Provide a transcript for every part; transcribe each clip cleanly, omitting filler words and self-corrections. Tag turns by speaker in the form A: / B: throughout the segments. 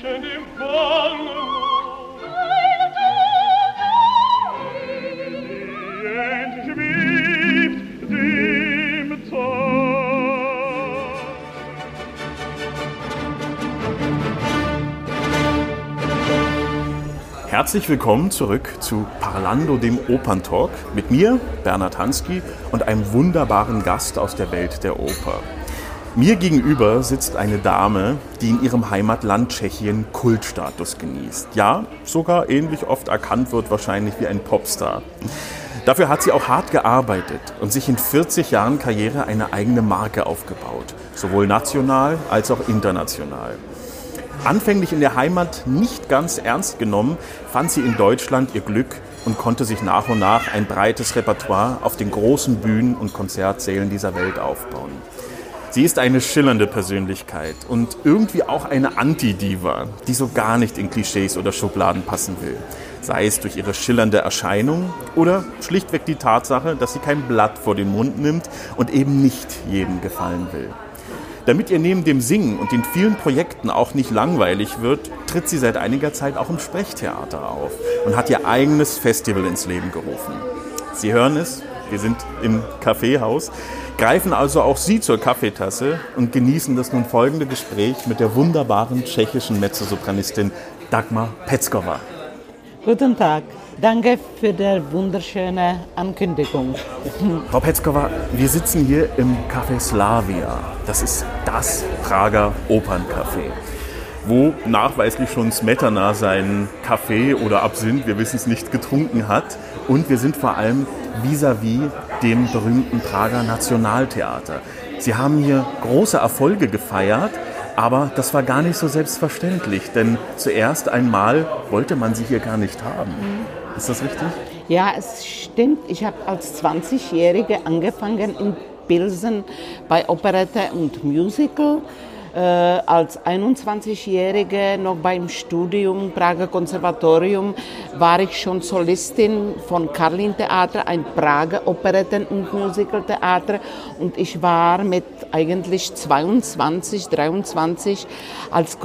A: zwischen dem Bangen entschwebt dem Tag.
B: Herzlich willkommen zurück zu Parlando, dem Operntalk, mit mir, Bernhard Hansky, und einem wunderbaren Gast aus der Welt der Oper. Mir gegenüber sitzt eine Dame, die in ihrem Heimatland Tschechien Kultstatus genießt. Ja, sogar ähnlich oft erkannt wird wahrscheinlich wie ein Popstar. Dafür hat sie auch hart gearbeitet und sich in 40 Jahren Karriere eine eigene Marke aufgebaut, sowohl national als auch international. Anfänglich in der Heimat nicht ganz ernst genommen, fand sie in Deutschland ihr Glück und konnte sich nach und nach ein breites Repertoire auf den großen Bühnen und Konzertsälen dieser Welt aufbauen. Sie ist eine schillernde Persönlichkeit und irgendwie auch eine Anti-Diva, die so gar nicht in Klischees oder Schubladen passen will. Sei es durch ihre schillernde Erscheinung oder schlichtweg die Tatsache, dass sie kein Blatt vor den Mund nimmt und eben nicht jedem gefallen will. Damit ihr neben dem Singen und den vielen Projekten auch nicht langweilig wird, tritt sie seit einiger Zeit auch im Sprechtheater auf und hat ihr eigenes Festival ins Leben gerufen. Sie hören es, wir sind im Kaffeehaus, greifen also auch Sie zur Kaffeetasse und genießen das nun folgende Gespräch mit der wunderbaren tschechischen Mezzosopranistin Dagmar Pecková.
C: Guten Tag. Danke für die wunderschöne Ankündigung.
B: Frau Pecková, wir sitzen hier im Café Slavia. Das ist das Prager Operncafé, wo nachweislich schon Smetana seinen Kaffee oder Absinth, wir wissen es nicht, getrunken hat. Und wir sind vor allem vis-à-vis dem berühmten Prager Nationaltheater. Sie haben hier große Erfolge gefeiert, aber das war gar nicht so selbstverständlich, denn zuerst einmal wollte man sie hier gar nicht haben. Ist das richtig?
C: Ja, es stimmt. Ich habe als 20-Jährige angefangen in Pilsen bei Operette und Musical. Als 21-Jährige noch beim Studium Prager Konservatorium war ich schon Solistin von Karlin-Theater, ein Prager Operetten- und Musicaltheater. Und ich war mit eigentlich 22, 23 als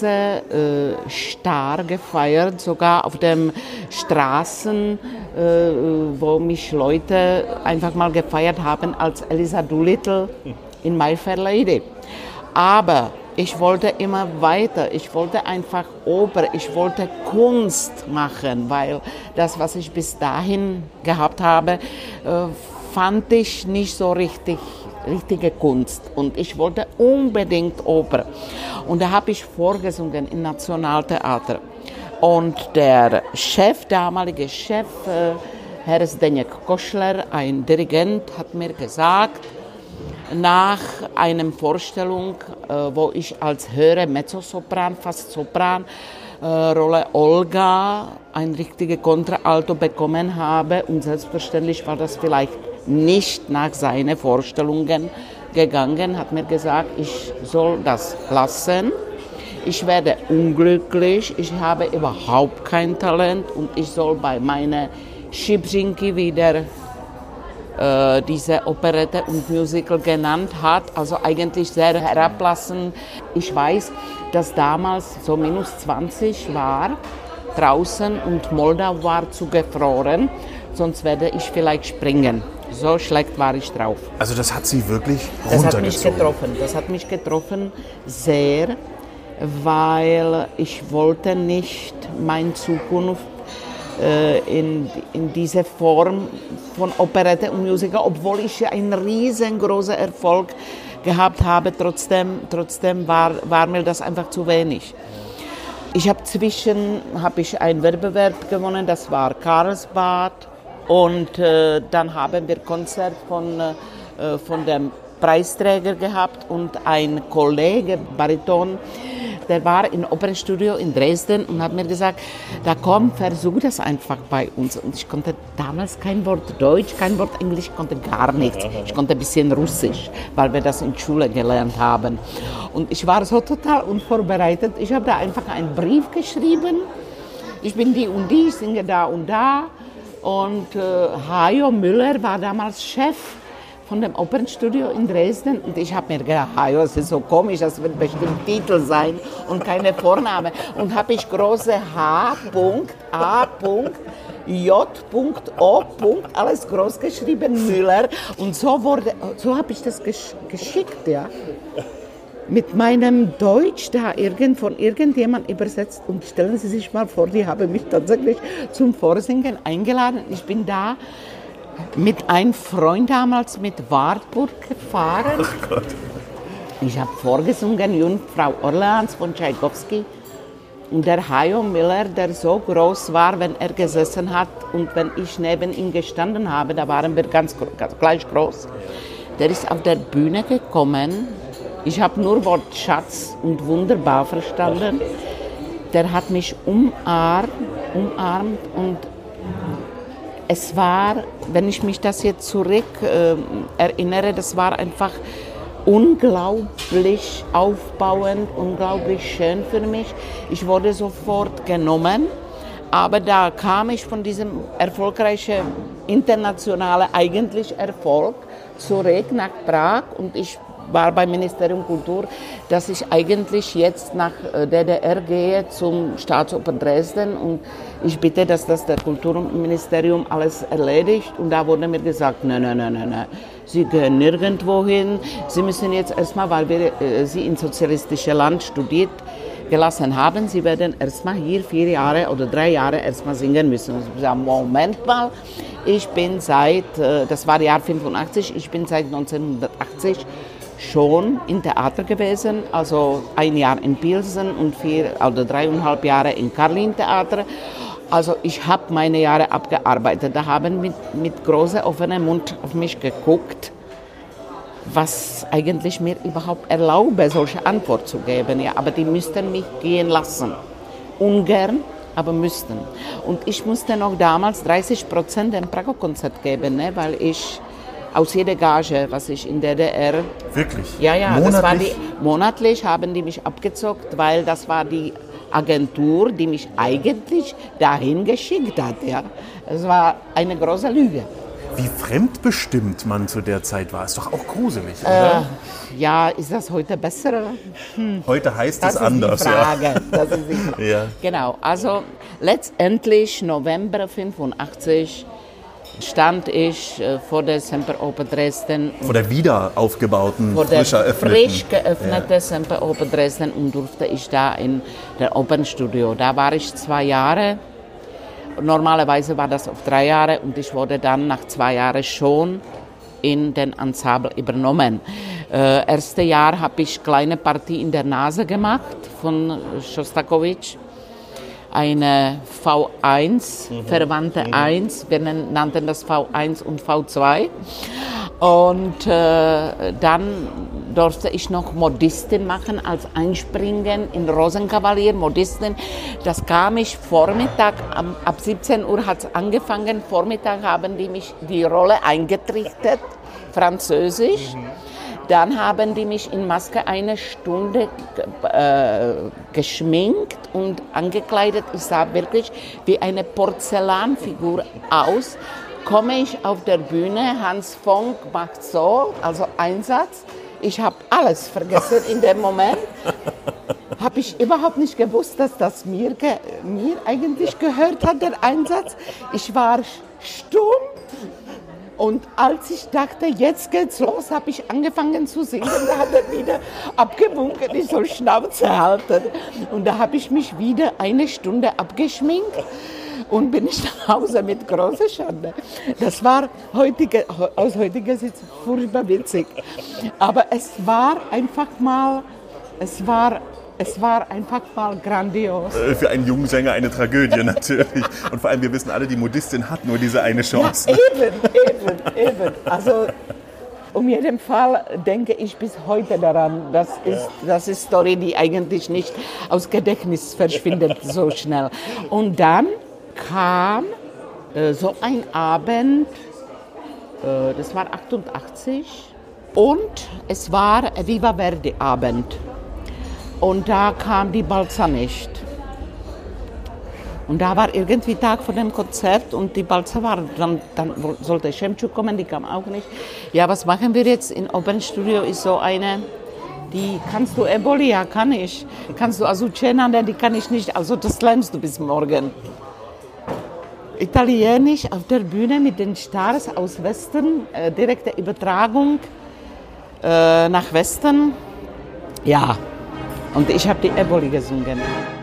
C: große Star gefeiert, sogar auf den Straßen, wo mich Leute einfach mal gefeiert haben als Eliza Doolittle in My Fair Lady. Aber ich wollte immer weiter, ich wollte einfach Oper, ich wollte Kunst machen, weil das, was ich bis dahin gehabt habe, fand ich nicht so richtige Kunst. Und ich wollte unbedingt Oper. Und da habe ich vorgesungen im Nationaltheater. Und der damalige Chef, Herr Zdeněk Košler, ein Dirigent, hat mir gesagt, nach einer Vorstellung, wo ich als höhere Mezzosopran, fast Sopran, Rolle Olga, ein richtiges Kontraalto bekommen habe. Und selbstverständlich war das vielleicht nicht nach seinen Vorstellungen gegangen, hat mir gesagt, ich soll das lassen. Ich werde unglücklich, ich habe überhaupt kein Talent und ich soll bei meiner Schibřinky wieder diese Operette und Musical genannt hat, also eigentlich sehr herablassend. Ich weiß, dass damals so minus 20 war draußen und Moldau war zugefroren, sonst werde ich vielleicht springen. So schlecht war ich drauf.
B: Also das hat Sie wirklich runtergezogen?
C: Das hat mich getroffen sehr, weil ich wollte nicht meine Zukunft in diese Form von Operette und Musical, obwohl ich einen riesengroßen Erfolg gehabt habe, trotzdem war mir das einfach zu wenig. Ich habe einen Wettbewerb gewonnen, das war Karlsbad, und dann haben wir Konzert von dem Preisträger gehabt und ein Kollege, Bariton, der war im Opernstudio in Dresden und hat mir gesagt, da komm, versuch das einfach bei uns. Und ich konnte damals kein Wort Deutsch, kein Wort Englisch, ich konnte gar nichts. Ich konnte ein bisschen Russisch, weil wir das in der Schule gelernt haben. Und ich war so total unvorbereitet. Ich habe da einfach einen Brief geschrieben. Ich bin die und die, ich singe da und da. Und Hajo Müller war damals Chef von dem Opernstudio in Dresden und ich habe mir gedacht, es ist so komisch, das wird bestimmt Titel sein und keine Vorname. Und habe ich große H. A. J.O. alles groß geschrieben, Müller. Und so habe ich das geschickt, ja. Mit meinem Deutsch da von irgendjemand übersetzt. Und stellen Sie sich mal vor, die haben mich tatsächlich zum Vorsingen eingeladen. Ich bin da mit einem Freund damals mit Wartburg gefahren.
B: Ach Gott.
C: Ich habe vorgesungen, Jungfrau Orleans von Tschaikowski. Und der Hajo Miller, der so groß war, wenn er gesessen hat und wenn ich neben ihm gestanden habe, da waren wir ganz gleich groß, der ist auf der Bühne gekommen. Ich habe nur Wortschatz und wunderbar verstanden. Der hat mich umarmt und es war, wenn ich mich das jetzt zurück erinnere, das war einfach unglaublich aufbauend, unglaublich schön für mich. Ich wurde sofort genommen, aber da kam ich von diesem erfolgreichen internationalen eigentlich Erfolg zurück nach Prag und ich war beim Ministerium Kultur, dass ich eigentlich jetzt nach DDR gehe zum Staatsoper Dresden und ich bitte, dass das der Kulturministerium alles erledigt und da wurde mir gesagt, nein, Sie gehen nirgendwo hin, Sie müssen jetzt erstmal, weil wir Sie in sozialistisches Land studiert gelassen haben, Sie werden erstmal hier 4 Jahre oder 3 Jahre erstmal singen müssen. Und ich sage, Moment mal, ich bin das war Jahr 85, ich bin seit 1980 schon im Theater gewesen, also 1 Jahr in Pilsen und 4 oder 3,5 Jahre in Karlin-Theater. Also ich habe meine Jahre abgearbeitet. Da haben mit großem offenem Mund auf mich geguckt, was eigentlich mir überhaupt erlaube, solche Antwort zu geben. Ja, aber die müssten mich gehen lassen. Ungern, aber müssten. Und ich musste noch damals 30% im Prago-Konzert geben, ne, weil ich aus jeder Gage, was ich in der DDR...
B: Wirklich?
C: Ja,
B: monatlich?
C: Das war monatlich haben die mich abgezockt, weil das war die Agentur, die mich eigentlich dahin geschickt hat. Ja. Es war eine große Lüge.
B: Wie fremdbestimmt man zu der Zeit war, ist doch auch gruselig, oder?
C: Ja, ist das heute besser?
B: Heute heißt es anders.
C: Das ist die Frage. Das ist die Frage.
B: Ja.
C: Genau, also letztendlich November 85 stand ich vor der Semperoper Dresden.
B: Vor der wieder aufgebauten,
C: frisch geöffneten Semperoper Dresden und durfte ich da in der Opernstudio. Da war ich 2 Jahre. Normalerweise war das auf 3 Jahre und ich wurde dann nach 2 Jahren schon in den Ensemble übernommen. Erste Jahr habe ich kleine Partie in der Nase gemacht von Schostakowitsch. Eine V1, verwandte 1, wir nannten das V1 und V2. Und dann durfte ich noch Modistin machen als Einspringen in Rosenkavalier, Modistin. Das kam ich Vormittag, ab 17 Uhr hat es angefangen, Vormittag haben die mich die Rolle eingetrichtert, Französisch. Dann haben die mich in Maske 1 Stunde geschminkt und angekleidet. Ich sah wirklich wie eine Porzellanfigur aus. Komme ich auf der Bühne, Hans Fonck macht so, also Einsatz. Ich habe alles vergessen in dem Moment. Habe ich überhaupt nicht gewusst, dass das mir eigentlich gehört hat, der Einsatz. Ich war stumm. Und als ich dachte, jetzt geht's los, habe ich angefangen zu singen. Da hat er wieder abgewunken, ich soll Schnauze halten. Und da habe ich mich wieder 1 Stunde abgeschminkt und bin ich nach Hause mit großer Schande. Das war aus heutiger Sicht furchtbar witzig. Aber es war einfach mal grandios.
B: Für einen jungen Sänger eine Tragödie natürlich. Und vor allem, wir wissen alle, die Modistin hat nur diese eine Chance.
C: Ja, eben. Also um jeden Fall denke ich bis heute daran. Das ist Story, die eigentlich nicht aus Gedächtnis verschwindet so schnell. Und dann kam so ein Abend, das war 88, und es war Viva Verdi Abend. Und da kam die Balza nicht. Und da war irgendwie Tag vor dem Konzert und die Balzer war, dann sollte Şemçuk kommen, die kam auch nicht. Ja, was machen wir jetzt? In Opernstudio ist so eine, die, kannst du Eboli? Ja, kann ich. Kannst du Azucena? Die kann ich nicht, also das lernst du bis morgen. Italienisch auf der Bühne mit den Stars aus Westen, direkte Übertragung nach Westen. Ja, und ich habe die Eboli gesungen.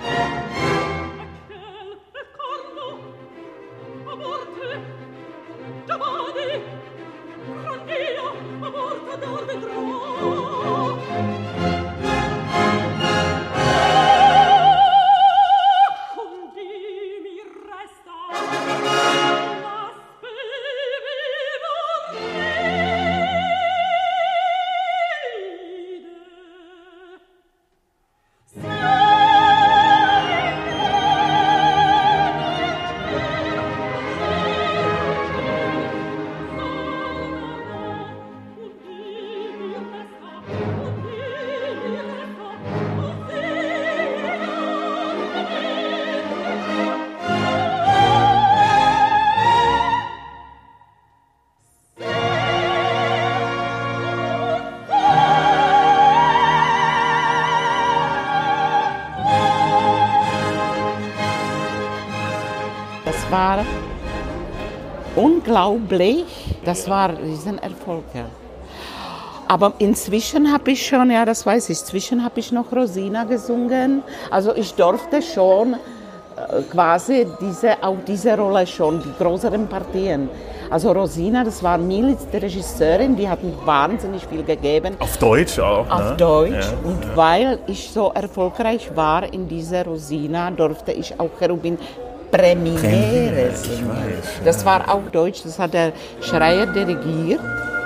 C: Das war unglaublich, das war ein Riesenerfolg. Ja. Aber inzwischen habe ich schon, ja das weiß ich, inzwischen habe ich noch Rosina gesungen. Also ich durfte schon quasi diese Rolle schon, die größeren Partien. Also Rosina, das war Milic, die Regisseurin, die hat mir wahnsinnig viel gegeben.
B: Auf Deutsch auch, ne?
C: Auf Deutsch. Ja, und weil ich so erfolgreich war in dieser Rosina, durfte ich auch Cherubin Premiere singen. Das war auch Deutsch, das hat der Schreier dirigiert.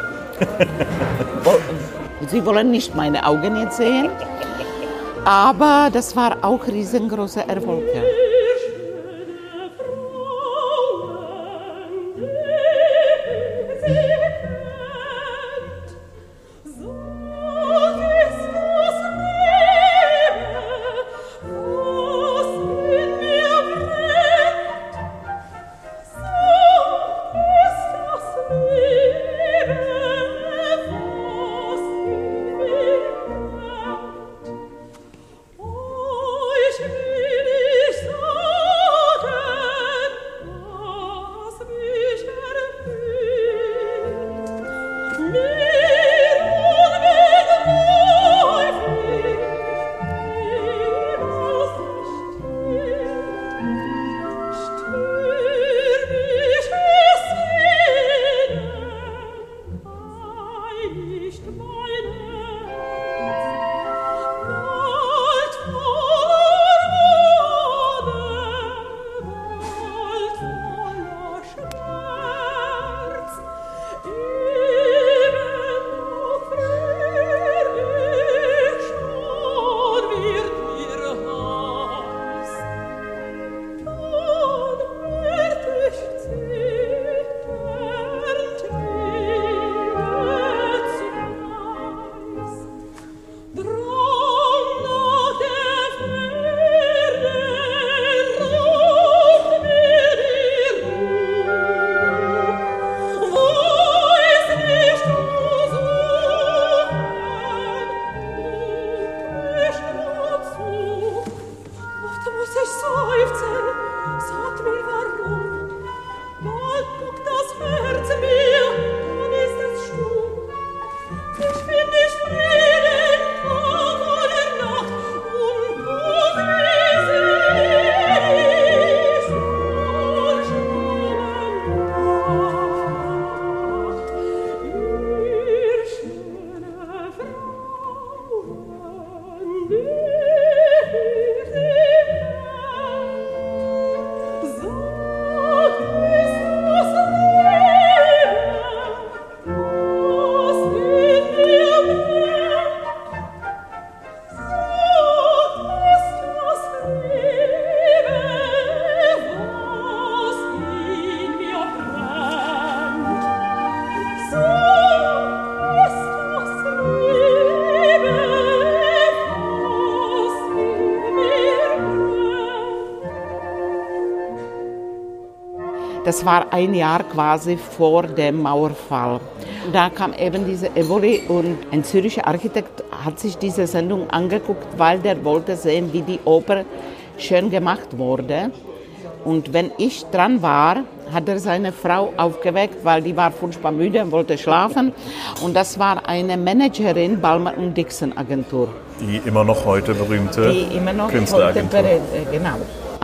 C: Sie wollen nicht meine Augen jetzt sehen, aber das war auch riesengroßer Erfolg. Ja.
D: Ich will nicht sagen.
C: Das war ein Jahr quasi vor dem Mauerfall. Und da kam eben diese Evoli und ein Zürcher Architekt hat sich diese Sendung angeguckt, weil der wollte sehen, wie die Oper schön gemacht wurde. Und wenn ich dran war, hat er seine Frau aufgeweckt, weil die war furchtbar müde und wollte schlafen. Und das war eine Managerin Balmer & Dixon Agentur.
B: Die immer noch heute berühmte Künstleragentur.
C: Genau.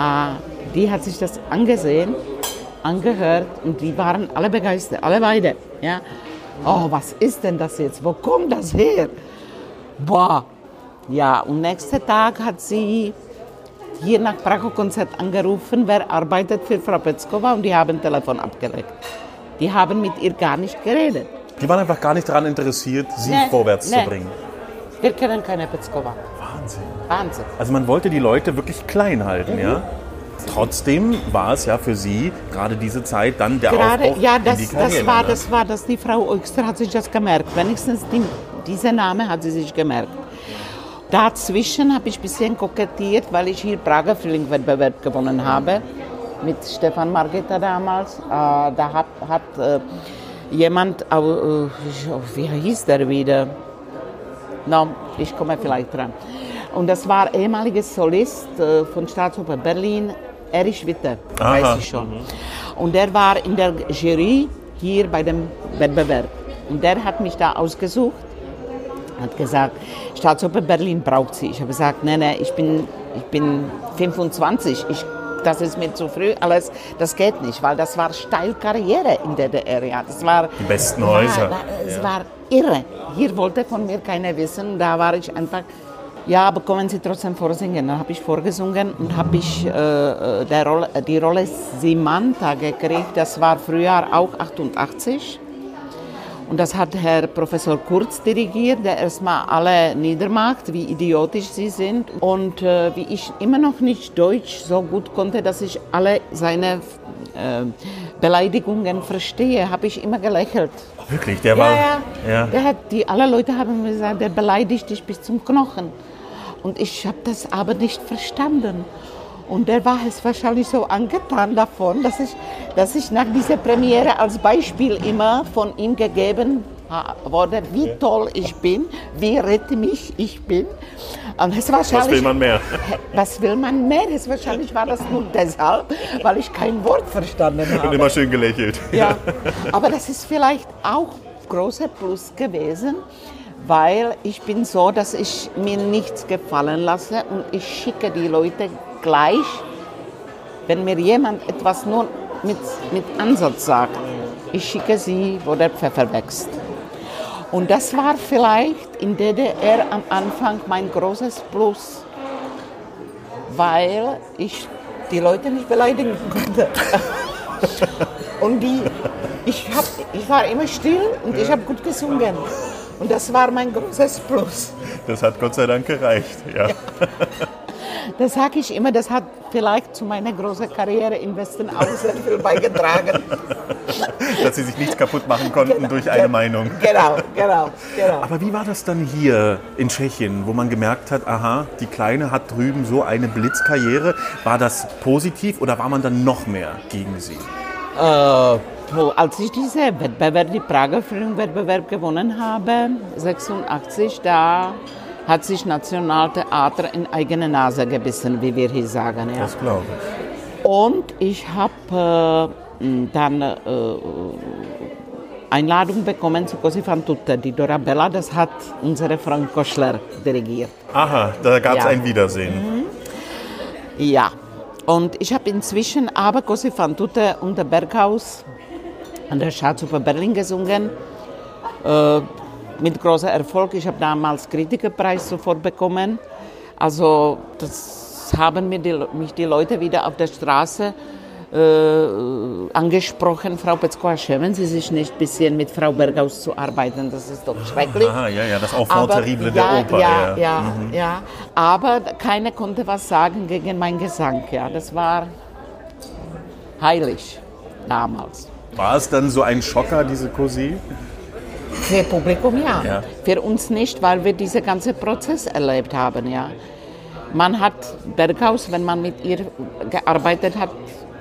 C: Die hat sich das angesehen, angehört und die waren alle begeistert, alle beide. Ja. Oh, was ist denn das jetzt? Wo kommt das her? Boah. Ja, und nächsten Tag hat sie hier nach Prago-Konzert angerufen, wer arbeitet für Frau Petzkova, und die haben Telefon abgelegt. Die haben mit ihr gar nicht geredet.
B: Die waren einfach gar nicht daran interessiert, sie vorwärts zu bringen.
C: Wir kennen keine Petzkova. Wahnsinn.
B: Also man wollte die Leute wirklich klein halten, ja? Trotzdem war es ja für sie gerade diese Zeit dann der Aufbruch in die Karriere.
C: Die Frau Eugster hat sich das gemerkt. Wenigstens dieser Name hat sie sich gemerkt. Dazwischen habe ich ein bisschen kokettiert, weil ich hier Prager Frühling-Wettbewerb gewonnen habe. Mit Stefan Margita damals. Da hat jemand, wie hieß der wieder? No, ich komme vielleicht dran. Und das war ehemaliger Solist von Staatsoper Berlin, Erich Witte, weiß ich schon. Und der war in der Jury hier bei dem Wettbewerb. Und der hat mich da ausgesucht, hat gesagt, Staatsoper Berlin braucht sie. Ich habe gesagt, nein, ich bin 25, das ist mir zu früh, alles, das geht nicht, weil das war steil Karriere in der DDR. Ja. Das war,
B: die besten Häuser.
C: Es war irre. Hier wollte von mir keiner wissen, da war ich einfach, ja, aber kommen Sie trotzdem vorsingen. Dann habe ich vorgesungen und habe ich die Rolle Simanta gekriegt, das war Frühjahr auch 88. Und das hat Herr Professor Kurz dirigiert, der erstmal alle niedermacht, wie idiotisch sie sind. Und wie ich immer noch nicht Deutsch so gut konnte, dass ich alle seine Beleidigungen verstehe, habe ich immer gelächelt.
B: Wirklich? Der war...
C: Ja. Alle Leute haben mir gesagt, der beleidigt dich bis zum Knochen. Und ich habe das aber nicht verstanden. Und der war es wahrscheinlich so angetan davon, dass ich nach dieser Premiere als Beispiel immer von ihm gegeben wurde, wie toll ich bin, wie rette mich ich bin. Und was
B: will man mehr?
C: Was will man mehr? Wahrscheinlich war das nur deshalb, weil ich kein Wort verstanden habe.
B: Und immer schön gelächelt.
C: Ja, aber das ist vielleicht auch großer Plus gewesen, weil ich bin so, dass ich mir nichts gefallen lasse und ich schicke die Leute gleich, wenn mir jemand etwas nur mit Ansatz sagt, ich schicke sie, wo der Pfeffer wächst. Und das war vielleicht in DDR am Anfang mein großes Plus, weil ich die Leute nicht beleidigen konnte. Und ich war immer still und ich habe gut gesungen. Und das war mein großes Plus.
B: Das hat Gott sei Dank gereicht, ja.
C: Das sage ich immer, das hat vielleicht zu meiner großen Karriere im Westen auch sehr viel beigetragen.
B: Dass Sie sich nichts kaputt machen konnten durch eine Meinung.
C: Genau.
B: Aber wie war das dann hier in Tschechien, wo man gemerkt hat, aha, die Kleine hat drüben so eine Blitzkarriere. War das positiv oder war man dann noch mehr gegen sie?
C: Als ich diesen Wettbewerb, die Prager Filmwettbewerb gewonnen habe, 86, da hat sich Nationaltheater in eigene Nase gebissen, wie wir hier sagen. Ja.
B: Das glaube ich.
C: Und ich habe dann Einladung bekommen zu Così fan tutte. Die Dorabella, das hat unsere Frank Koschler dirigiert.
B: Aha, da gab es ein Wiedersehen.
C: Ja, und ich habe inzwischen aber Così fan tutte unter Berghaus an der Staatsoper Berlin gesungen. Mit großem Erfolg. Ich habe damals Kritikerpreis sofort bekommen. Also das haben mich die Leute wieder auf der Straße angesprochen. Frau Petzkova, schämen Sie sich nicht ein bisschen mit Frau Berghaus zu arbeiten? Das ist doch schrecklich.
B: Aha, ja, das Enfant terrible der Oper.
C: Ja. Aber keiner konnte was sagen gegen meinen Gesang. Ja, das war heilig damals.
B: War es dann so ein Schocker, diese Così?
C: Für Publikum ja. Für uns nicht, weil wir diesen ganzen Prozess erlebt haben. Ja. Man hat Berghaus, wenn man mit ihr gearbeitet hat,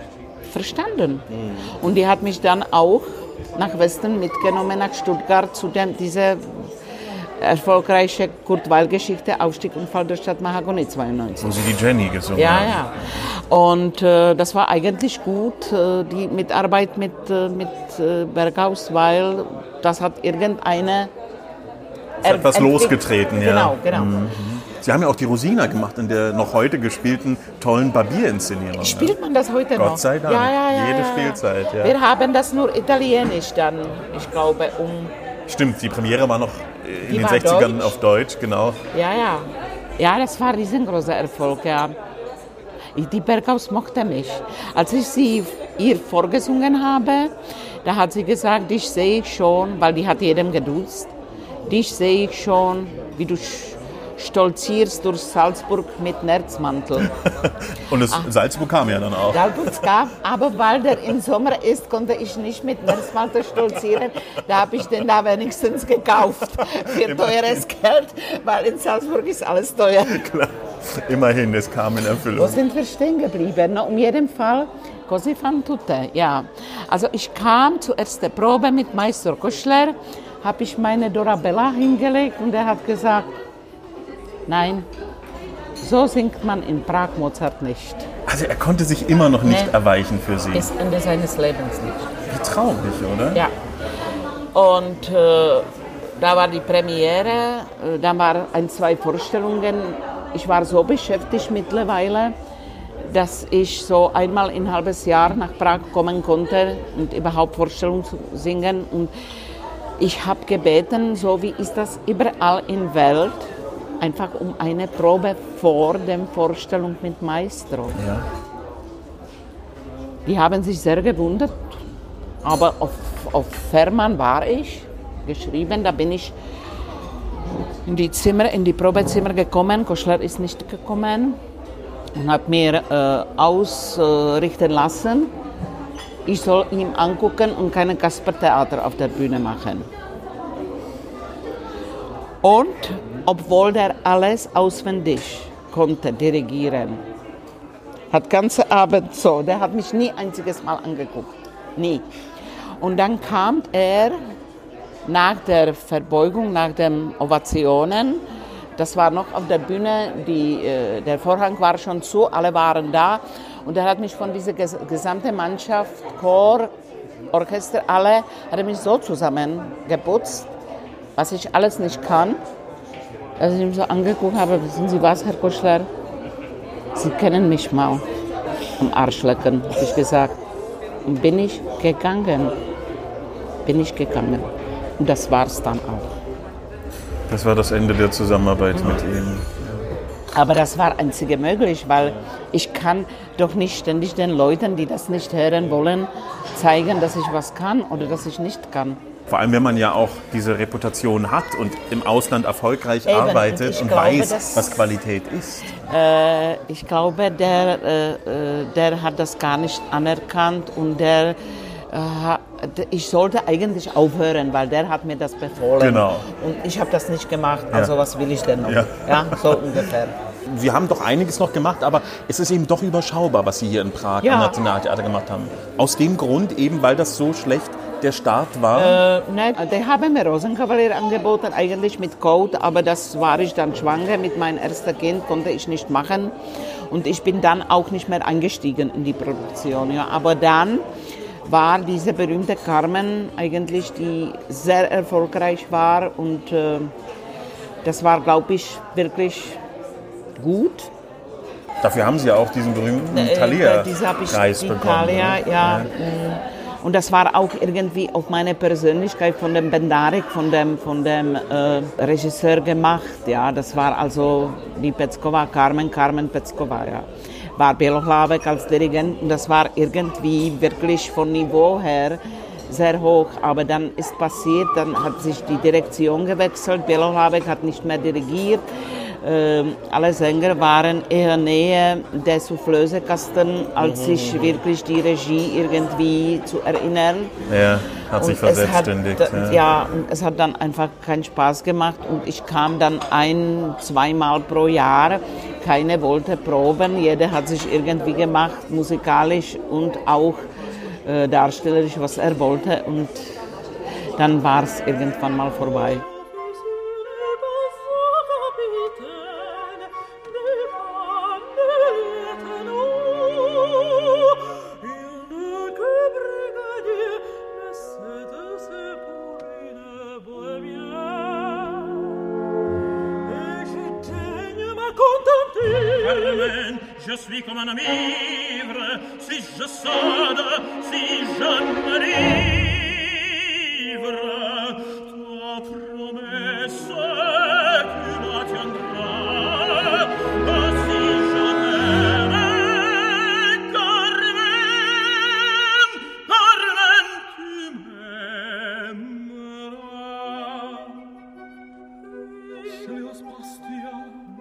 C: verstanden. Und die hat mich dann auch nach Westen mitgenommen, nach Stuttgart, zu dieser erfolgreichen Kurt-Weill-Geschichte Aufstieg und Fall der Stadt Mahagoni 92.
B: Wo sie die Jenny gesungen
C: Ja,
B: haben.
C: ja. Und das war eigentlich gut, die Mitarbeit mit Berghaus, weil das hat irgendeine
B: etwas losgetreten, ja.
C: Genau.
B: Sie haben ja auch die Rosina gemacht in der noch heute gespielten tollen Barbier-Inszenierung.
C: Spielt man das heute noch?
B: Gott sei Dank.
C: Ja.
B: Jede Spielzeit, ja.
C: Wir haben das nur italienisch dann, ich glaube,
B: Stimmt, die Premiere war noch in den
C: war
B: 60ern
C: deutsch.
B: auf Deutsch, genau.
C: Ja. Ja, das war ein riesengroßer Erfolg, ja. Die Berghaus mochte mich. Als ich ihr vorgesungen habe, da hat sie gesagt, dich sehe ich schon, weil die hat jedem geduzt, dich sehe ich schon, wie du stolzierst durch Salzburg mit Nerzmantel.
B: Und Salzburg kam ja dann auch.
C: Salzburg kam, aber weil der im Sommer ist, konnte ich nicht mit Nerzmantel stolzieren. Da habe ich den da wenigstens gekauft für teures Geld, weil in Salzburg ist alles teuer.
B: Klar. Immerhin, es kam in Erfüllung.
C: Wo sind wir stehen geblieben? Na, um jeden Fall, così fan tutte, ja. Also ich kam zur ersten Probe mit Meister Koschler, habe ich meine Dorabella hingelegt und er hat gesagt, nein, so singt man in Prag Mozart nicht.
B: Also er konnte sich immer noch nicht erweichen für Sie.
C: Bis Ende seines Lebens nicht.
B: Wie traurig, oder?
C: Ja. Und da war die Premiere, da waren 2 Vorstellungen. Ich war so beschäftigt mittlerweile, dass ich so einmal ein halbes Jahr nach Prag kommen konnte und überhaupt Vorstellungen zu singen. Und ich habe gebeten, so wie ist das überall in der Welt, einfach um eine Probe vor der Vorstellung mit Maestro.
B: Ja.
C: Die haben sich sehr gewundert, aber auf Fährmann war ich geschrieben, da bin ich in die Probezimmer gekommen, Koschler ist nicht gekommen und hat mir ausrichten lassen, ich soll ihm angucken und kein Kaspertheater auf der Bühne machen. Und obwohl der alles auswendig konnte dirigieren, hat ganze Abend so, der hat mich nie einziges Mal angeguckt, nie. Und dann kam er nach der Verbeugung, nach den Ovationen, das war noch auf der Bühne, der Vorhang war schon zu, alle waren da und er hat mich von dieser gesamten Mannschaft, Chor, Orchester, alle, hat er mich so zusammengeputzt, was ich alles nicht kann. Als ich ihn so angeguckt habe, wissen Sie was, Herr Koschler, Sie kennen mich mal am Arschlecken, habe ich gesagt. Und bin ich gegangen. Und das war es dann auch.
B: Das war das Ende der Zusammenarbeit mit ihm.
C: Aber das war einzige möglich, weil ich kann doch nicht ständig den Leuten, die das nicht hören wollen, zeigen, dass ich was kann oder dass ich nicht kann.
B: Vor allem, wenn man ja auch diese Reputation hat und im Ausland erfolgreich arbeitet und
C: glaube,
B: weiß, was Qualität ist.
C: Ich glaube, der hat das gar nicht anerkannt und ich sollte eigentlich aufhören, weil der hat mir das befohlen.
B: Genau.
C: Und ich habe das nicht gemacht, also was will ich denn noch?
B: Ja.
C: Ja, so ungefähr.
B: Sie haben doch einiges noch gemacht, aber es ist eben doch überschaubar, was Sie hier in Prag am Nationaltheater gemacht haben. Aus dem Grund eben, weil das so schlecht der Start war?
C: Nein, die haben mir Rosenkavalier angeboten, eigentlich mit Code, aber das war ich dann schwanger. Mit meinem ersten Kind konnte ich nicht machen und ich bin dann auch nicht mehr eingestiegen in die Produktion. Ja. Aber dann war diese berühmte Carmen eigentlich, die sehr erfolgreich war und das war, glaube ich, wirklich gut.
B: Dafür haben Sie ja auch diesen berühmten Thalia-Preis bekommen.
C: Thalia, ja. Und das war auch irgendwie auf meine Persönlichkeit von dem Bendarik, von dem Regisseur gemacht. Ja. Das war also die Petzkova, Carmen Petzkova. Ja. War Bělohlavek als Dirigent und das war irgendwie wirklich von Niveau her sehr hoch. Aber dann ist passiert, dann hat sich die Direktion gewechselt, Bělohlavek hat nicht mehr dirigiert. Alle Sänger waren eher näher der Soufflösekasten, als sich wirklich die Regie irgendwie zu erinnern.
B: Ja, hat sich verselbstständigt.
C: Ja, und es hat dann einfach keinen Spaß gemacht und ich kam dann 1-2 Mal pro Jahr, keiner wollte proben, jeder hat sich irgendwie gemacht, musikalisch und auch darstellerisch, was er wollte, und dann war es irgendwann mal vorbei.
A: Carmen, je suis comme un ami ivre, si je sonne, si je me livre. Ta promesse, tu la tiendras, si je t'aime, Carmen, Carmen, tu m'aimeras. Celios pastia,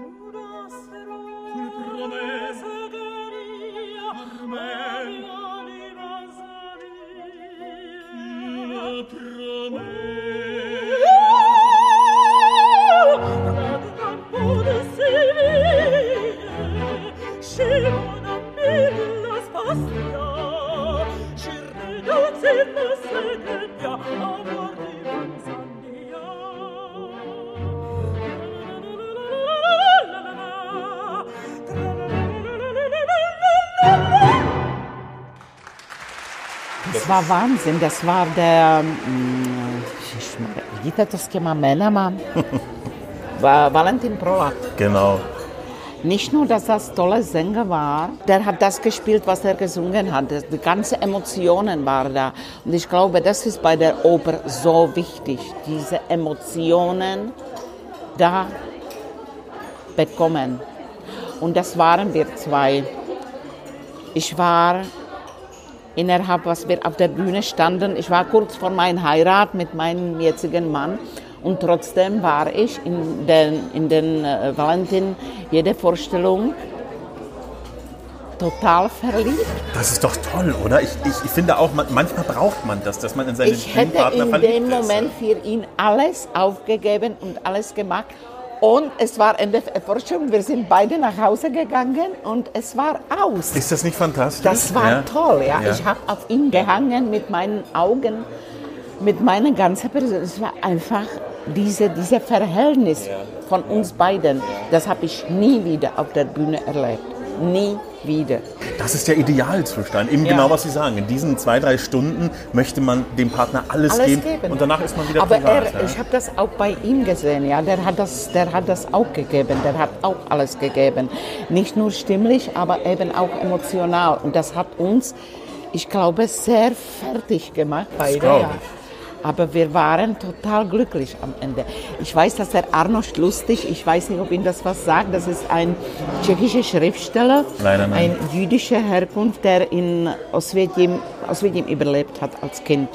C: Das war Wahnsinn, das war der, vidíte to s těma jménama, Valentin Prolat.
B: Genau.
C: Nicht nur, dass das tolle Sänger war, der hat das gespielt, was er gesungen hat. Die ganzen Emotionen waren da. Und ich glaube, das ist bei der Oper so wichtig, diese Emotionen da bekommen. Und das waren wir zwei. Ich war innerhalb, was wir auf der Bühne standen, ich war kurz vor meiner Heirat mit meinem jetzigen Mann. Und trotzdem war ich in den Valentin jede Vorstellung total verliebt.
B: Das ist doch toll, oder? Ich finde auch, manchmal braucht man das, dass man in seinen
C: Ich hätte
B: Spielpartner verliebt ist.
C: in dem Moment für ihn alles aufgegeben und alles gemacht. Und es war Ende der Vorstellung, wir sind beide nach Hause gegangen und es war aus.
B: Ist das nicht fantastisch?
C: Das war toll, ja. Ich habe auf ihn gehangen mit meinen Augen, mit meiner ganzen Person. Es war einfach diese Verhältnis von uns beiden. Das habe ich nie wieder auf der Bühne erlebt. Nie wieder.
B: Das ist der Idealzustand. Eben genau, was Sie sagen. In diesen 2-3 Stunden möchte man dem Partner alles geben. Und danach ist man wieder
C: Aber
B: privat.
C: ich habe das auch bei ihm gesehen. Ja, der hat das auch gegeben. Der hat auch alles gegeben. Nicht nur stimmlich, aber eben auch emotional. Und das hat uns, ich glaube, sehr fertig gemacht. Beide. Ja. Aber wir waren total glücklich am Ende. Ich weiß, dass der Arnošt Lustig, ich weiß nicht, ob Ihnen das was sagt, das ist ein tschechischer Schriftsteller, ein jüdischer Herkunft, der in Osvětim überlebt hat als Kind.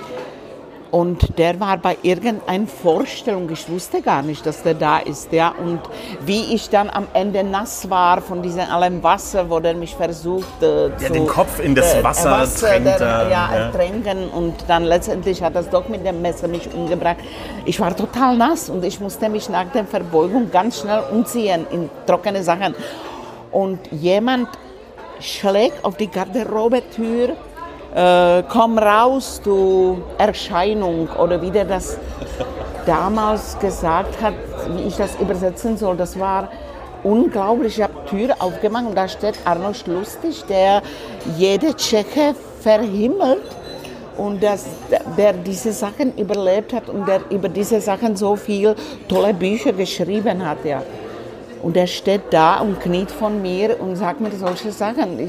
C: Und der war bei irgendeiner Vorstellung, ich wusste gar nicht, dass der da ist. Ja. Und wie ich dann am Ende nass war von diesem allem Wasser, wo der mich versucht
B: den Kopf in das Wasser tränkt.
C: Ertränken. Und dann letztendlich hat das doch mit dem Messer mich umgebracht. Ich war total nass und ich musste mich nach der Verbeugung ganz schnell umziehen in trockene Sachen. Und jemand schlägt auf die Garderobetür, komm raus, du Erscheinung, oder wie der das damals gesagt hat, wie ich das übersetzen soll. Das war unglaublich. Ich habe die Tür aufgemacht und da steht Arnošt Lustig, der jede Tscheche verhimmelt und der diese Sachen überlebt hat und der über diese Sachen so viel tolle Bücher geschrieben hat. Ja. Und er steht da und kniet von mir und sagt mir solche Sachen.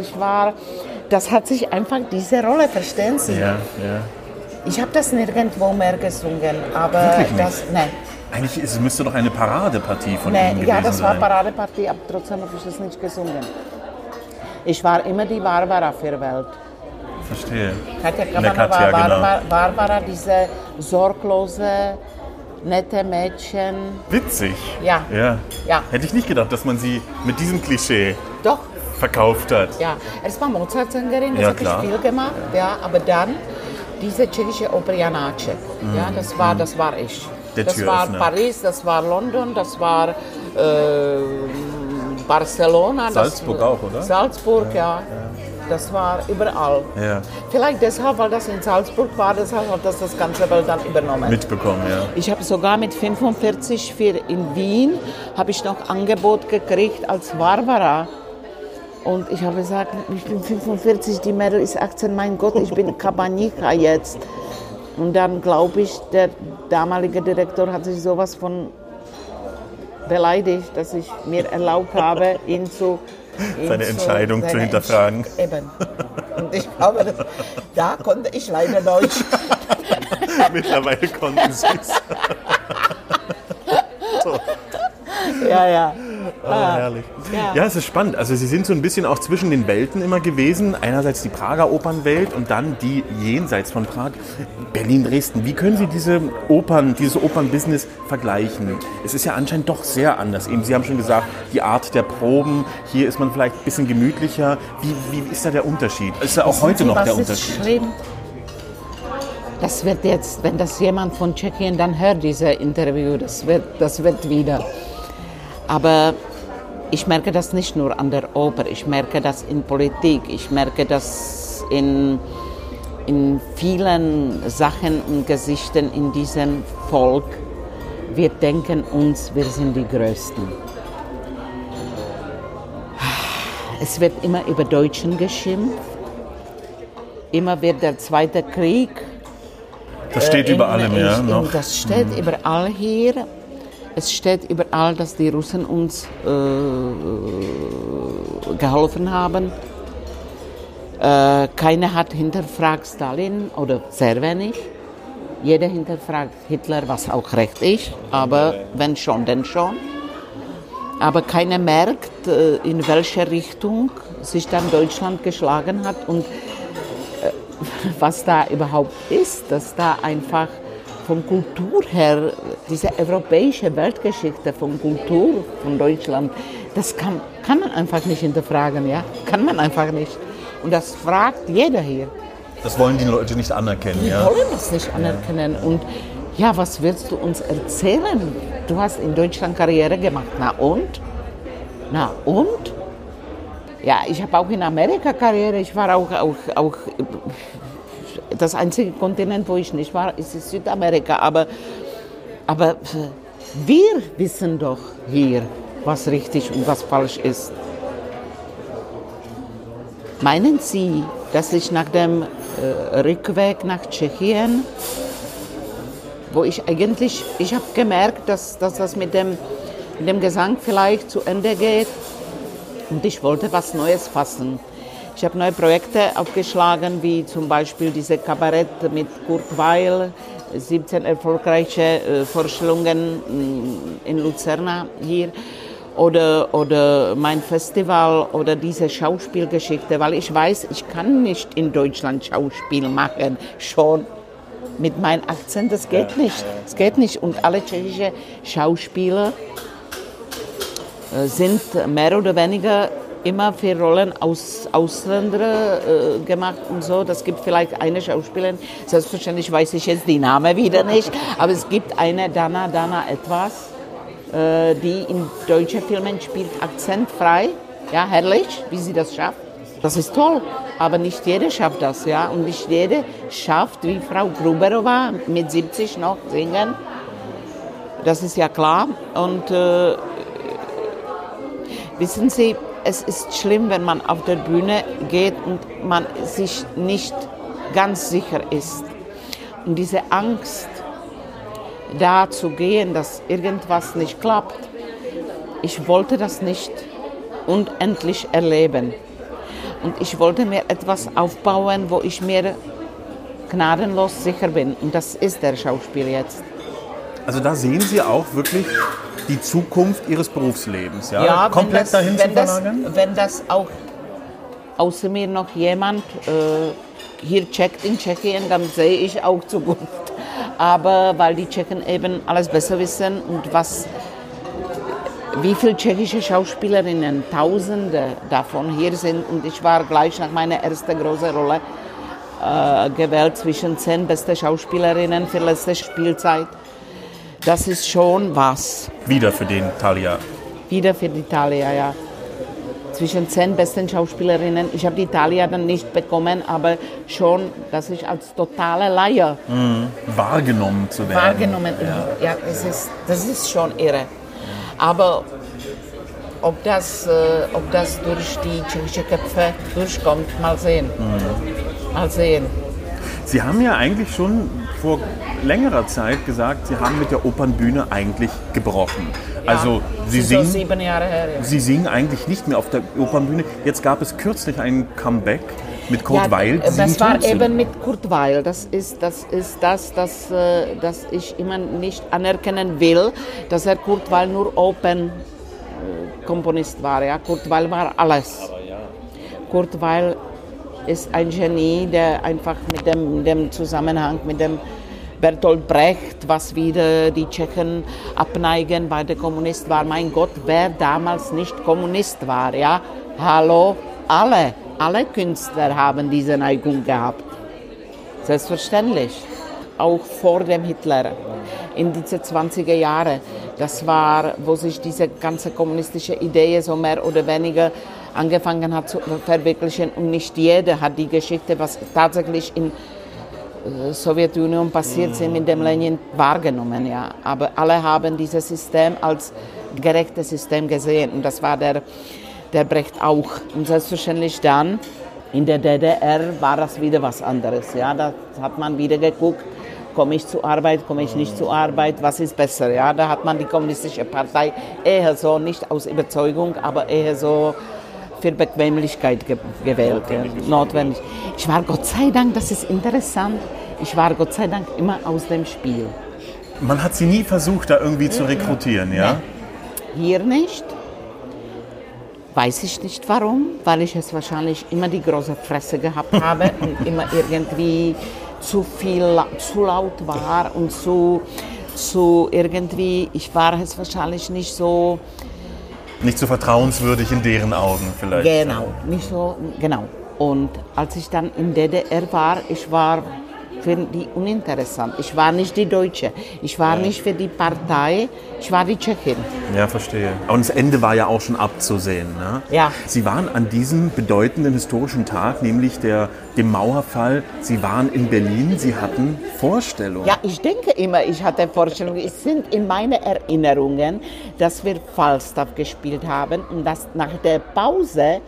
C: Das hat sich einfach diese Rolle, verstehen Sie?
B: Ja.
C: Ich habe das nirgendwo mehr gesungen, aber
B: wirklich nicht?
C: Nein.
B: Eigentlich müsste doch eine Paradepartie von Ihnen gewesen sein.
C: Ja, das war Paradepartie, aber trotzdem habe ich das nicht gesungen. Ich war immer die Barbara für Welt.
B: Verstehe.
C: Katja Kabanova war Barbara, diese sorglose, nette Mädchen.
B: Witzig.
C: Ja.
B: Hätte ich nicht gedacht, dass man sie mit diesem Klischee verkauft hat.
C: Ja, erst war Mozart-Sängerin, das habe ich viel gemacht, aber dann diese tschechische Oper Janáček, das war ich. Das war Paris, das war London, das war Barcelona.
B: Salzburg auch, oder?
C: Salzburg, ja. Das war überall.
B: Ja.
C: Vielleicht deshalb, weil das in Salzburg war, deshalb hat das ganze Welt dann übernommen.
B: Mitbekommen, ja.
C: Ich habe sogar mit 45 in Wien habe ich noch Angebot gekriegt als Barbara. Und ich habe gesagt, ich bin 45, die Mädel ist 18, mein Gott, ich bin Kabanica jetzt. Und dann glaube ich, der damalige Direktor hat sich sowas von beleidigt, dass ich mir erlaubt habe, ihn seine
B: Entscheidung zu hinterfragen.
C: Eben. Und ich glaube, da konnte ich leider Deutsch.
B: Mittlerweile konnten Sie es. So.
C: Ja.
B: Oh, herrlich. Ja, es ist spannend. Also Sie sind so ein bisschen auch zwischen den Welten immer gewesen. Einerseits die Prager Opernwelt und dann die jenseits von Prag, Berlin, Dresden. Wie können Sie dieses Opernbusiness vergleichen? Es ist ja anscheinend doch sehr anders. Eben, Sie haben schon gesagt, die Art der Proben. Hier ist man vielleicht ein bisschen gemütlicher. Wie ist da der Unterschied? Ist da auch heute noch der Unterschied?
C: Schlimm? Das wird jetzt, wenn das jemand von Tschechien dann hört, dieses Interview, das wird wieder. Aber ich merke das nicht nur an der Oper, ich merke das in Politik, ich merke das in vielen Sachen und Gesichtern in diesem Volk. Wir denken uns, wir sind die Größten. Es wird immer über Deutschen geschimpft, immer wird der Zweite Krieg.
B: Das steht über allem, ja.
C: Das steht überall hier. Es steht überall, dass die Russen uns geholfen haben. Keiner hat hinterfragt Stalin oder sehr wenig. Jeder hinterfragt Hitler, was auch recht ist, aber wenn schon, dann schon. Aber keiner merkt, in welche Richtung sich dann Deutschland geschlagen hat und was da überhaupt ist, dass da einfach von Kultur her, diese europäische Weltgeschichte von Kultur von Deutschland, das kann man einfach nicht hinterfragen, ja? Kann man einfach nicht. Und das fragt jeder hier.
B: Das wollen die Leute nicht anerkennen,
C: Die wollen das nicht anerkennen. Und ja, was willst du uns erzählen? Du hast in Deutschland Karriere gemacht. Na und? Ja, ich habe auch in Amerika Karriere. Ich war auch das einzige Kontinent, wo ich nicht war, ist Südamerika. Aber wir wissen doch hier, was richtig und was falsch ist. Meinen Sie, dass ich nach dem Rückweg nach Tschechien, wo ich habe gemerkt, dass das mit dem Gesang vielleicht zu Ende geht und ich wollte was Neues fassen. Ich habe neue Projekte aufgeschlagen, wie zum Beispiel diese Kabarett mit Kurt Weill, 17 erfolgreiche Vorstellungen in Luzern hier, oder mein Festival oder diese Schauspielgeschichte, weil ich weiß, ich kann nicht in Deutschland Schauspiel machen, schon mit meinem Akzent, das geht nicht. Es geht nicht. Und alle tschechische Schauspieler sind mehr oder weniger immer für Rollen Ausländer gemacht und so. Das gibt vielleicht eine Schauspielerin, selbstverständlich weiß ich jetzt die Namen wieder nicht, aber es gibt eine Dana etwas, die in deutschen Filmen spielt, akzentfrei. Ja, herrlich, wie sie das schafft. Das ist toll, aber nicht jeder schafft das, ja. Und nicht jeder schafft, wie Frau Gruberova mit 70 noch singen. Das ist ja klar. Und wissen Sie, es ist schlimm, wenn man auf der Bühne geht und man sich nicht ganz sicher ist. Und diese Angst, da zu gehen, dass irgendwas nicht klappt, ich wollte das nicht unendlich erleben. Und ich wollte mir etwas aufbauen, wo ich mir gnadenlos sicher bin. Und das ist der Schauspiel jetzt.
B: Also da sehen Sie auch wirklich die Zukunft Ihres Berufslebens, ja?
C: Ja,
B: komplett dahin zu verlagern?
C: Wenn das auch außer mir noch jemand hier checkt in Tschechien, dann sehe ich auch Zukunft. Aber weil die Tschechen eben alles besser wissen und wie viele tschechische Schauspielerinnen, Tausende davon hier sind. Und ich war gleich nach meiner ersten großen Rolle gewählt zwischen 10 beste Schauspielerinnen für letzte Spielzeit. Das ist schon was.
B: Wieder für den Thalia.
C: Wieder für die Thalia, ja. zwischen 10 besten Schauspielerinnen. Ich habe die Thalia dann nicht bekommen, aber schon, dass ich als totale Laie
B: wahrgenommen zu werden.
C: Wahrgenommen, ja, das ist schon irre. Aber ob das durch die tschechischen Köpfe durchkommt, mal sehen. Mal sehen.
B: Sie haben ja eigentlich schon vor längerer Zeit gesagt, Sie haben mit der Opernbühne eigentlich gebrochen.
C: Ja,
B: also Sie
C: so
B: singen,
C: 7 Jahre her. Ja.
B: Sie singen eigentlich nicht mehr auf der Opernbühne. Jetzt gab es kürzlich ein Comeback mit Kurt Weill.
C: Das war eben mit Kurt Weill. Das ist das, ich immer nicht anerkennen will, dass Kurt Weill nur Opernkomponist war. Ja? Kurt Weill war alles. Kurt Weill ist ein Genie, der einfach mit dem Zusammenhang mit dem Bertolt Brecht, was wieder die Tschechen abneigen, weil der Kommunist war. Mein Gott, wer damals nicht Kommunist war, ja? Hallo, alle Künstler haben diese Neigung gehabt. Selbstverständlich. Auch vor dem Hitler, in diese 20er Jahre. Das war, wo sich diese ganze kommunistische Idee so mehr oder weniger angefangen hat zu verwirklichen. Und nicht jeder hat die Geschichte, was tatsächlich in Sowjetunion passiert sind, mit dem Lenin wahrgenommen. Ja. Aber alle haben dieses System als gerechtes System gesehen. Und das war der Brecht auch. Und selbstverständlich dann, in der DDR war das wieder was anderes. Ja. Da hat man wieder geguckt, komme ich zur Arbeit, komme ich nicht zur Arbeit, was ist besser. Ja. Da hat man die kommunistische Partei eher so, nicht aus Überzeugung, aber eher so für Bequemlichkeit gewählt. Notwendig. Ich war Gott sei Dank, das ist interessant, ich war Gott sei Dank immer aus dem Spiel.
B: Man hat Sie nie versucht, da irgendwie zu rekrutieren, ja?
C: Nee. Hier nicht. Weiß ich nicht warum, weil ich es wahrscheinlich immer die große Fresse gehabt habe und immer irgendwie zu laut war und zu irgendwie, ich war es wahrscheinlich nicht so...
B: Nicht so vertrauenswürdig in deren Augen vielleicht.
C: Genau, nicht so, genau. Und als ich dann in DDR war, ich war für die uninteressant. Ich war nicht die Deutsche, ich war nicht für die Partei, ich war die Tschechin.
B: Ja, verstehe. Und das Ende war ja auch schon abzusehen. Ne?
C: Ja.
B: Sie waren an diesem bedeutenden historischen Tag, nämlich dem Mauerfall, Sie waren in Berlin, Sie hatten Vorstellungen.
C: Ja, ich denke immer, ich hatte Vorstellungen. Es sind in meinen Erinnerungen, dass wir Falstaff gespielt haben und dass nach der Pause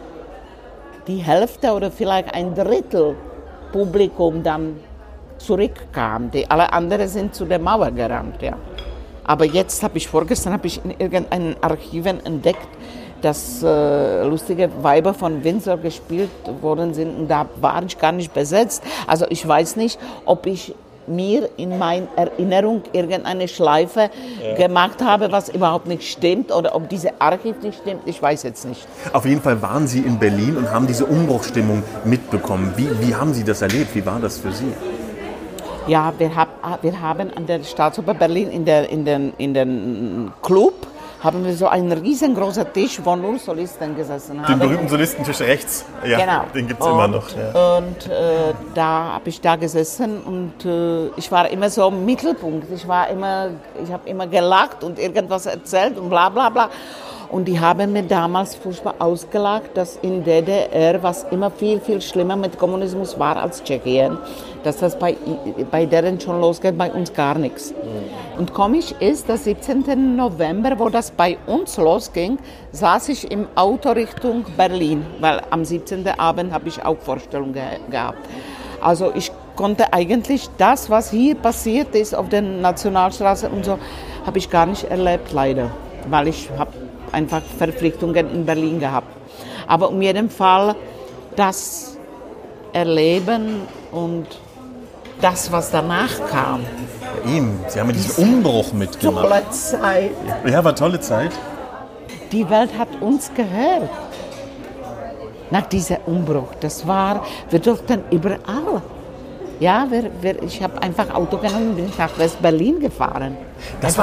C: die Hälfte oder vielleicht ein Drittel Publikum dann zurückkam. Alle anderen sind zu der Mauer gerannt. Ja. Aber jetzt vorgestern habe ich in irgendeinen Archiven entdeckt, dass lustige Weiber von Windsor gespielt worden sind und da war ich gar nicht besetzt. Also ich weiß nicht, ob ich mir in meiner Erinnerung irgendeine Schleife gemacht habe, was überhaupt nicht stimmt oder ob diese Archiv nicht stimmt, ich weiß jetzt nicht.
B: Auf jeden Fall waren Sie in Berlin und haben diese Umbruchsstimmung mitbekommen. Wie haben Sie das erlebt? Wie war das für Sie?
C: Ja, wir haben an der Staatsoper Berlin in den Club haben wir so einen riesengroßen Tisch, wo nur Solisten gesessen haben.
B: Den berühmten Solistentisch rechts, ja,
C: genau.
B: Den gibt es immer noch. Ja.
C: Und da habe ich da gesessen und ich war immer so im Mittelpunkt. Ich habe immer gelacht und irgendwas erzählt und bla bla bla. Und die haben mir damals furchtbar ausgelacht, dass in DDR, was immer viel, viel schlimmer mit Kommunismus war als Tschechien, dass das bei deren schon losgeht, bei uns gar nichts. Und komisch ist, dass 17. November, wo das bei uns losging, saß ich im Auto Richtung Berlin, weil am 17. Abend habe ich auch Vorstellungen gehabt. Also ich konnte eigentlich das, was hier passiert ist auf der Nationalstraße und so, habe ich gar nicht erlebt, leider, weil ich habe einfach Verpflichtungen in Berlin gehabt. Aber um jeden Fall das Erleben und das, was danach kam.
B: Eben, Sie haben ja diesen Umbruch mitgemacht.
C: Tolle Zeit.
B: Ja, war tolle Zeit.
C: Die Welt hat uns gehört. Nach diesem Umbruch. Wir durften überall. Ja, ich habe einfach Auto genommen und bin nach West-Berlin gefahren.
B: Das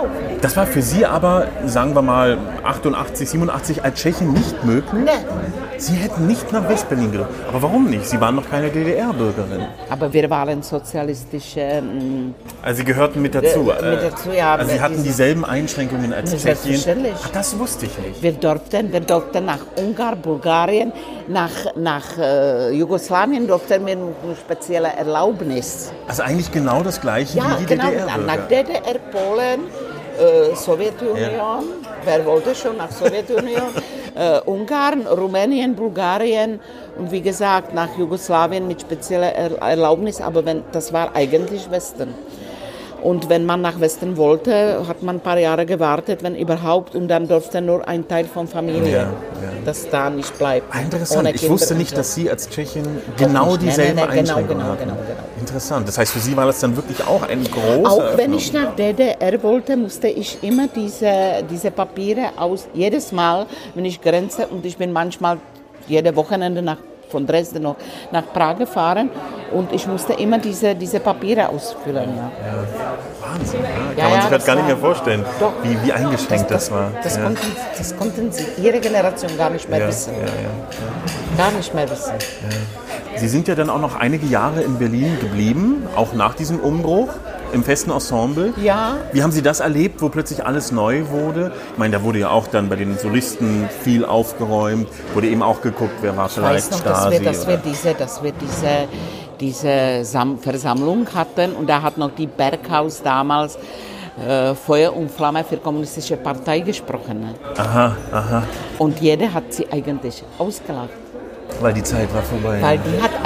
B: war für Sie aber, sagen wir mal, 88, 87 als Tschechin nicht möglich? Sie hätten nicht nach West-Berlin gedurft. Aber warum nicht? Sie waren noch keine DDR-Bürgerin.
C: Aber wir waren sozialistische...
B: Also Sie gehörten mit dazu?
C: Mit dazu, ja.
B: Also Sie hatten dieselben Einschränkungen als Tschechien?
C: Selbstverständlich.
B: Ach, das wusste ich nicht.
C: Wir durften nach Ungarn, Bulgarien, nach Jugoslawien durften wir eine spezielle Erlaubnis.
B: Also eigentlich genau das Gleiche wie die DDR-Bürger.
C: Nach DDR, Polen, Sowjetunion, wer wollte schon nach Sowjetunion, Ungarn, Rumänien, Bulgarien und wie gesagt nach Jugoslawien mit spezieller Erlaubnis, aber das war eigentlich Westen. Und wenn man nach Westen wollte, hat man ein paar Jahre gewartet, wenn überhaupt, und dann durfte nur ein Teil von Familie, das da nicht bleibt.
B: Interessant, ich wusste nicht, dass Sie als Tschechin genau dieselbe Einschränkung hatten. Genau. Interessant, das heißt, für Sie war das dann wirklich auch ein großer
C: Auch wenn ich nach DDR wollte, musste ich immer diese Papiere jedes Mal, wenn ich grenze, und ich bin manchmal jede Wochenende von Dresden noch nach Prag gefahren und ich musste immer diese Papiere ausfüllen. Ja.
B: Wahnsinn, kann man sich das gar nicht mehr vorstellen,
C: doch,
B: wie eingeschränkt das war.
C: Das konnten Sie, Ihre Generation gar nicht mehr wissen. Gar nicht mehr wissen.
B: Ja. Sie sind ja dann auch noch einige Jahre in Berlin geblieben, auch nach diesem Umbruch. Im festen Ensemble.
C: Ja.
B: Wie haben Sie das erlebt, wo plötzlich alles neu wurde? Ich meine, da wurde ja auch dann bei den Solisten viel aufgeräumt, wurde eben auch geguckt, wer war vielleicht Stasi.
C: Dass wir diese Versammlung hatten und da hat noch die Berghaus damals Feuer und Flamme für kommunistische Partei gesprochen.
B: Aha.
C: Und jeder hat sie eigentlich ausgelacht.
B: Weil die Zeit war vorbei.
C: Weil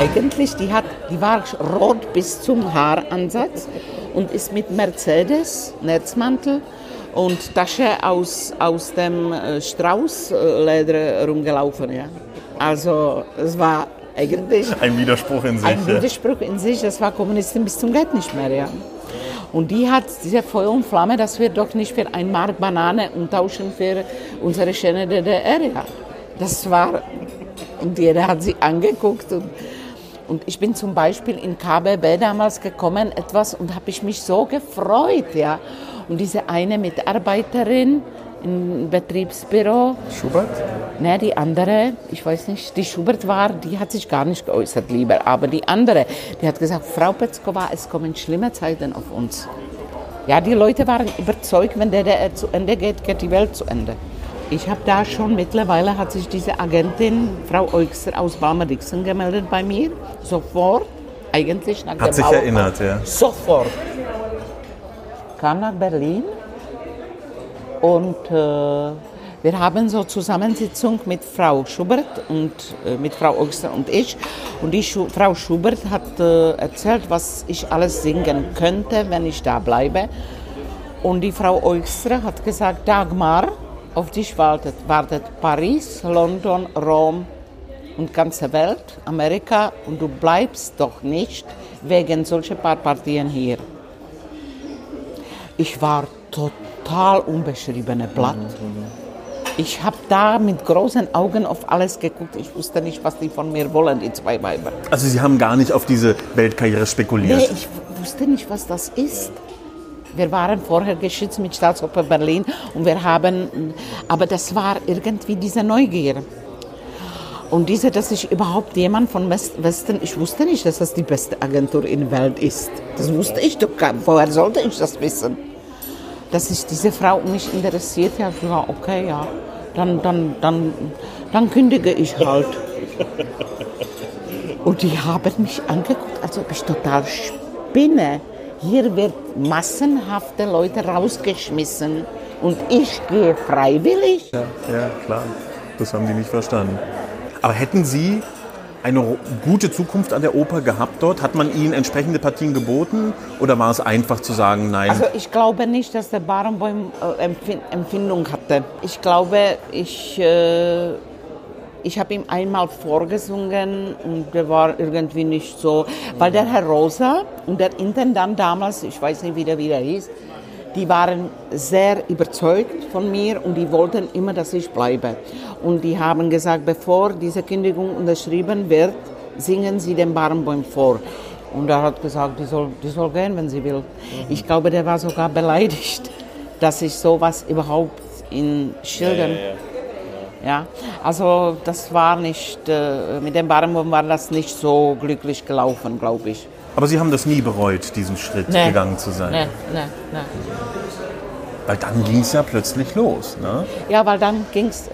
C: die war rot bis zum Haaransatz und ist mit Mercedes, Netzmantel und Tasche aus dem Straußleder rumgelaufen. Ja. Also es war eigentlich...
B: Ein Widerspruch in sich.
C: Widerspruch in sich, das war Kommunistin bis zum Geht nicht mehr. Ja. Und die hat diese Feuer und Flamme, das wir doch nicht für 1 Mark Banane umtauschen für unsere schöne DDR. Ja. Das war... Und jeder hat sie angeguckt. Und ich bin zum Beispiel in KBB damals gekommen und habe mich so gefreut. Ja. Und diese eine Mitarbeiterin im Betriebsbüro.
B: Schubert?
C: Ne, die andere, ich weiß nicht, die Schubert die hat sich gar nicht geäußert, lieber. Aber die andere, die hat gesagt, Frau Petzkova, es kommen schlimme Zeiten auf uns. Ja, die Leute waren überzeugt, wenn der zu Ende geht, geht die Welt zu Ende. Ich habe da schon, mittlerweile hat sich diese Agentin, Frau Eugster aus Balmer-Dixon, gemeldet bei mir. Sofort, eigentlich nach dem
B: Hat sich erinnert, ja.
C: Sofort. Kam nach Berlin und wir haben so Zusammensitzung mit Frau Schubert und mit Frau Eugster und ich. Und die Frau Schubert hat erzählt, was ich alles singen könnte, wenn ich da bleibe. Und die Frau Eugster hat gesagt, Dagmar, auf dich wartet Paris, London, Rom und ganze Welt, Amerika, und du bleibst doch nicht wegen solcher paar Partien hier. Ich war total unbeschriebene Blatt. Ich habe da mit großen Augen auf alles geguckt. Ich wusste nicht, was die von mir wollen, die 2 Weiber.
B: Also Sie haben gar nicht auf diese Weltkarriere spekuliert?
C: Nee, ich wusste nicht, was das ist. Wir waren vorher geschützt mit Staatsoper Berlin und aber das war irgendwie diese Neugier. Und dass ich überhaupt jemand von Westen, ich wusste nicht, dass das die beste Agentur in der Welt ist. Das wusste ich doch gar nicht. Woher sollte ich das wissen? Dass sich diese Frau mich interessiert hat, ja, okay, ja, dann kündige ich halt. Und die haben mich angeguckt, als ob ich total spinne. Hier wird massenhafte Leute rausgeschmissen und ich gehe freiwillig.
B: Ja, klar. Das haben die nicht verstanden. Aber hätten Sie eine gute Zukunft an der Oper gehabt dort? Hat man Ihnen entsprechende Partien geboten oder war es einfach zu sagen, nein?
C: Also ich glaube nicht, dass der Barenboim Empfindung hatte. Ich glaube, ich habe ihm einmal vorgesungen und der war irgendwie nicht so, weil der Herr Rosa und der Intendant damals, ich weiß nicht, wie der wieder hieß, die waren sehr überzeugt von mir und die wollten immer, dass ich bleibe. Und die haben gesagt, bevor diese Kündigung unterschrieben wird, singen Sie den Barenboim vor. Und er hat gesagt, die soll gehen, wenn sie will. Ich glaube, der war sogar beleidigt, dass ich sowas überhaupt in Schildern... Ja, also das war nicht, mit dem Barenboim war das nicht so glücklich gelaufen, glaube ich.
B: Aber Sie haben das nie bereut, diesen Schritt gegangen zu sein?
C: Nee.
B: Weil dann ging es ja plötzlich los, ne?
C: Ja, weil dann ging es,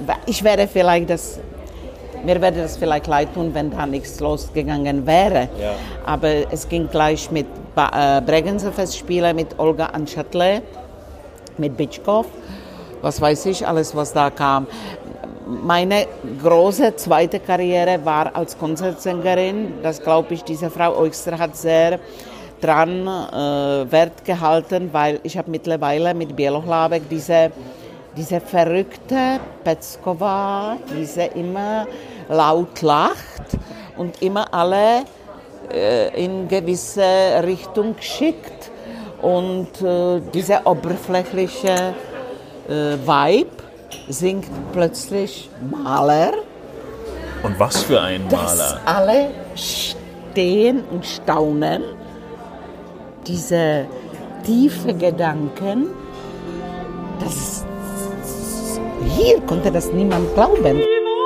C: mir würde das vielleicht leid tun, wenn da nichts losgegangen wäre.
B: Ja.
C: Aber es ging gleich mit Bregenzer Festspiele, mit Olga Anschatle, mit Bitschkow, was weiß ich, alles was da kam. Meine große zweite Karriere war als Konzertsängerin. Das glaube ich, diese Frau Eugster hat sehr dran Wert gehalten, weil ich habe mittlerweile mit Bělohlavek diese verrückte Petzkova, diese immer laut lacht und immer alle in gewisse Richtung schickt und diese oberflächliche Vibe singt plötzlich Mahler.
B: Und was für ein Maler?
C: Dass alle stehen und staunen. Diese tiefe Gedanken, hier konnte das niemand glauben.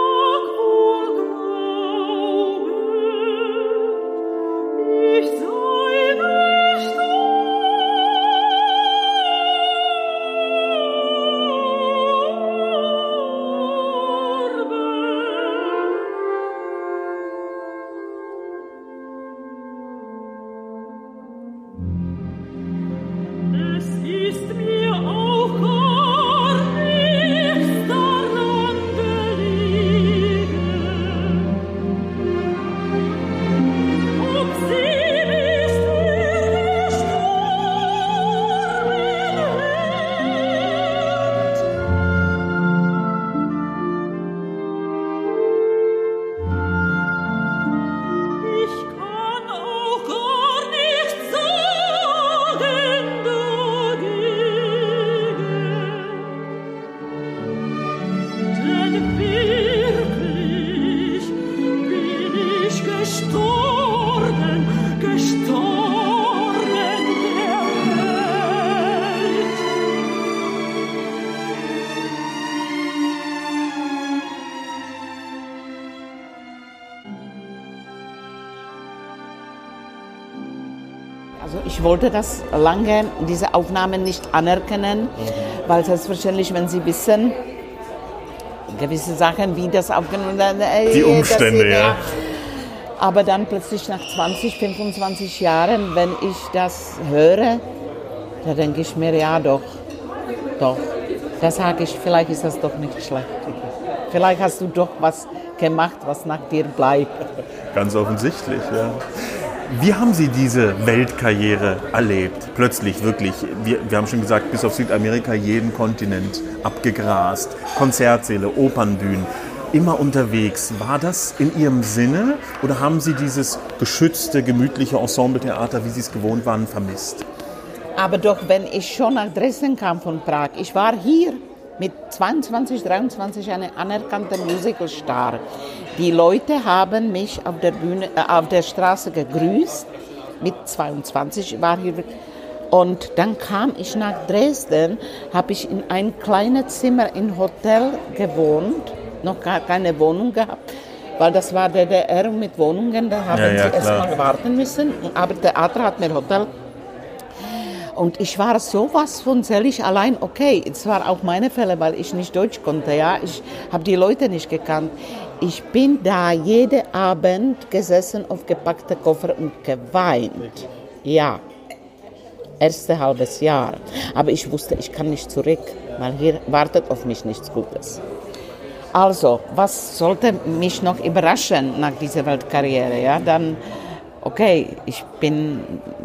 C: Also ich wollte das lange, diese Aufnahmen nicht anerkennen, weil selbstverständlich, wenn Sie wissen, gewisse Sachen, wie das aufgenommen wird.
B: Die Umstände, ja.
C: Aber dann plötzlich nach 20, 25 Jahren, wenn ich das höre, da denke ich mir, ja doch. Da sage ich, vielleicht ist das doch nicht schlecht. Vielleicht hast du doch was gemacht, was nach dir bleibt.
B: Ganz offensichtlich, ja. Wie haben Sie diese Weltkarriere erlebt? Plötzlich, wirklich, wir haben schon gesagt, bis auf Südamerika jeden Kontinent abgegrast, Konzertsäle, Opernbühnen, immer unterwegs. War das in Ihrem Sinne oder haben Sie dieses geschützte, gemütliche Ensembletheater, wie Sie es gewohnt waren, vermisst?
C: Aber doch, wenn ich schon nach Dresden kam von Prag, ich war hier mit 22, 23 eine anerkannte Musicalstar. Die Leute haben mich auf der Bühne, auf der Straße gegrüßt. Mit 22 war hier. Und dann kam ich nach Dresden, habe ich in ein kleines Zimmer im Hotel gewohnt, noch gar keine Wohnung gehabt, weil das war DDR mit Wohnungen, da haben sie erst mal warten müssen. Aber Theater hat mir Hotel. Und ich war sowas von selig allein. Okay, es war auch meine Fälle, weil ich nicht Deutsch konnte. Ja, ich habe die Leute nicht gekannt. Ich bin da jeden Abend gesessen auf gepackte Koffer und geweint. Ja, erste halbes Jahr. Aber ich wusste, ich kann nicht zurück, weil hier wartet auf mich nichts Gutes. Also, was sollte mich noch überraschen nach dieser Weltkarriere? Ja, dann, okay, ich bin...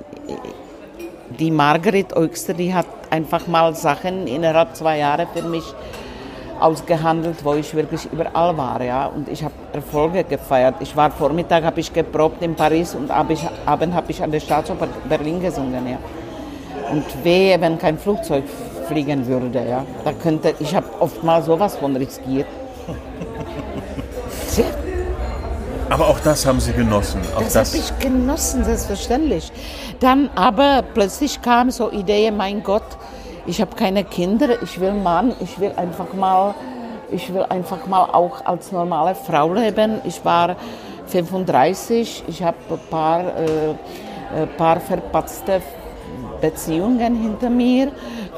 C: Die Margret Eugster, die hat einfach mal Sachen innerhalb 2 Jahre für mich ausgehandelt, wo ich wirklich überall war, ja. Und ich habe Erfolge gefeiert. Vormittag habe ich geprobt in Paris und Abend habe ich an der Staatsoper Berlin gesungen, ja. Und wehe, wenn kein Flugzeug fliegen würde, ja. Ich habe oft mal sowas von riskiert.
B: Aber auch das haben Sie genossen.
C: Das habe ich genossen, selbstverständlich. Dann aber plötzlich kam so Idee, mein Gott, ich habe keine Kinder, ich will Mann, ich will einfach mal ich will einfach mal auch als normale Frau leben. Ich war 35, ich habe ein paar verpatzte Beziehungen hinter mir.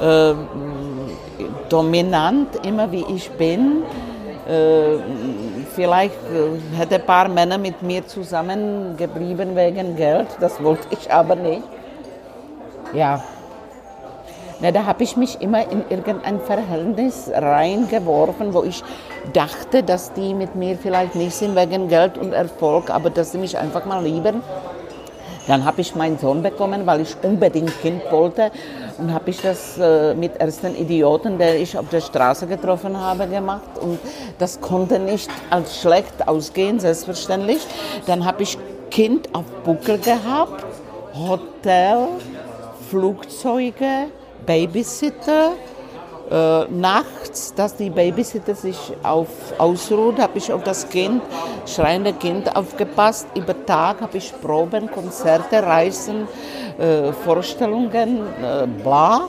C: Dominant, immer wie ich bin. Vielleicht hätte ein paar Männer mit mir zusammengeblieben wegen Geld, das wollte ich aber nicht. Ja. Na, da habe ich mich immer in irgendein Verhältnis reingeworfen, wo ich dachte, dass die mit mir vielleicht nicht sind wegen Geld und Erfolg, aber dass sie mich einfach mal lieben. Dann habe ich meinen Sohn bekommen, weil ich unbedingt Kind wollte. Und habe ich das mit ersten Idioten, den ich auf der Straße getroffen habe, gemacht. Und das konnte nicht als schlecht ausgehen, selbstverständlich. Dann habe ich Kind auf Buckel gehabt, Hotel, Flugzeuge, Babysitter. Nachts, dass die Babysitter sich ausruht, habe ich auf das schreiende Kind aufgepasst. Über Tag habe ich Proben, Konzerte, Reisen, Vorstellungen, bla.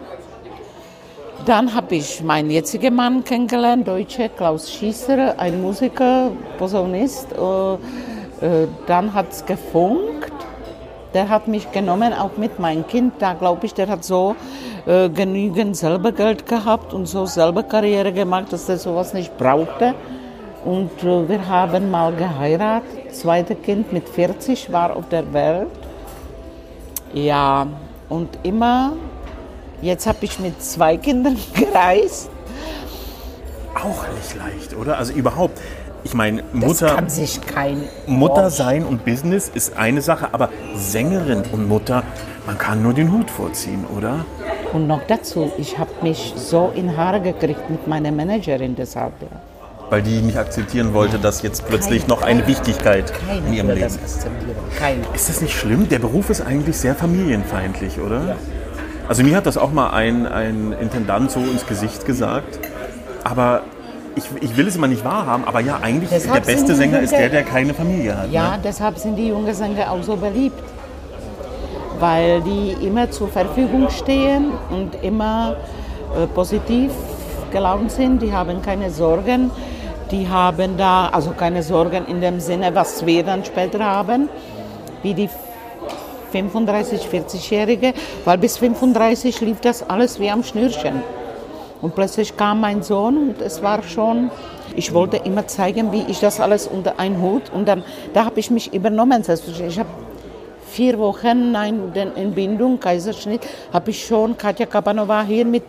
C: Dann habe ich meinen jetzigen Mann kennengelernt, Deutscher Klaus Schießer, ein Musiker, Posaunist. Dann hat es gefunkt. Der hat mich genommen, auch mit meinem Kind. Da glaube ich, der hat so genügend selber Geld gehabt und so selber Karriere gemacht, dass er sowas nicht brauchte. Und wir haben mal geheiratet. Zweite Kind mit 40 war auf der Welt. Ja, und immer, jetzt habe ich mit 2 Kindern gereist.
B: Auch nicht leicht, oder? Also überhaupt. Ich meine, Mutter sein und Business ist eine Sache, aber Sängerin und Mutter, man kann nur den Hut vorziehen, oder?
C: Und noch dazu, ich habe mich so in Haare gekriegt mit meiner Managerin deshalb. Ja.
B: Weil die nicht akzeptieren wollte, dass jetzt plötzlich noch eine Wichtigkeit in ihrem Leben ist. Ist das nicht schlimm? Der Beruf ist eigentlich sehr familienfeindlich, oder? Ja. Also mir hat das auch mal ein Intendant so ins Gesicht gesagt, aber ich will es immer nicht wahrhaben, aber ja, eigentlich deshalb der beste Sänger ist der keine Familie hat.
C: Ja,
B: ne?
C: Deshalb sind die jungen Sänger auch so beliebt. Weil die immer zur Verfügung stehen und immer positiv gelaunt sind. Die haben keine Sorgen. Die haben da, also keine Sorgen in dem Sinne, was wir dann später haben, wie die 35-, 40-Jährige. Weil bis 35 lief das alles wie am Schnürchen. Und plötzlich kam mein Sohn und es war schon, ich wollte immer zeigen, wie ich das alles unter einen Hut. Und dann, da habe ich mich übernommen. Ich habe 4 Wochen den Entbindung, Kaiserschnitt, habe ich schon Katja Kabanova hier mit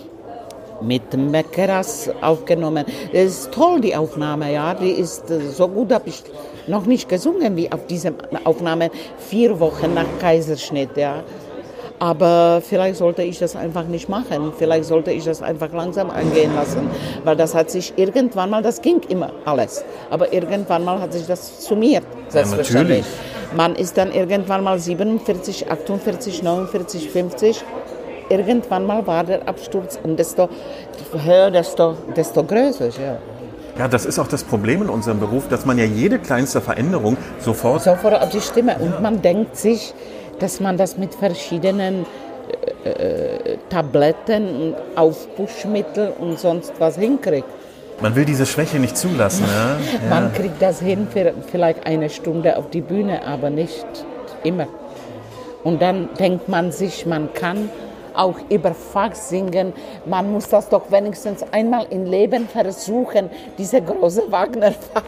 C: Meckeras aufgenommen. Das ist toll, die Aufnahme, ja. Die ist so gut, habe ich noch nicht gesungen wie auf dieser Aufnahme 4 Wochen nach Kaiserschnitt, ja. Aber vielleicht sollte ich das einfach nicht machen. Vielleicht sollte ich das einfach langsam angehen lassen. Weil das hat sich irgendwann mal, das ging immer alles. Aber irgendwann mal hat sich das summiert. Selbstverständlich. Ja, man ist dann irgendwann mal 47, 48, 49, 50. Irgendwann mal war der Absturz. Und desto höher, desto größer. Ja.
B: Ja, das ist auch das Problem in unserem Beruf, dass man ja jede kleinste Veränderung sofort
C: auf die Stimme. Und man denkt sich, dass man das mit verschiedenen Tabletten und Aufpushmittel und sonst was hinkriegt.
B: Man will diese Schwäche nicht zulassen. Ja?
C: Man kriegt das hin für vielleicht eine Stunde auf die Bühne, aber nicht immer. Und dann denkt man sich, man kann auch über Fach singen. Man muss das doch wenigstens einmal im Leben versuchen, diese große Wagner-Fach.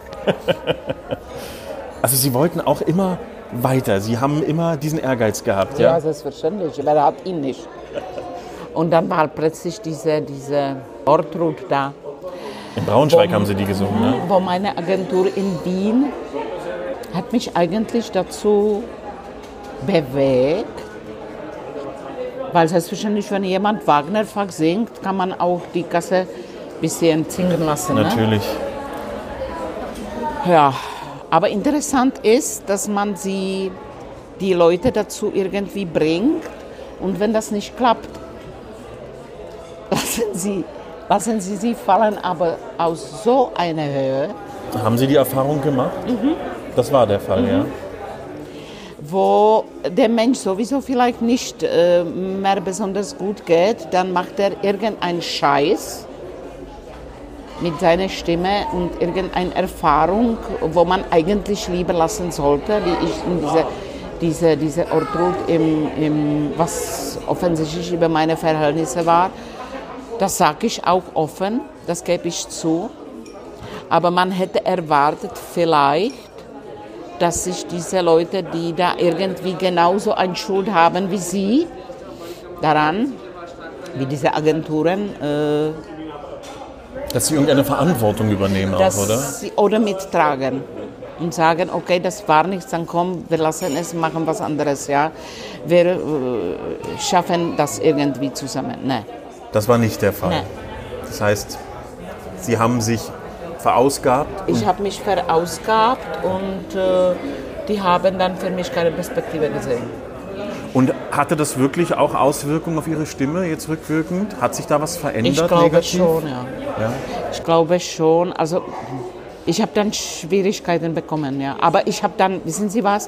B: Also Sie wollten auch immer weiter. Sie haben immer diesen Ehrgeiz gehabt, ja?
C: Ja, selbstverständlich. Wer hat ihn nicht? Und dann war plötzlich diese Ortrud da.
B: In Braunschweig haben Sie die gesungen, ne?
C: Wo meine Agentur in Wien hat mich eigentlich dazu bewegt, weil selbstverständlich, wenn jemand Wagner-Fach singt, kann man auch die Kasse ein bisschen singen lassen.
B: Natürlich.
C: Ne? Ja. Aber interessant ist, dass man die Leute dazu irgendwie bringt und wenn das nicht klappt, lassen sie fallen, aber aus so einer Höhe.
B: Haben Sie die Erfahrung gemacht? Mhm. Das war der Fall, ja.
C: Wo der Mensch sowieso vielleicht nicht mehr besonders gut geht, dann macht er irgendeinen Scheiß mit seiner Stimme und irgendeine Erfahrung, wo man eigentlich lieber lassen sollte, wie ich in diese Ortrud, was offensichtlich über meine Verhältnisse war. Das sage ich auch offen, das gebe ich zu. Aber man hätte erwartet vielleicht, dass sich diese Leute, die da irgendwie genauso eine Schuld haben wie sie, daran, wie diese Agenturen,
B: dass sie irgendeine Verantwortung übernehmen auch, oder?
C: Oder mittragen und sagen, okay, das war nichts, dann komm, wir lassen es, machen was anderes, ja. Wir schaffen das irgendwie zusammen. Nein.
B: Das war nicht der Fall.
C: Nee.
B: Das heißt, Sie haben sich verausgabt?
C: Ich habe mich verausgabt und die haben dann für mich keine Perspektive gesehen.
B: Und hatte das wirklich auch Auswirkungen auf Ihre Stimme, jetzt rückwirkend? Hat sich da was verändert?
C: Ich glaube
B: negativ?
C: schon, ja. Ich glaube schon. Also ich habe dann Schwierigkeiten bekommen, ja. Aber ich habe dann, wissen Sie was?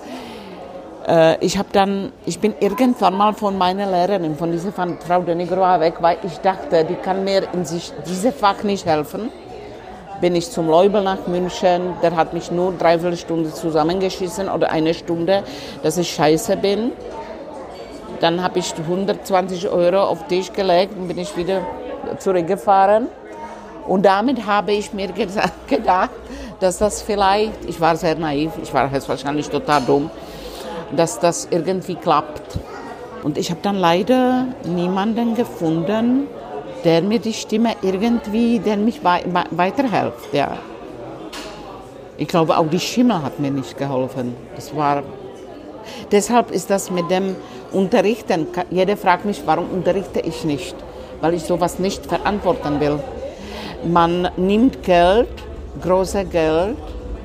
C: Ich bin irgendwann mal von meiner Lehrerin, von dieser Frau de Nigroa weg, weil ich dachte, die kann mir in diesem Fach nicht helfen. Bin ich zum Leubel nach München, der hat mich nur 3/4 Stunde zusammengeschissen oder 1 Stunde, dass ich scheiße bin. Dann habe ich 120 € auf den Tisch gelegt und bin ich wieder zurückgefahren. Und damit habe ich mir gedacht, dass das vielleicht, ich war sehr naiv, ich war wahrscheinlich total dumm, dass das irgendwie klappt. Und ich habe dann leider niemanden gefunden, der mir die Stimme irgendwie, der mich weiterhilft. Ja. Ich glaube, auch die Stimme hat mir nicht geholfen. Deshalb ist das mit dem Unterrichten. Jeder fragt mich, warum unterrichte ich nicht? Weil ich sowas nicht verantworten will. Man nimmt Geld, großes Geld,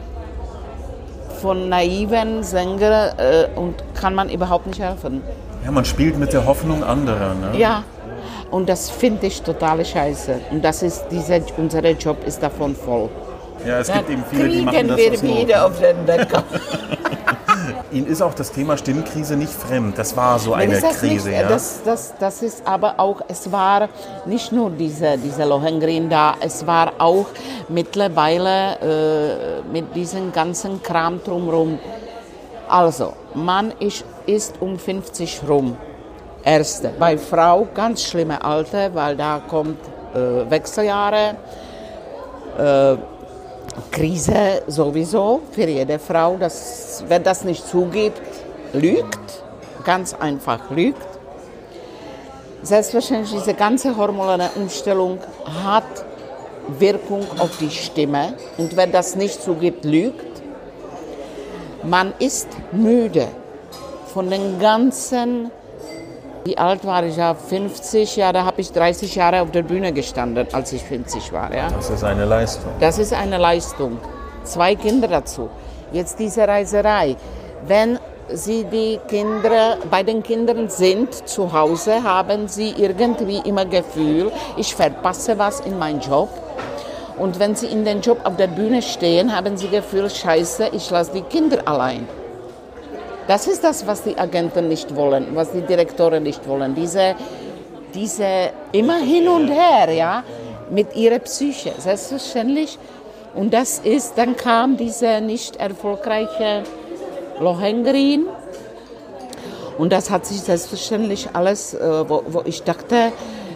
C: von naiven Sängern und kann man überhaupt nicht helfen.
B: Ja, man spielt mit der Hoffnung anderer, ne?
C: Ja, und das finde ich total scheiße. Und das ist unser Job ist davon voll.
B: Ja, es gibt eben viele, die machen das
C: kriegen wir wieder auf den Deckel.
B: Ihnen ist auch das Thema Stimmkrise nicht fremd. Das war so eine Krise,
C: nicht,
B: ja?
C: Das ist aber auch, es war nicht nur diese Lohengrin da, es war auch mittlerweile mit diesem ganzen Kram drumherum. Also, Mann ist um 50 rum. Erste. Bei Frau ganz schlimme Alter, weil da kommt Wechseljahre, Krise sowieso für jede Frau. Wer das nicht zugibt, lügt. Ganz einfach lügt. Selbstverständlich, diese ganze hormonelle Umstellung hat Wirkung auf die Stimme. Und wer das nicht zugibt, lügt. Man ist müde von den ganzen. Wie alt war ich? Ja, 50 Jahre, da habe ich 30 Jahre auf der Bühne gestanden, als ich 50 war. Ja.
B: Das ist eine Leistung.
C: Das ist eine Leistung. 2 Kinder dazu. Jetzt diese Reiserei. Wenn Sie bei den Kindern sind zu Hause, haben Sie irgendwie immer Gefühl, ich verpasse was in meinem Job. Und wenn Sie in den Job auf der Bühne stehen, haben Sie Gefühl, scheiße, ich lasse die Kinder allein. Das ist das, was die Agenten nicht wollen, was die Direktoren nicht wollen. Diese immer hin und her, ja, mit ihrer Psyche, selbstverständlich. Und dann kam diese nicht erfolgreiche Lohengrin. Und das hat sich selbstverständlich alles, wo ich dachte,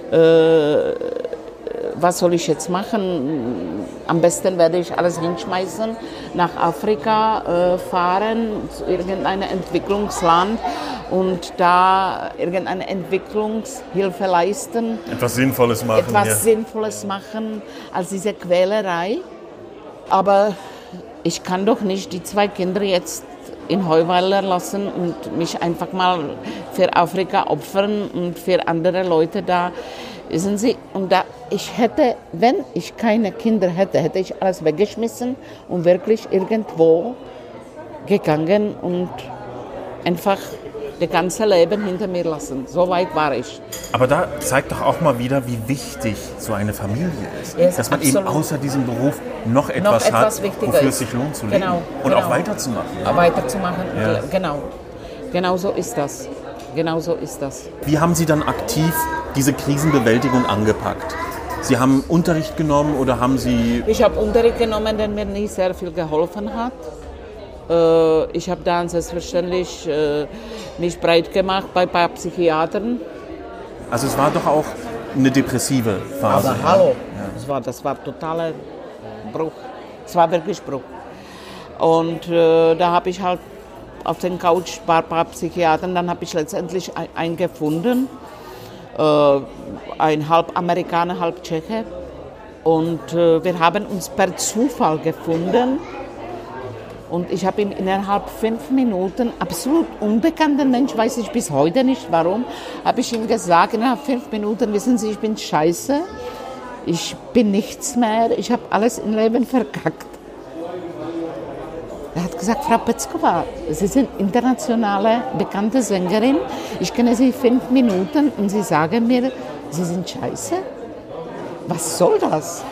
C: was soll ich jetzt machen? Am besten werde ich alles hinschmeißen, nach Afrika fahren, zu irgendeinem Entwicklungsland und da irgendeine Entwicklungshilfe leisten.
B: Etwas Sinnvolles machen.
C: Sinnvolles machen als diese Quälerei. Aber ich kann doch nicht die 2 Kinder jetzt in Heuweiler lassen und mich einfach mal für Afrika opfern und für andere Leute da. Wissen Sie, und wenn ich keine Kinder hätte, hätte ich alles weggeschmissen und wirklich irgendwo gegangen und einfach das ganze Leben hinter mir lassen. So weit war ich.
B: Aber da zeigt doch auch mal wieder, wie wichtig so eine Familie ist.
C: Yes,
B: dass man
C: absolut.
B: eben außer diesem Beruf noch etwas hat, wofür es sich lohnt zu leben. Und auch weiterzumachen.
C: Ja? Weiterzumachen,
B: ja.
C: Genau. Genau so ist das. Genau so ist das.
B: Wie haben Sie dann aktiv diese Krisenbewältigung angepackt? Sie haben Unterricht genommen oder haben Sie...
C: Ich habe Unterricht genommen, der mir nicht sehr viel geholfen hat. Ich habe dann selbstverständlich mich breit gemacht bei ein paar Psychiatern.
B: Also es war doch auch eine depressive Phase.
C: Aber hallo, das war totaler Bruch. Es war wirklich Bruch. Und da habe ich halt auf den Couch ein paar Psychiatern, dann habe ich letztendlich einen gefunden, ein halb Amerikaner, halb Tscheche. Und wir haben uns per Zufall gefunden. Und ich habe ihm innerhalb 5 Minuten, absolut unbekannter Mensch, weiß ich bis heute nicht warum, habe ich ihm gesagt, innerhalb 5 Minuten, wissen Sie, ich bin scheiße, ich bin nichts mehr, ich habe alles im Leben verkackt. Er hat gesagt, Frau Petzkova, Sie sind internationale, bekannte Sängerin, ich kenne Sie 5 Minuten und Sie sagen mir, Sie sind scheiße? Was soll das?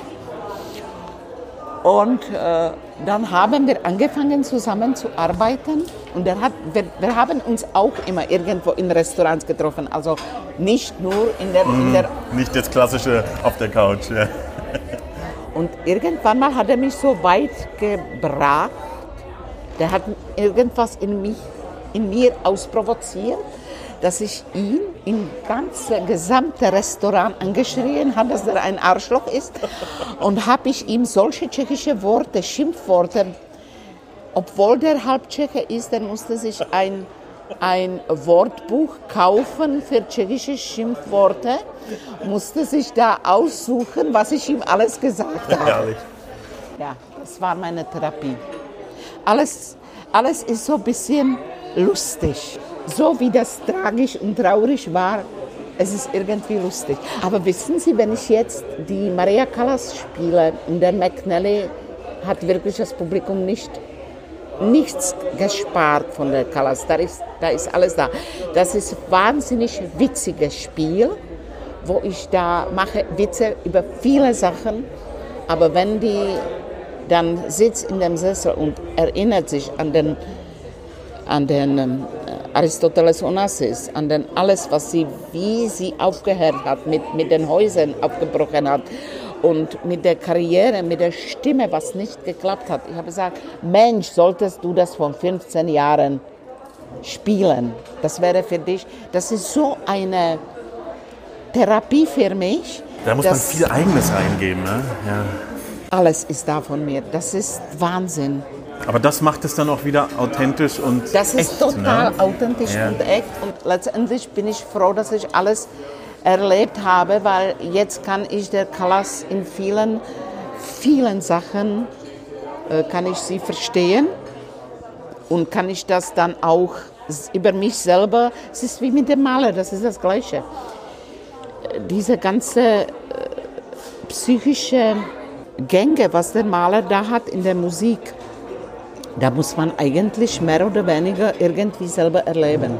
C: Und dann haben wir angefangen zusammen zu arbeiten und wir haben uns auch immer irgendwo in Restaurants getroffen, also nicht nur in der
B: Nicht das klassische auf der Couch, ja.
C: Und irgendwann mal hat er mich so weit gebracht, der hat irgendwas in mir ausprovoziert, dass ich ihn im ganzen gesamten Restaurant angeschrien habe, dass er ein Arschloch ist. Und habe ich ihm solche tschechische Worte, Schimpfworte, obwohl der halb Tscheche ist, der musste sich ein Wortbuch kaufen für tschechische Schimpfworte, musste sich da aussuchen, was ich ihm alles gesagt habe.
B: Herrlich.
C: Ja, das war meine Therapie. Alles ist so ein bisschen lustig. So wie das tragisch und traurig war, es ist irgendwie lustig. Aber wissen Sie, wenn ich jetzt die Maria Callas spiele und der McNally hat wirklich das Publikum nichts gespart von der Callas, da ist alles da. Das ist ein wahnsinnig witziges Spiel, wo ich da mache Witze über viele Sachen, aber wenn die dann sitzt in dem Sessel und erinnert sich an den Aristoteles Onassis, an den alles, wie sie aufgehört hat, mit den Häusern aufgebrochen hat und mit der Karriere, mit der Stimme, was nicht geklappt hat. Ich habe gesagt, Mensch, solltest du das von 15 Jahren spielen. Das wäre für dich, das ist so eine Therapie für mich.
B: Da muss man viel Eigenes reingeben, ne? Ja.
C: Alles ist da von mir. Das ist Wahnsinn.
B: Aber das macht es dann auch wieder authentisch und
C: das ist
B: echt,
C: total
B: ne?
C: authentisch und echt. Und letztendlich bin ich froh, dass ich alles erlebt habe, weil jetzt kann ich der Callas in vielen Sachen kann ich sie verstehen und kann ich das dann auch über mich selber. Es ist wie mit dem Maler, das ist das Gleiche. Diese ganze psychische Gänge, was der Maler da hat in der Musik, da muss man eigentlich mehr oder weniger irgendwie selber erleben.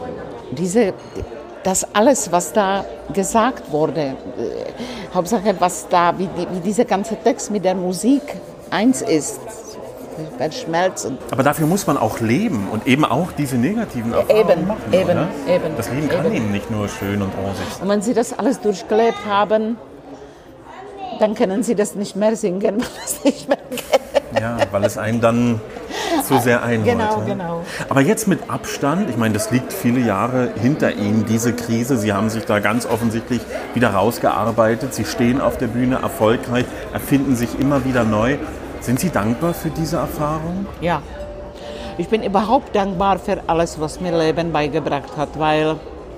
C: Das alles, was da gesagt wurde, Hauptsache, was da, wie dieser ganze Text mit der Musik eins ist, verschmelzen.
B: Aber dafür muss man auch leben und eben auch diese negativen Erfahrungen machen. Eben. Das Leben kann eben nicht nur schön und rosig sein.
C: Und wenn Sie das alles durchgelebt haben, dann können Sie das nicht mehr singen, weil das nicht mehr geht.
B: Ja, weil es einen dann zu sehr einholt.
C: Genau.
B: Aber jetzt mit Abstand, ich meine, das liegt viele Jahre hinter Ihnen, diese Krise. Sie haben sich da ganz offensichtlich wieder rausgearbeitet. Sie stehen auf der Bühne erfolgreich, erfinden sich immer wieder neu. Sind Sie dankbar für diese Erfahrung?
C: Ja, ich bin überhaupt dankbar für alles, was mir Leben beigebracht hat, weil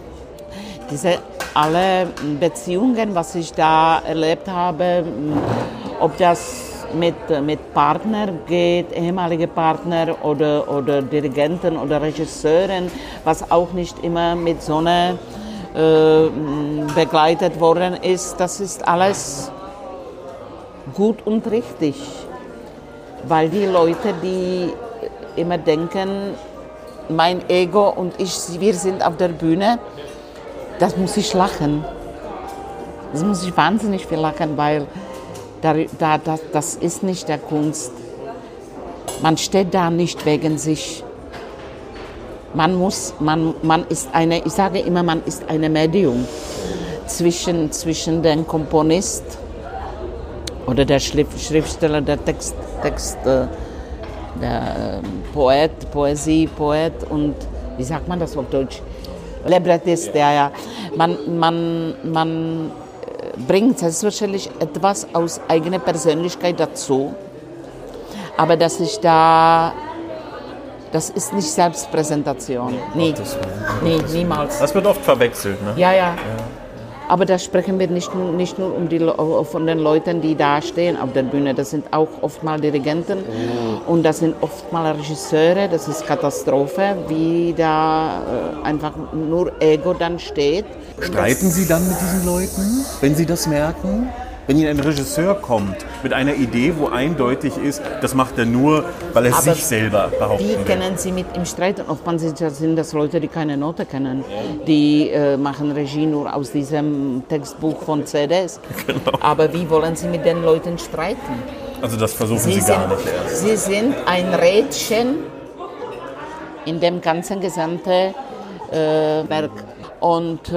C: alle Beziehungen, was ich da erlebt habe, ob das mit Partner geht, ehemalige Partner oder Dirigenten oder Regisseuren, was auch nicht immer mit Sonne begleitet worden ist, das ist alles gut und richtig. Weil die Leute, die immer denken, mein Ego und wir sind auf der Bühne, das muss ich lachen. Das muss ich wahnsinnig viel lachen, weil das ist nicht der Kunst. Man steht da nicht wegen sich. Man ist ich sage immer, man ist eine Medium zwischen dem Komponist Oder der Schriftsteller, der der Poet und wie sagt man das auf Deutsch? Librettist, ja. Man bringt selbstverständlich etwas aus eigener Persönlichkeit dazu, aber das ist nicht Selbstpräsentation. Nee, niemals.
B: Das wird oft verwechselt, ne?
C: Ja. Aber da sprechen wir nicht nur von den Leuten, die da stehen auf der Bühne. Das sind auch oftmals Dirigenten und das sind oftmals Regisseure. Das ist Katastrophe, wie da einfach nur Ego dann steht.
B: Streiten Sie dann mit diesen Leuten, wenn Sie das merken? Wenn Ihnen ein Regisseur kommt mit einer Idee, wo eindeutig ist, das macht er nur, weil er sich selber behaupten will.
C: Wie können Sie mit ihm streiten? Oftmals sind das Leute, die keine Note kennen. Die machen Regie nur aus diesem Textbuch von CDs. Genau. Aber wie wollen Sie mit den Leuten streiten?
B: Also das versuchen Sie gar nicht erst.
C: Sie sind ein Rädchen in dem ganzen gesamten Werk. Und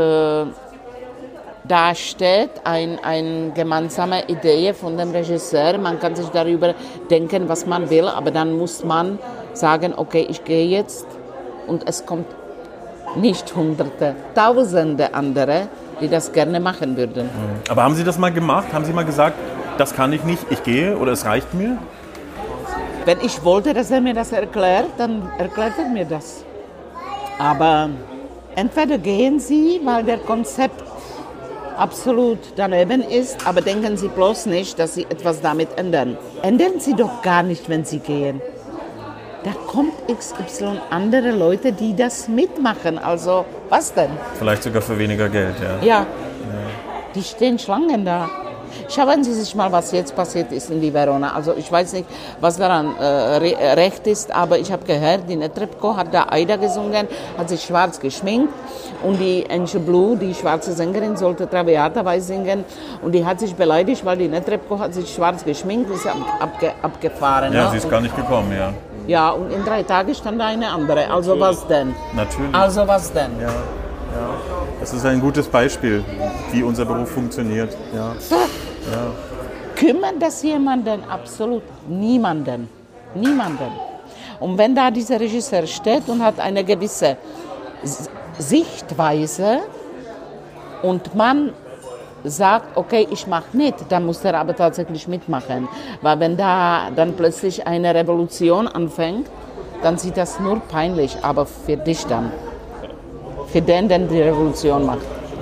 C: da steht eine gemeinsame Idee von dem Regisseur. Man kann sich darüber denken, was man will, aber dann muss man sagen, okay, ich gehe jetzt und es kommt nicht Hunderte, Tausende andere, die das gerne machen würden.
B: Aber haben Sie das mal gemacht? Haben Sie mal gesagt, das kann ich nicht, ich gehe oder es reicht mir?
C: Wenn ich wollte, dass er mir das erklärt, dann erklärt er mir das. Aber entweder gehen Sie, weil der Konzept absolut daneben ist, aber denken Sie bloß nicht, dass Sie etwas damit ändern. Ändern Sie doch gar nicht, wenn Sie gehen. Da kommt XY andere Leute, die das mitmachen. Also, was denn?
B: Vielleicht sogar für weniger Geld, ja.
C: Ja. Die stehen Schlangen da. Schauen Sie sich mal, was jetzt passiert ist in die Verona. Also ich weiß nicht, was daran recht ist, aber ich habe gehört, die Netrebko hat da Aida gesungen, hat sich schwarz geschminkt und die Angel Blue, die schwarze Sängerin, sollte Traviata Weiß singen und die hat sich beleidigt, weil die Netrebko hat sich schwarz geschminkt und ist abgefahren.
B: Ja, sie ist gar nicht gekommen, ja.
C: Ja, und in 3 Tagen stand da eine andere. Also was denn?
B: Natürlich.
C: Also was denn?
B: Ja. Das ist ein gutes Beispiel, wie unser Beruf funktioniert. Ja.
C: Kümmert das jemanden? Absolut niemanden. Und wenn da dieser Regisseur steht und hat eine gewisse Sichtweise und man sagt, okay, ich mache mit, dann muss er aber tatsächlich mitmachen. Weil wenn da dann plötzlich eine Revolution anfängt, dann sieht das nur peinlich, aber für dich dann. Für den die Revolution macht.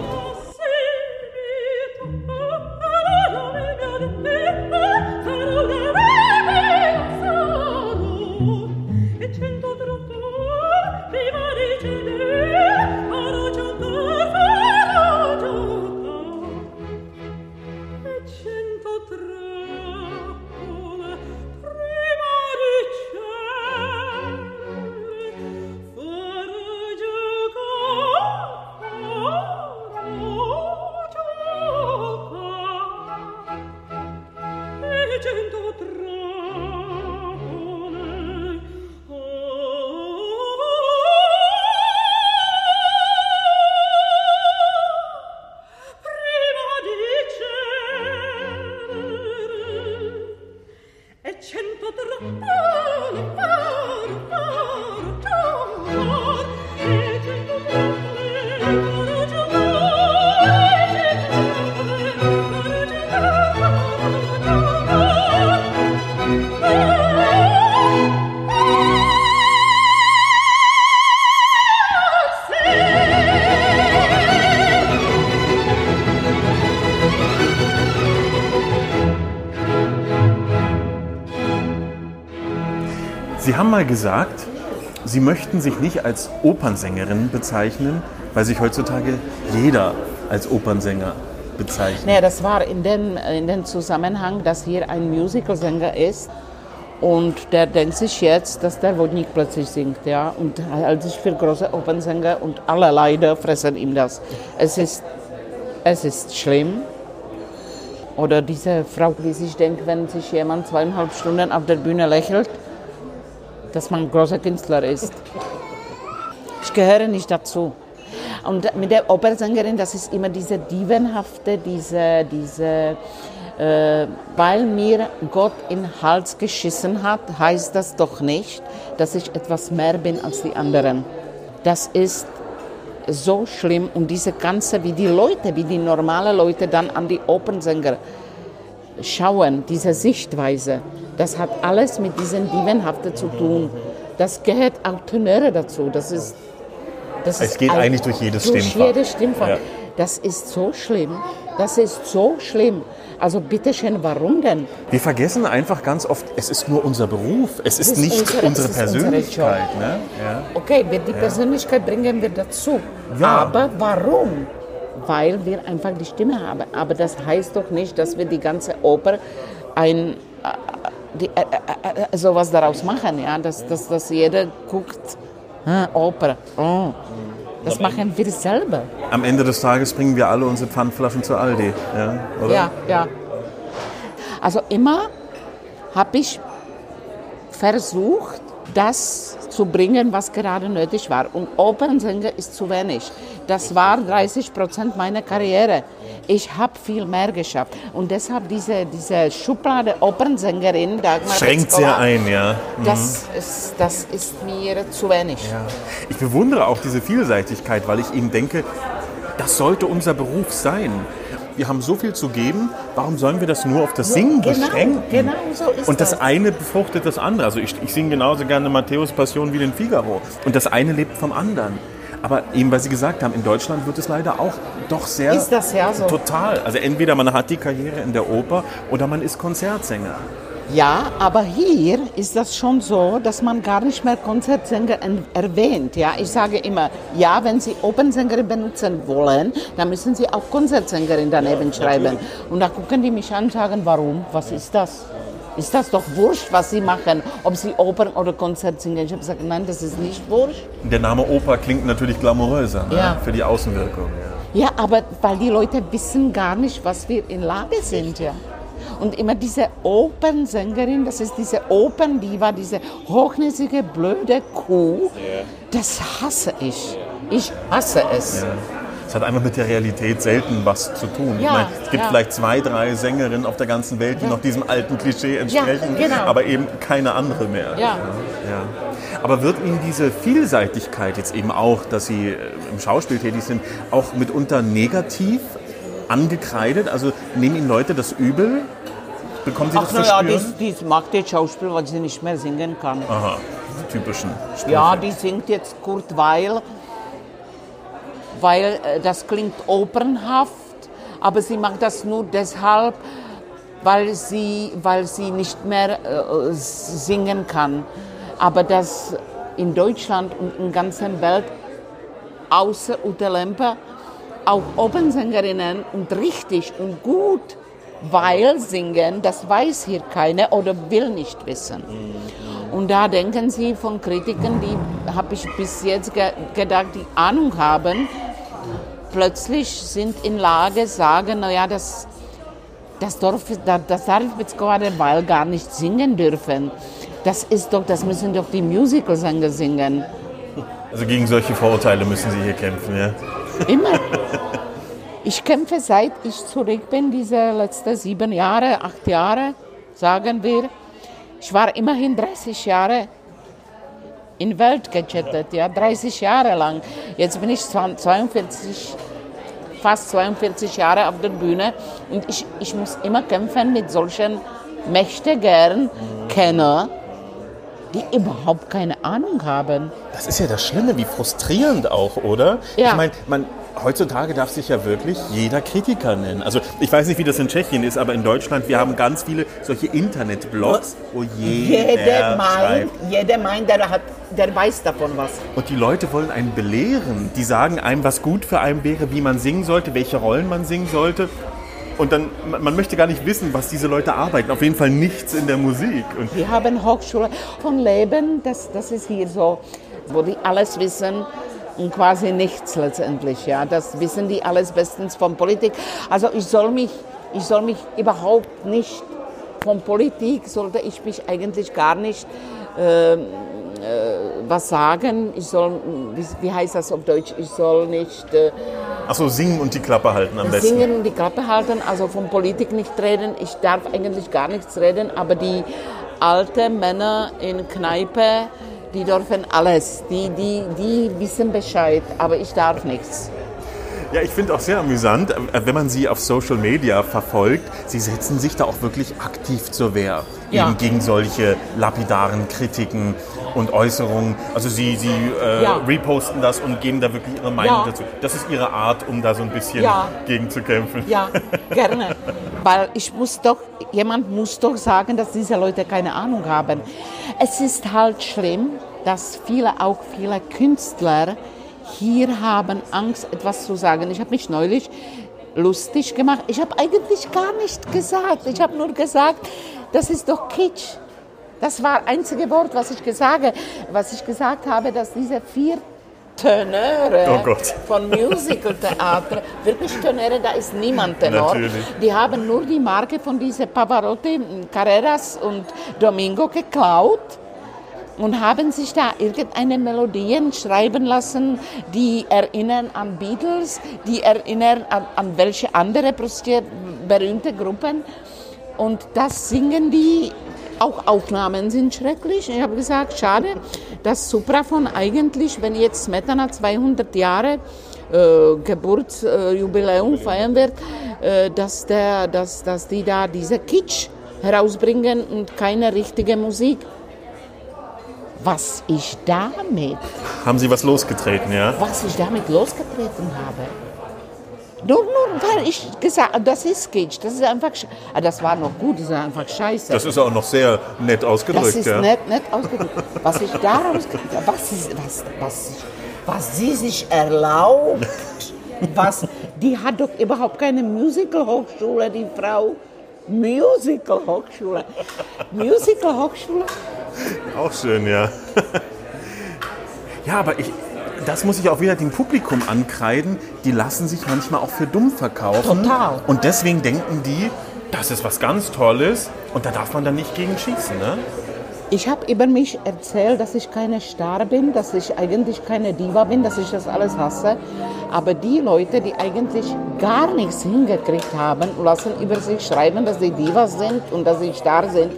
B: Sie haben mal gesagt, Sie möchten sich nicht als Opernsängerin bezeichnen, weil sich heutzutage jeder als Opernsänger bezeichnet.
C: Nee, das war in dem Zusammenhang, dass hier ein Musicalsänger ist und der denkt sich jetzt, dass der Wodnik plötzlich singt, ja, und hält sich für große Opernsänger und alle leider fressen ihm das. Es ist schlimm. Oder diese Frau, die sich denkt, wenn sich jemand 2,5 Stunden auf der Bühne lächelt, dass man ein großer Künstler ist. Ich gehöre nicht dazu. Und mit der Opernsängerin, das ist immer diese Divenhafte, diese Weil mir Gott in den Hals geschissen hat, heißt das doch nicht, dass ich etwas mehr bin als die anderen. Das ist so schlimm und diese ganze, wie die normalen Leute dann an die Opernsänger schauen, diese Sichtweise, das hat alles mit diesen Dievenhaften zu tun. Das gehört auch Tenöre dazu.
B: Es geht eigentlich durch jedes Stimmfach. Ja.
C: Das ist so schlimm. Das ist so schlimm. Also bitteschön, warum denn?
B: Wir vergessen einfach ganz oft, es ist nur unser Beruf. Es ist nicht unsere Persönlichkeit. Ne? Ja.
C: Okay, die Persönlichkeit bringen wir dazu. Ja. Aber warum? Weil wir einfach die Stimme haben. Aber das heißt doch nicht, dass wir die ganze Oper sowas daraus machen. Ja? Dass jeder guckt, Oper. Oh. Das machen wir selber.
B: Am Ende des Tages bringen wir alle unsere Pfandflaschen zu Aldi, ja, oder?
C: Ja. Also immer habe ich versucht, das zu bringen, was gerade nötig war. Und Opernsänger ist zu wenig. Das war 30% meiner Karriere. Ich habe viel mehr geschafft. Und deshalb diese Schublade Opernsängerin, Dagmar
B: schränkt sehr ein, ja.
C: Das ist mir zu wenig.
B: Ja. Ich bewundere auch diese Vielseitigkeit, weil ich eben denke, das sollte unser Beruf sein. Wir haben so viel zu geben, warum sollen wir das nur auf das Singen beschränken?
C: Genau so ist
B: und das eine befruchtet das andere. Also ich singe genauso gerne Matthäus Passion wie den Figaro. Und das eine lebt vom anderen. Aber eben, weil Sie gesagt haben, in Deutschland wird es leider auch doch sehr...
C: Ist das ja so?
B: Total. Also entweder man hat die Karriere in der Oper oder man ist Konzertsänger.
C: Ja, aber hier ist das schon so, dass man gar nicht mehr Konzertsänger erwähnt. Ja? Ich sage immer, ja, wenn Sie Opernsängerin benutzen wollen, dann müssen Sie auch Konzertsängerin daneben schreiben. Und da gucken die mich an und sagen, warum? Was ist das? Ist das doch wurscht, was Sie machen, ob Sie Opern oder Konzert singen? Ich habe gesagt, nein, das ist nicht wurscht.
B: Der Name Oper klingt natürlich glamouröser, ne?
C: Ja.
B: Für die Außenwirkung.
C: Ja, aber weil die Leute wissen gar nicht, was wir in Lage sind. Ja. Und immer diese Opernsängerin, das ist diese Operndiva, diese hochnäsige, blöde Kuh, das hasse ich. Ich hasse es.
B: Ja. Es hat einfach mit der Realität selten was zu tun. Ich meine, es gibt vielleicht 2, 3 Sängerinnen auf der ganzen Welt, die noch diesem alten Klischee entsprechen, aber eben keine andere mehr.
C: Ja.
B: Aber wird Ihnen diese Vielseitigkeit jetzt eben auch, dass Sie im Schauspiel tätig sind, auch mitunter negativ angekreidet? Also nehmen Ihnen Leute das übel? Bekommen Sie das zu spüren?
C: Die macht jetzt Schauspiel, weil sie nicht mehr singen kann.
B: Aha, die typischen Sprüche.
C: Ja, die singt jetzt Kurt weil das klingt opernhaft, aber sie macht das nur deshalb, weil sie nicht mehr singen kann. Aber dass in Deutschland und in der ganzen Welt außer Ute Lemper auch Opernsängerinnen und richtig und gut, weil singen, das weiß hier keiner oder will nicht wissen. Und da denken Sie von Kritikern, die habe ich bis jetzt gedacht, die Ahnung haben, plötzlich sind in Lage sagen, naja, das darf jetzt gerade weil gar nicht singen dürfen. Das müssen doch die Musicalsänger singen.
B: Also gegen solche Vorurteile müssen Sie hier kämpfen, ja?
C: Immer. Ich kämpfe, seit ich zurück bin, diese letzten 7 Jahre, 8 Jahre, sagen wir. Ich war immerhin 30 Jahre in Welt gechattet, 30 Jahre lang. Jetzt bin ich fast 42 Jahre auf der Bühne und ich muss immer kämpfen mit solchen mächtigen Kennern, die überhaupt keine Ahnung haben.
B: Das ist ja das Schlimme, wie frustrierend auch, oder?
C: Ja.
B: Ich meine, heutzutage darf sich ja wirklich jeder Kritiker nennen. Also ich weiß nicht, wie das in Tschechien ist, aber in Deutschland, wir haben ganz viele solche Internetblogs, wo jeder
C: meint, der weiß davon was.
B: Und die Leute wollen einen belehren. Die sagen einem, was gut für einen wäre, wie man singen sollte, welche Rollen man singen sollte. Und dann, man möchte gar nicht wissen, was diese Leute arbeiten. Auf jeden Fall nichts in der Musik. Und
C: wir haben Hochschule von Leben, das ist hier so, wo die alles wissen und quasi nichts letztendlich. Ja. Das wissen die alles bestens von Politik. Also ich soll mich überhaupt nicht, von Politik sollte ich mich eigentlich gar nicht was sagen. Wie heißt das auf Deutsch? Ich soll nicht
B: Ach so, singen und die Klappe halten am besten.
C: Singen und die Klappe halten, also von Politik nicht reden. Ich darf eigentlich gar nichts reden, aber die alten Männer in Kneipe, die dürfen alles. Die wissen Bescheid, aber ich darf nichts.
B: Ja, ich finde auch sehr amüsant, wenn man sie auf Social Media verfolgt, sie setzen sich da auch wirklich aktiv zur Wehr.
C: Ja.
B: Eben gegen solche lapidaren Kritiken und Äußerungen. Also sie reposten das und geben da wirklich ihre Meinung dazu. Das ist ihre Art, um da so ein bisschen gegen zu kämpfen.
C: Ja, gerne. Weil jemand muss doch sagen, dass diese Leute keine Ahnung haben. Es ist halt schlimm, dass viele Künstler hier haben Angst, etwas zu sagen. Ich habe mich neulich lustig gemacht. Ich habe eigentlich gar nicht gesagt. Ich habe nur gesagt, das ist doch Kitsch. Das war das einzige Wort, was ich gesagt habe, dass diese 4 Tenöre von Musicaltheater, wirklich Tenöre, da ist niemand Tenor.
B: Natürlich.
C: Die haben nur die Marke von diesen Pavarotti, Carreras und Domingo geklaut und haben sich da irgendeine Melodien schreiben lassen, die erinnern an Beatles, die erinnern an welche andere berühmte Gruppen. Und das singen die, auch Aufnahmen sind schrecklich. Ich habe gesagt, schade, dass Supraphon eigentlich, wenn jetzt Smetana 200 Jahre Geburtsjubiläum feiern wird, dass die da diese Kitsch herausbringen und keine richtige Musik. Was ich damit...
B: Haben Sie was losgetreten, ja?
C: Was ich damit losgetreten habe. Nur weil ich gesagt habe, das ist Kitsch, das ist einfach... Das war noch gut, das ist einfach scheiße.
B: Das ist auch noch sehr nett ausgedrückt,
C: das ist nett ausgedrückt. Was ich daraus... Was sie sich erlaubt, die hat doch überhaupt keine Musical-Hochschule, die Frau. Musical-Hochschule.
B: Auch schön, ja. Ja, aber das muss ich auch wieder dem Publikum ankreiden, die lassen sich manchmal auch für dumm verkaufen.
C: Total.
B: Und deswegen denken die, das ist was ganz Tolles und da darf man dann nicht gegen schießen, ne?
C: Ich habe über mich erzählt, dass ich keine Star bin, dass ich eigentlich keine Diva bin, dass ich das alles hasse. Aber die Leute, die eigentlich gar nichts hingekriegt haben, lassen über sich schreiben, dass sie Divas sind und dass sie Star sind.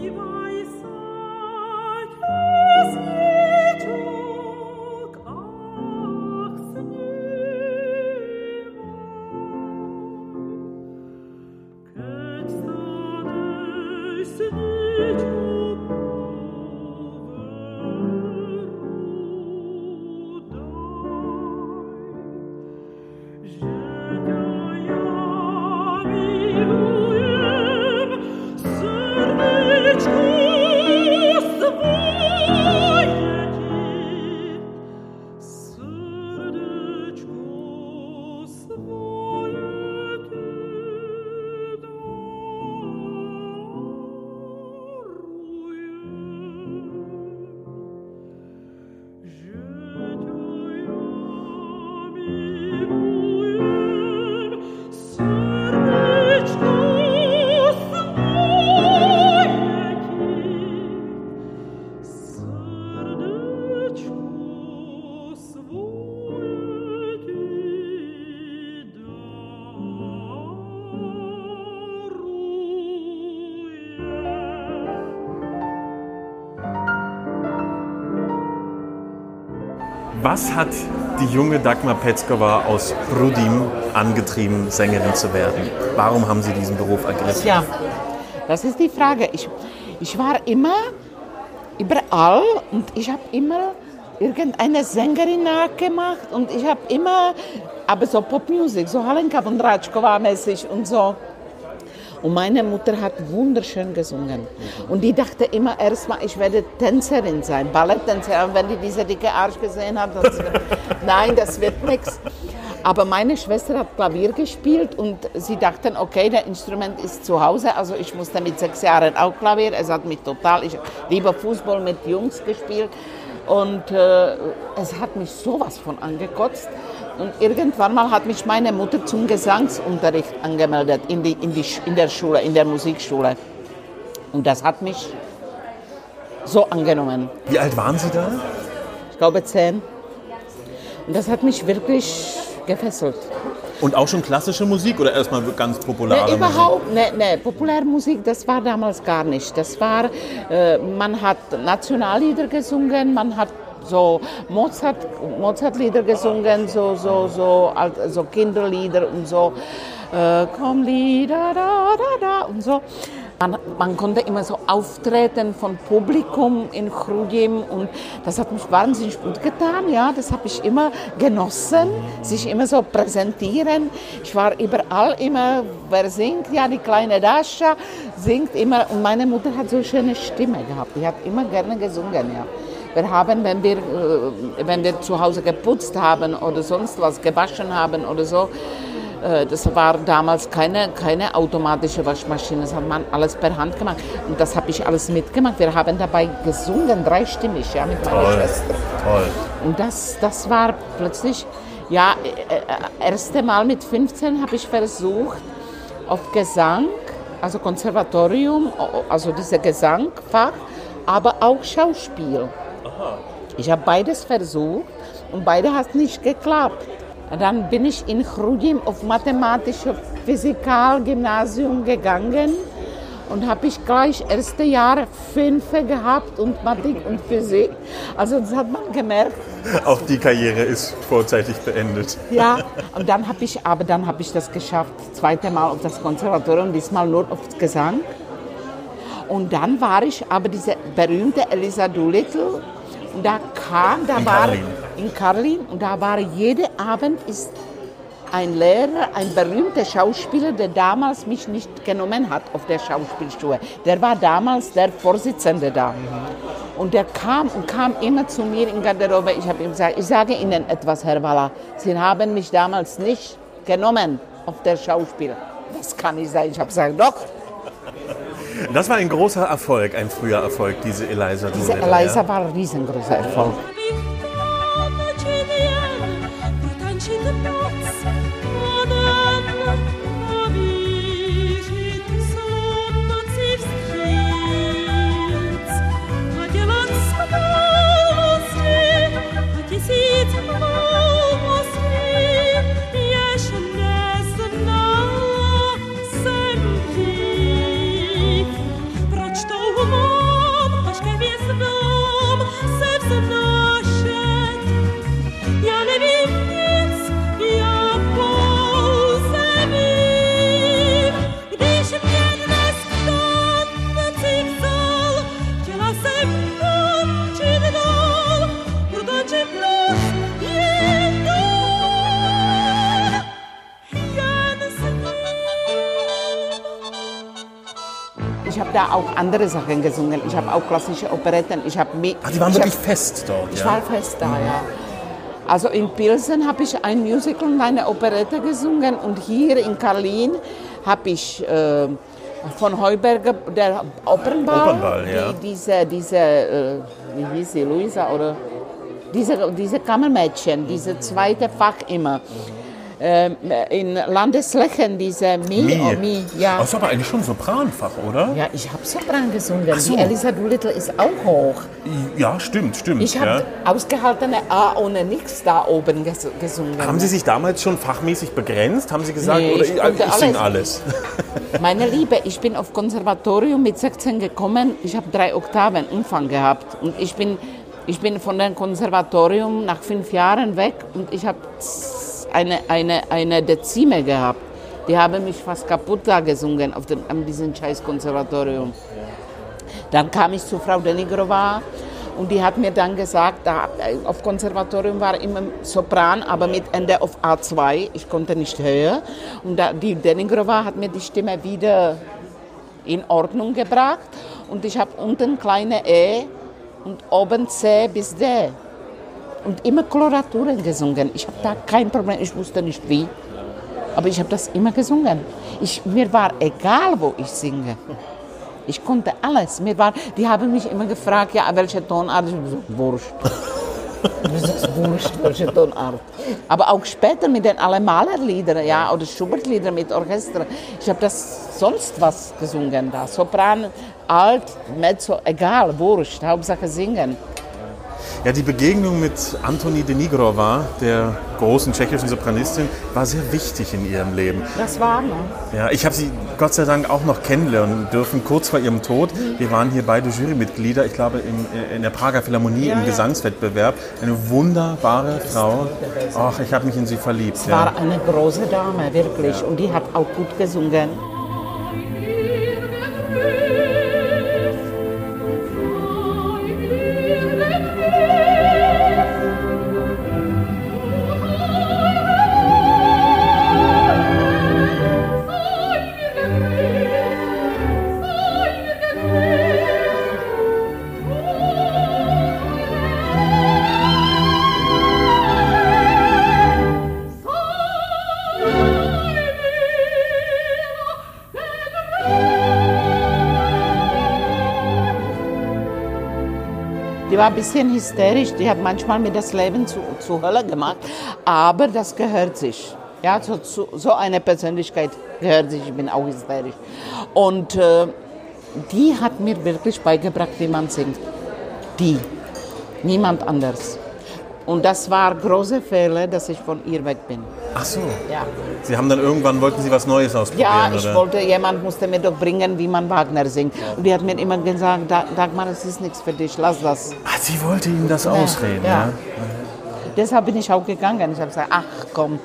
B: Was hat die junge Dagmar Petzkova aus Prudim angetrieben, Sängerin zu werden? Warum haben Sie diesen Beruf ergriffen?
C: Ja, das ist die Frage. Ich war immer überall und ich habe immer irgendeine Sängerin nachgemacht und ich habe immer, aber so Popmusik, so Halenka Wondratschkova-mäßig und so. Und meine Mutter hat wunderschön gesungen. Und die dachte immer erstmal, ich werde Tänzerin sein, Balletttänzerin. Und wenn die diese dicke Arsch gesehen hat, nein, das wird nichts. Aber meine Schwester hat Klavier gespielt und sie dachten, okay, der Instrument ist zu Hause. Also ich musste mit 6 Jahren auch Klavier. Es hat mich ich liebe Fußball mit Jungs gespielt. Und es hat mich sowas von angekotzt. Und irgendwann mal hat mich meine Mutter zum Gesangsunterricht angemeldet in der Schule, in der Musikschule. Und das hat mich so angenommen.
B: Wie alt waren Sie da?
C: Ich glaube 10. Und das hat mich wirklich gefesselt.
B: Und auch schon klassische Musik oder erstmal ganz populare Musik?
C: Überhaupt, ne, Populärmusik, das war damals gar nicht. Das war, man hat Nationallieder gesungen, man hat so Mozart-Lieder gesungen, so Kinderlieder und so, komm Lieder, da und so. Man konnte immer so auftreten von Publikum in Chrudim und das hat mich wahnsinnig gut getan, ja, das habe ich immer genossen, sich immer so präsentieren. Ich war überall immer, wer singt, ja, die kleine Dascha singt immer und meine Mutter hat so eine schöne Stimme gehabt, die hat immer gerne gesungen, ja. Wir haben, wenn wir zu Hause geputzt haben oder sonst was gewaschen haben oder so, das war damals keine automatische Waschmaschine, das hat man alles per Hand gemacht. Und das habe ich alles mitgemacht. Wir haben dabei gesungen, dreistimmig, ja, mit meiner Schwester.
B: Toll.
C: Und das war plötzlich, ja, erste Mal mit 15 habe ich versucht, auf Gesang, also Konservatorium, also dieses Gesangfach, aber auch Schauspiel. Aha. Ich habe beides versucht und beide hat nicht geklappt. Dann bin ich in Chrudim auf mathematische Physikal-Gymnasium gegangen und habe ich gleich erste Jahre 5 gehabt und Mathematik und Physik. Also das hat man gemerkt.
B: Auch die Karriere ist vorzeitig beendet.
C: Ja, und dann habe ich das geschafft, zweite Mal auf das Konservatorium, diesmal nur auf Gesang. Und dann war ich aber diese berühmte Eliza Doolittle. Und in Karlin, und da war jeden Abend ist ein Lehrer, ein berühmter Schauspieler, der damals mich nicht genommen hat auf der Schauspielschule. Der war damals der Vorsitzende da. Und der kam immer zu mir in Garderobe. Ich habe ihm gesagt, ich sage Ihnen etwas, Herr Waller, Sie haben mich damals nicht genommen auf der Schauspiel. Das kann nicht sein. Ich habe gesagt, doch.
B: Das war ein großer Erfolg, ein früher Erfolg, diese Eliza Doolittle.
C: Diese Eliza war ein riesengroßer Erfolg. Ich habe da auch andere Sachen gesungen. Ich habe auch klassische Operetten. Die waren wirklich fest dort? Ich war fest da, ja. Also in Pilsen habe ich ein Musical und eine Operette gesungen. Und hier in Karlin habe ich von Heuberger, der Opernball, ja. Wie hieß sie, Luisa? Oder diese Kammermädchen, diese zweite Fach immer. In Landeslechen, diese Mi, ja.
B: Das ist aber eigentlich schon Sopranfach, oder?
C: Ja, ich habe Sopran gesungen. So. Die Eliza Doolittle ist auch hoch.
B: Ja, stimmt.
C: Ich habe ausgehaltene A ohne nix da oben gesungen.
B: Haben Sie sich damals schon fachmäßig begrenzt? Haben Sie gesagt, nee, ich singe alles?
C: Meine Liebe, ich bin auf Konservatorium mit 16 gekommen. Ich habe 3 Oktaven Umfang gehabt. Und ich bin von dem Konservatorium nach 5 Jahren weg und ich habe eine Dezime gehabt. Die haben mich fast kaputt da gesungen an diesem scheiß Konservatorium. Dann kam ich zu Frau Denigrova und die hat mir dann gesagt, auf Konservatorium war immer Sopran, aber mit Ende auf A2. Ich konnte nicht höher. Und die Denigrova hat mir die Stimme wieder in Ordnung gebracht. Und ich habe unten kleine E und oben C bis D. Und immer Koloraturen gesungen. Ich habe da kein Problem, ich wusste nicht wie. Aber ich habe das immer gesungen. Mir war egal, wo ich singe. Ich konnte alles. Die haben mich immer gefragt, ja, welche Tonart. Ich habe gesagt, Wurscht. Wurscht, welche Tonart. Aber auch später mit den alle Malerliedern, ja, oder Schubert-Lieder mit Orchester. Ich habe das sonst was gesungen da. Sopran, Alt, Mezzo, egal, Wurscht. Hauptsache singen.
B: Ja, die Begegnung mit Antoni de Nigrova, der großen tschechischen Sopranistin, war sehr wichtig in ihrem Leben.
C: Das war noch.
B: Ja, ich habe sie Gott sei Dank auch noch kennenlernen dürfen, kurz vor ihrem Tod. Wir waren hier beide Jurymitglieder, ich glaube in der Prager Philharmonie im Gesangswettbewerb. Eine wunderbare Frau. Ach, ich habe mich in sie verliebt.
C: Es war eine große Dame, wirklich. Und die hat auch gut gesungen. Die war ein bisschen hysterisch, die hat manchmal mir das Leben zu Hölle gemacht, aber das gehört sich. Ja, so eine Persönlichkeit gehört sich, ich bin auch hysterisch. Und die hat mir wirklich beigebracht, wie man singt. Die, niemand anders. Und das war ein großer Fehler, dass ich von ihr weg bin.
B: Ach so.
C: Ja.
B: Sie haben dann irgendwann, wollten Sie was Neues ausprobieren,
C: oder? Jemand musste mir doch bringen, wie man Wagner singt. Und die hat mir immer gesagt, Dagmar, das ist nichts für dich, lass das.
B: Ach, sie wollte Ihnen das ausreden, ja?
C: Deshalb bin ich auch gegangen. Ich habe gesagt, ach komm,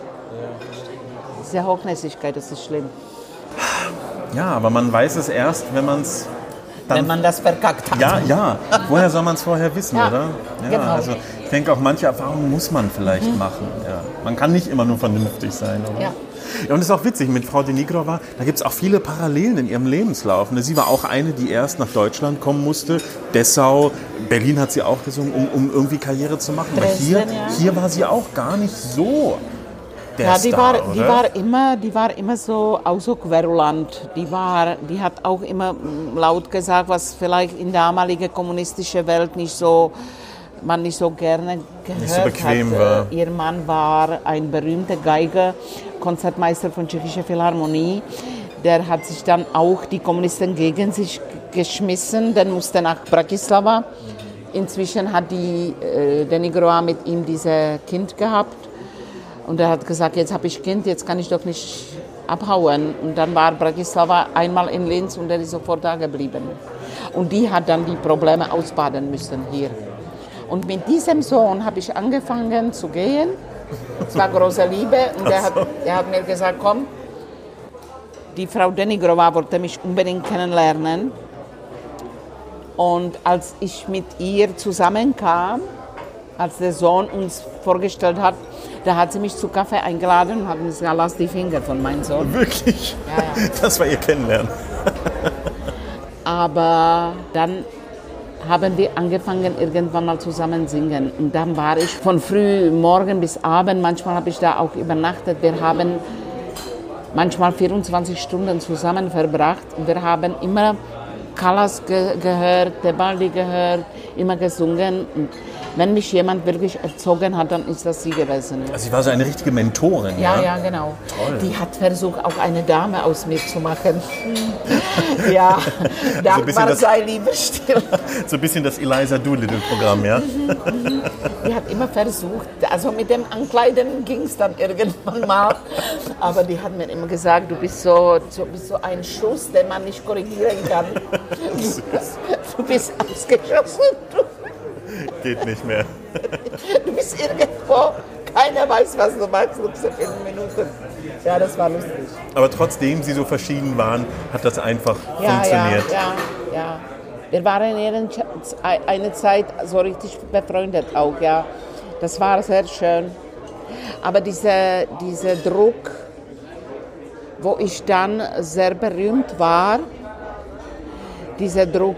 C: diese Hochnäsigkeit, das ist schlimm.
B: Ja, aber man weiß es erst, wenn man es...
C: Wenn man das verkackt hat.
B: Ja. Woher soll man es vorher wissen, oder? Ja,
C: genau.
B: Also ich denke, auch manche Erfahrungen muss man vielleicht machen. Ja. Man kann nicht immer nur vernünftig sein, oder?
C: Ja.
B: Ja, und es ist auch witzig, mit Frau de Nigrova, da gibt es auch viele Parallelen in ihrem Lebenslauf. Sie war auch eine, die erst nach Deutschland kommen musste. Dessau, Berlin hat sie auch gesungen, um irgendwie Karriere zu machen.
C: Dresden,
B: aber hier war sie auch gar nicht so der
C: die
B: Star,
C: die war immer so, auch so querulant. Die hat auch immer laut gesagt, was vielleicht in der damaligen kommunistischen Welt man nicht so gerne gehört
B: nicht so bequem
C: hat.
B: war.
C: Ihr Mann war ein berühmter Geiger, Konzertmeister von Tschechischer Philharmonie. Der hat sich dann auch die Kommunisten gegen sich geschmissen, dann musste nach Bratislava. Inzwischen hat de Nigrova mit ihm dieses Kind gehabt. Und er hat gesagt, jetzt habe ich Kind, jetzt kann ich doch nicht abhauen. Und dann war Bratislava einmal in Linz und er ist sofort da geblieben. Und die hat dann die Probleme ausbaden müssen hier. Und mit diesem Sohn habe ich angefangen zu gehen. Es war große Liebe. Und er hat mir gesagt, komm, die Frau de Nigrova wollte mich unbedingt kennenlernen. Und als ich mit ihr zusammenkam, als der Sohn uns vorgestellt hat, da hat sie mich zu Kaffee eingeladen und hat mir gesagt, lass die Finger von meinem Sohn.
B: Wirklich?
C: Ja.
B: Das war ihr Kennenlernen.
C: Aber dann haben wir angefangen, irgendwann mal zusammen singen. Und dann war ich von früh morgen bis Abend, manchmal habe ich da auch übernachtet. Wir haben manchmal 24 Stunden zusammen verbracht. Und wir haben immer Callas gehört, Tebaldi gehört, immer gesungen. Und wenn mich jemand wirklich erzogen hat, dann ist das sie gewesen.
B: Also sie war so eine richtige Mentorin, ja?
C: Ja, genau.
B: Toll.
C: Die hat versucht, auch eine Dame aus mir zu machen. Ja, Dagmar sei lieber still.
B: So ein bisschen das Eliza Doolittle-Programm, ja?
C: Die hat immer versucht, also mit dem Ankleiden ging es dann irgendwann mal. Aber die hat mir immer gesagt, du bist so ein Schuss, den man nicht korrigieren kann. Du bist ausgeschossen.
B: Geht nicht mehr.
C: Du bist irgendwo, keiner weiß, was du machst, du bist in 5 Minuten. Ja, das war lustig.
B: Aber trotzdem sie so verschieden waren, hat das einfach funktioniert.
C: Ja. Wir waren eine Zeit so richtig befreundet auch, ja. Das war sehr schön. Aber dieser Druck, wo ich dann sehr berühmt war, dieser Druck,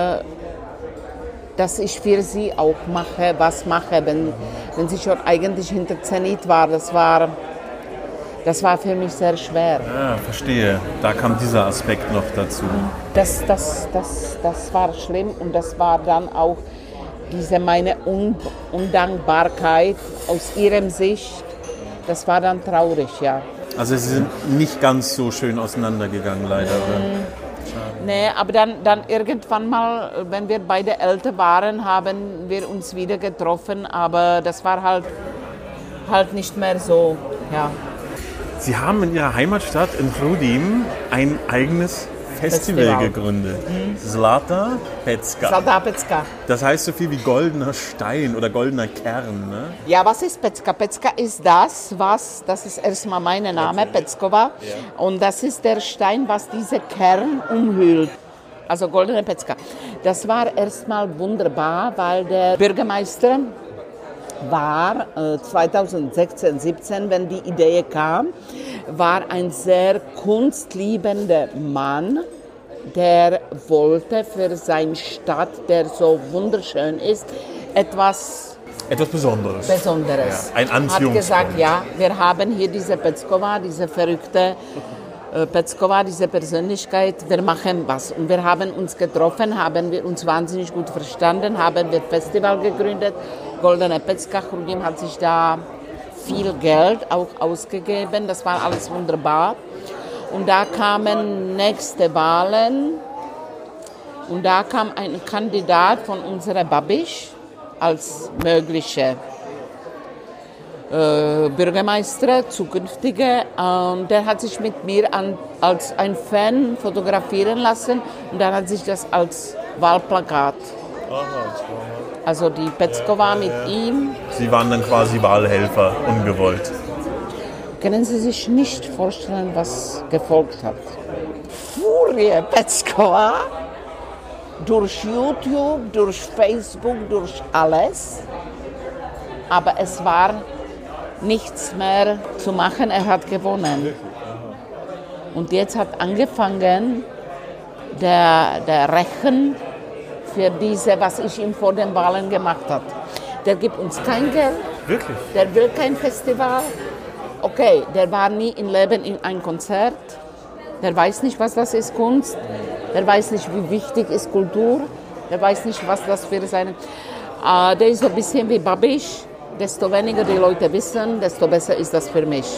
C: dass ich für sie auch was mache, wenn sie schon eigentlich hinter Zenit war, das war für mich sehr schwer.
B: Ja, verstehe. Da kam dieser Aspekt noch dazu.
C: Das war schlimm und das war dann auch meine Undankbarkeit aus ihrem Sicht. Das war dann traurig, ja.
B: Also sie sind nicht ganz so schön auseinandergegangen, leider, oder?
C: Nee, aber dann irgendwann mal, wenn wir beide älter waren, haben wir uns wieder getroffen, aber das war halt nicht mehr so, ja.
B: Sie haben in Ihrer Heimatstadt in Chrudim ein eigenes Festival gegründet. Zlata Pecka.
C: Zlata Pecka.
B: Das heißt so viel wie goldener Stein oder goldener Kern, ne?
C: Ja, was ist Pecka? Pecka ist das ist erstmal mein Name, Peckova. Ja. Und das ist der Stein, was diese Kern umhüllt. Also goldene Pecka. Das war erstmal wunderbar, weil der Bürgermeister war 2016, 17, wenn die Idee kam, war ein sehr kunstliebender Mann, der wollte für seine Stadt, der so wunderschön ist, etwas
B: Besonderes.
C: Ja,
B: ein Anziehungspunkt.
C: Hat gesagt, ja, wir haben hier diese Peckova, diese verrückte Peckova, diese Persönlichkeit, wir machen was. Und wir haben uns getroffen, haben wir uns wahnsinnig gut verstanden, haben wir Festival gegründet. Goldene Pecka, Chrudim hat sich da viel Geld auch ausgegeben, das war alles wunderbar. Und da kamen nächste Wahlen und da kam ein Kandidat von unserer Babiš als möglicher Bürgermeister, zukünftige, und der hat sich mit mir als ein Fan fotografieren lassen und dann hat sich das als Wahlplakat. Also die Peckova mit ihm.
B: Sie waren dann quasi Wahlhelfer, ungewollt.
C: Können Sie sich nicht vorstellen, was gefolgt hat? Furie Peckova, durch YouTube, durch Facebook, durch alles. Aber es war nichts mehr zu machen, er hat gewonnen. Und jetzt hat angefangen der Rechen für diese, was ich ihm vor den Wahlen gemacht habe. Der gibt uns kein Geld.
B: Wirklich?
C: Der will kein Festival. Okay, der war nie im Leben in ein Konzert. Der weiß nicht, was das ist, Kunst. Der weiß nicht, wie wichtig ist Kultur. Der weiß nicht, was das für seine... der ist so ein bisschen wie Babiš. Desto weniger die Leute wissen, desto besser ist das für mich.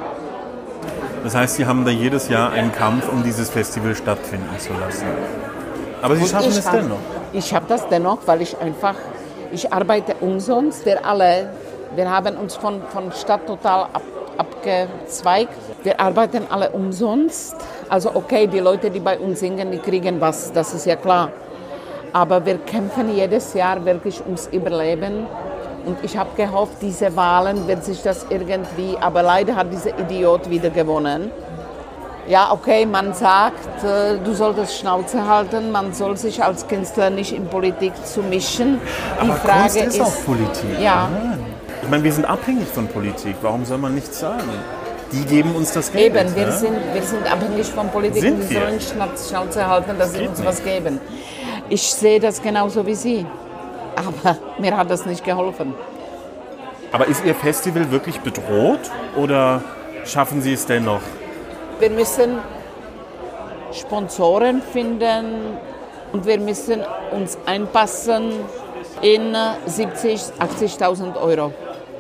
B: Das heißt, Sie haben da jedes Jahr einen Kampf, um dieses Festival stattfinden zu lassen. Aber Sie schaffen es dennoch.
C: Ich habe das dennoch, weil ich arbeite umsonst. Wir haben uns von Stadt total abgezweigt. Wir arbeiten alle umsonst. Also okay, die Leute, die bei uns singen, die kriegen was, das ist ja klar. Aber wir kämpfen jedes Jahr wirklich ums Überleben. Und ich habe gehofft, diese Wahlen wird sich das irgendwie, aber leider hat dieser Idiot wieder gewonnen. Ja, okay, man sagt, du solltest Schnauze halten, man soll sich als Künstler nicht in Politik zu mischen.
B: Aber die Frage Kunst ist auch Politik.
C: Ja.
B: Ich meine, wir sind abhängig von Politik. Warum soll man nichts sagen? Die geben uns das Geld.
C: Eben, wir sind abhängig von Politik und die sollen Schnauze halten, dass sie uns was geben. Ich sehe das genauso wie Sie. Aber mir hat das nicht geholfen.
B: Aber ist Ihr Festival wirklich bedroht oder schaffen Sie es dennoch?
C: Wir müssen Sponsoren finden und wir müssen uns einpassen in 70.000, 80.000 Euro.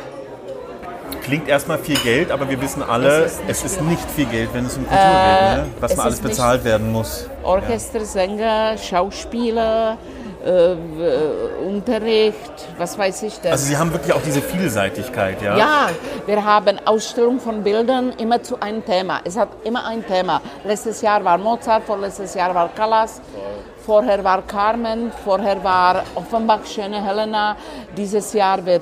B: Klingt erstmal viel Geld, aber wir wissen alle, es ist nicht viel Geld, wenn es um Kultur geht, ne? Was mal alles bezahlt werden muss.
C: Orchester, Sänger, Schauspieler, Unterricht, was weiß ich denn.
B: Also Sie haben wirklich auch diese Vielseitigkeit, ja?
C: Ja, wir haben Ausstellungen von Bildern immer zu einem Thema. Es hat immer ein Thema. Letztes Jahr war Mozart, vorletztes Jahr war Callas, vorher war Carmen, vorher war Offenbach, Schöne Helena. Dieses Jahr wird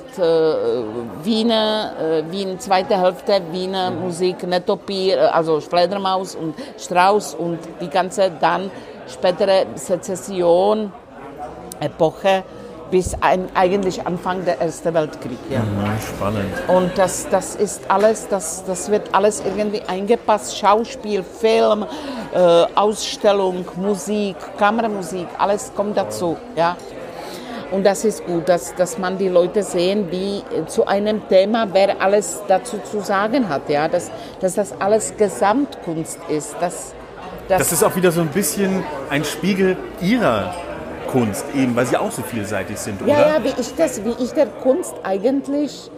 C: Wien, zweite Hälfte, Wiener Musik, Netopie, also Fledermaus und Strauss und die ganze dann spätere Sezession, Epoche bis eigentlich Anfang der Ersten Weltkrieg. Ja.
B: Spannend.
C: Und das ist alles, das wird alles irgendwie eingepasst. Schauspiel, Film, Ausstellung, Musik, Kammermusik, alles kommt dazu. Ja. Und das ist gut, dass man die Leute sehen, wie zu einem Thema, wer alles dazu zu sagen hat. Ja. Dass das alles Gesamtkunst ist.
B: Das ist auch wieder so ein bisschen ein Spiegel Ihrer Kunst, eben, weil Sie auch so vielseitig sind, oder?
C: Ja, wie ich der Kunst eigentlich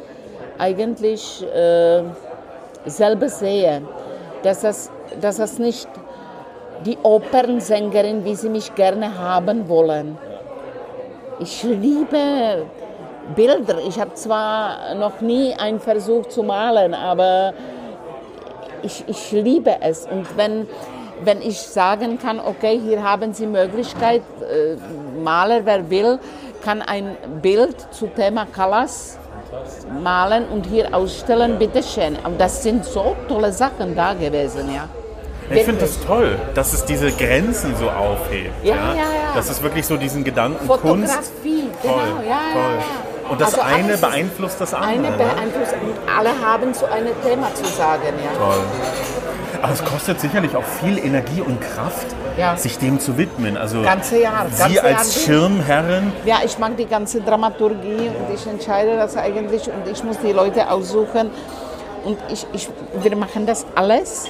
C: selber sehe, dass das nicht die Opernsängerin, wie sie mich gerne haben wollen. Ich liebe Bilder. Ich habe zwar noch nie einen Versuch zu malen, aber ich liebe es. Und wenn ich sagen kann, okay, hier haben Sie Möglichkeit, Maler, wer will, kann ein Bild zum Thema Colors malen und hier ausstellen, bitteschön. Und das sind so tolle Sachen da gewesen, ja.
B: Ich finde das toll, dass es diese Grenzen so aufhebt.
C: Ja.
B: Dass es wirklich so diesen Gedanken
C: Fotografie,
B: Kunst.
C: genau,
B: Toll,
C: ja.
B: Und das
C: Also
B: eine
C: alles
B: beeinflusst das andere.
C: Eine beeinflusst und alle haben so ein Thema zu sagen, ja.
B: Toll. Aber es kostet sicherlich auch viel Energie und Kraft, sich dem zu widmen. Also
C: ganze Jahr.
B: Sie als Schirmherrin.
C: Ja, ich mag die ganze Dramaturgie und ich entscheide das eigentlich und ich muss die Leute aussuchen. Und wir machen das alles,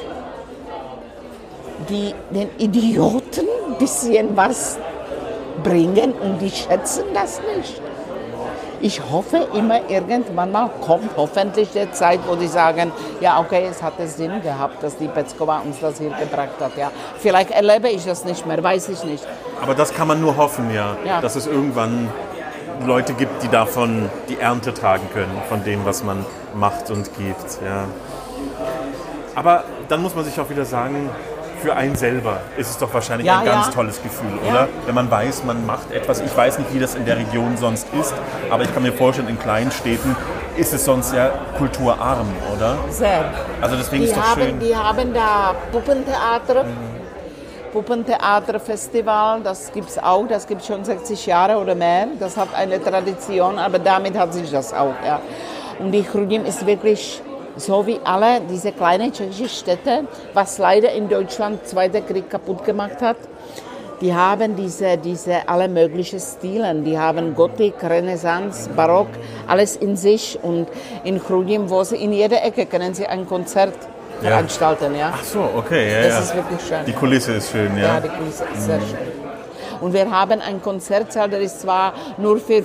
C: die den Idioten ein bisschen was bringen und die schätzen das nicht. Ich hoffe immer, irgendwann mal kommt hoffentlich die Zeit, wo die sagen, ja okay, es hat Sinn gehabt, dass die Petskova uns das hier gebracht hat. Ja. Vielleicht erlebe ich das nicht mehr, weiß ich nicht.
B: Aber das kann man nur hoffen, ja, dass es irgendwann Leute gibt, die davon die Ernte tragen können, von dem, was man macht und gibt. Ja. Aber dann muss man sich auch wieder sagen, für einen selber ist es doch wahrscheinlich ein ganz tolles Gefühl, oder? Wenn man weiß, man macht etwas. Ich weiß nicht, wie das in der Region sonst ist, aber ich kann mir vorstellen, in kleinen Städten ist es sonst ja kulturarm, oder?
C: Sehr.
B: Also deswegen ist es doch schön.
C: Die haben da Puppentheater, Puppentheaterfestival, das gibt es auch, das gibt es schon 60 Jahre oder mehr. Das hat eine Tradition, aber damit hat sich das auch. Ja. Und die Chrudim ist wirklich so wie alle diese kleinen tschechischen Städte, was leider in Deutschland Zweiter Krieg kaputt gemacht hat. Die haben diese alle möglichen Stilen. Die haben Gotik, Renaissance, Barock, alles in sich. Und in Chrudim, wo sie in jeder Ecke können sie ein Konzert veranstalten. Ja.
B: Ach so, okay.
C: Das ist wirklich schön.
B: Die Kulisse ist schön, ja.
C: Ja, die Kulisse ist sehr schön. Und wir haben einen Konzertsaal, der ist zwar nur für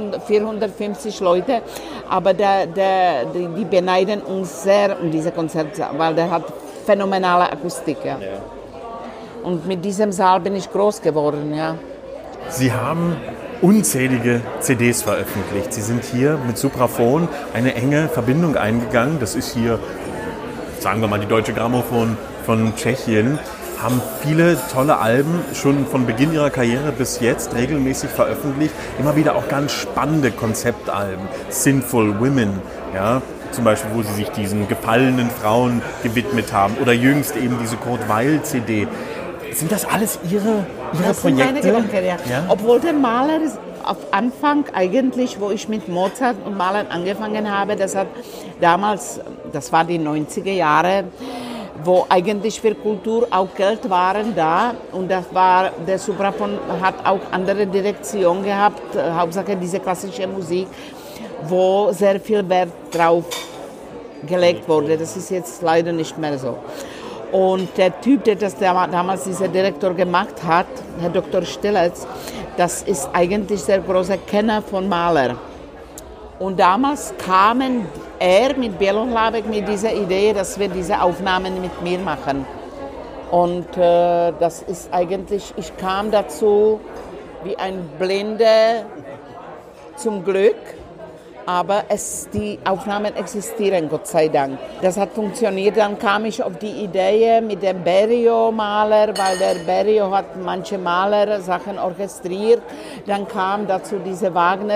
C: 450 Leute, aber die beneiden uns sehr um diesen Konzertsaal, weil der hat phänomenale Akustik. Ja. Und mit diesem Saal bin ich groß geworden. Ja.
B: Sie haben unzählige CDs veröffentlicht. Sie sind hier mit Supraphon eine enge Verbindung eingegangen. Das ist hier, sagen wir mal, die Deutsche Grammophon von Tschechien. Haben viele tolle Alben schon von Beginn ihrer Karriere bis jetzt regelmäßig veröffentlicht. Immer wieder auch ganz spannende Konzeptalben. Sinful Women, ja, zum Beispiel, wo sie sich diesen gefallenen Frauen gewidmet haben. Oder jüngst eben diese Kurt Weill-CD. Sind das alles Ihre
C: das
B: Projekte?
C: Sind meine Gedanken, ja. Obwohl der Maler ist auf Anfang eigentlich, wo ich mit Mozart und Malern angefangen habe, das hat damals, das war die 90er Jahre, wo eigentlich für Kultur auch Geld waren da und das war, der Supraphon hat auch andere Direktion gehabt, Hauptsache diese klassische Musik, wo sehr viel Wert drauf gelegt wurde. Das ist jetzt leider nicht mehr so. Und der Typ, der das damals dieser Direktor gemacht hat, Herr Dr. Stilets, das ist eigentlich der große Kenner von Maler. Und damals kamen er mit Bělohlavek mit dieser Idee, dass wir diese Aufnahmen mit mir machen. Und das ist eigentlich, ich kam dazu wie ein Blinde zum Glück, aber die Aufnahmen existieren, Gott sei Dank. Das hat funktioniert. Dann kam ich auf die Idee mit dem Berio-Maler, weil der Berio hat manche Maler-Sachen orchestriert. Dann kam dazu diese Wagner,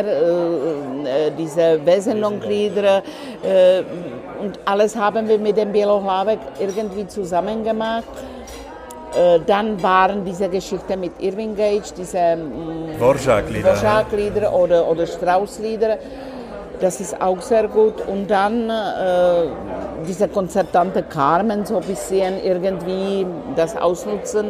C: diese Wesendonck-Lieder und alles haben wir mit dem Bělohlavek irgendwie zusammen gemacht. Dann waren diese Geschichten mit Irving Gage, diese Dvořák-Lieder oder Strauss-Lieder. Das ist auch sehr gut. Und dann diese Konzertante Carmen, so ein bisschen irgendwie das ausnutzen.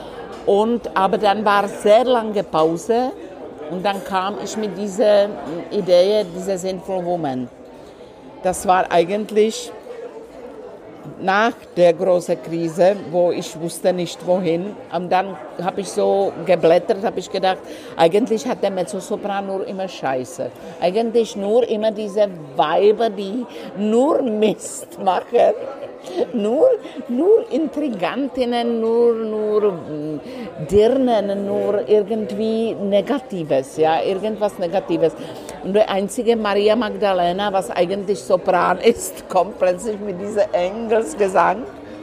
C: Aber dann war sehr lange Pause und dann kam ich mit dieser Idee, dieser Sinful Woman. Das war eigentlich nach der großen Krise, wo ich wusste nicht wohin. Und dann habe ich so geblättert, habe ich gedacht, eigentlich hat der Mezzosopran nur immer Scheiße. Eigentlich nur immer diese Weiber, die nur Mist machen. Nur Intrigantinnen, nur Dirnen, nur irgendwie Negatives, ja, irgendwas Negatives. Und die einzige Maria Magdalena, was eigentlich Sopran ist, kommt plötzlich mit diesem Engelsgesang.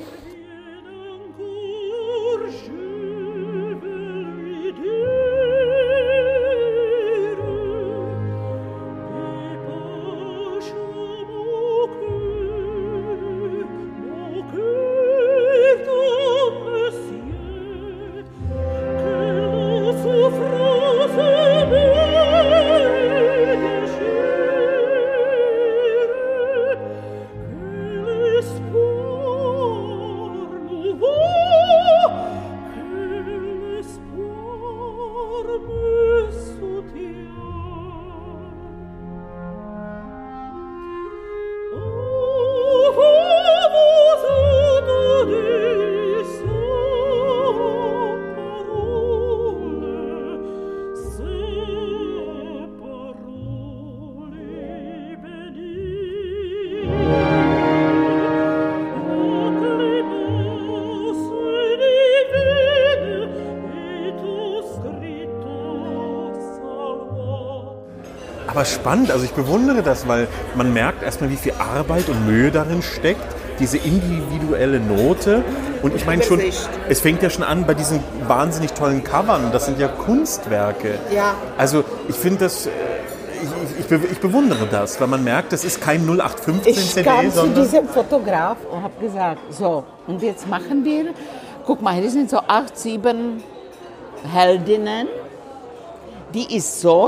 B: Aber spannend, also ich bewundere das, weil man merkt erstmal, wie viel Arbeit und Mühe darin steckt, diese individuelle Note. Und ich meine schon, es fängt ja schon an bei diesen wahnsinnig tollen Covern, das sind ja Kunstwerke.
C: Ja.
B: Also ich finde das, ich bewundere das, weil man merkt, das ist kein 0815 CD,
C: Ich kam zu
B: sondern...
C: diesem Fotograf und habe gesagt, so, und jetzt machen wir, guck mal, hier sind so 8, 7 Heldinnen. Die ist so,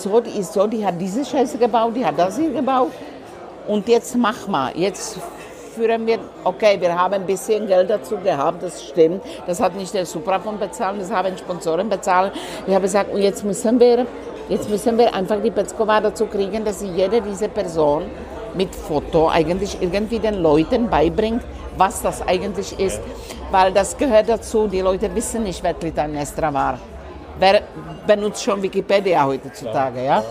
C: die hat diese Scheiße gebaut, die hat das hier gebaut. Und jetzt mach mal, jetzt führen wir, okay, wir haben ein bisschen Geld dazu gehabt, das stimmt. Das hat nicht der Suprafonds bezahlt, das haben Sponsoren bezahlt. Ich habe gesagt, und jetzt müssen wir einfach die Petzkova dazu kriegen, dass sie jede diese Person mit Foto eigentlich irgendwie den Leuten beibringt, was das eigentlich ist. Weil das gehört dazu, die Leute wissen nicht, wer Clitemnestra war. Wer benutzt schon Wikipedia heutzutage, ja?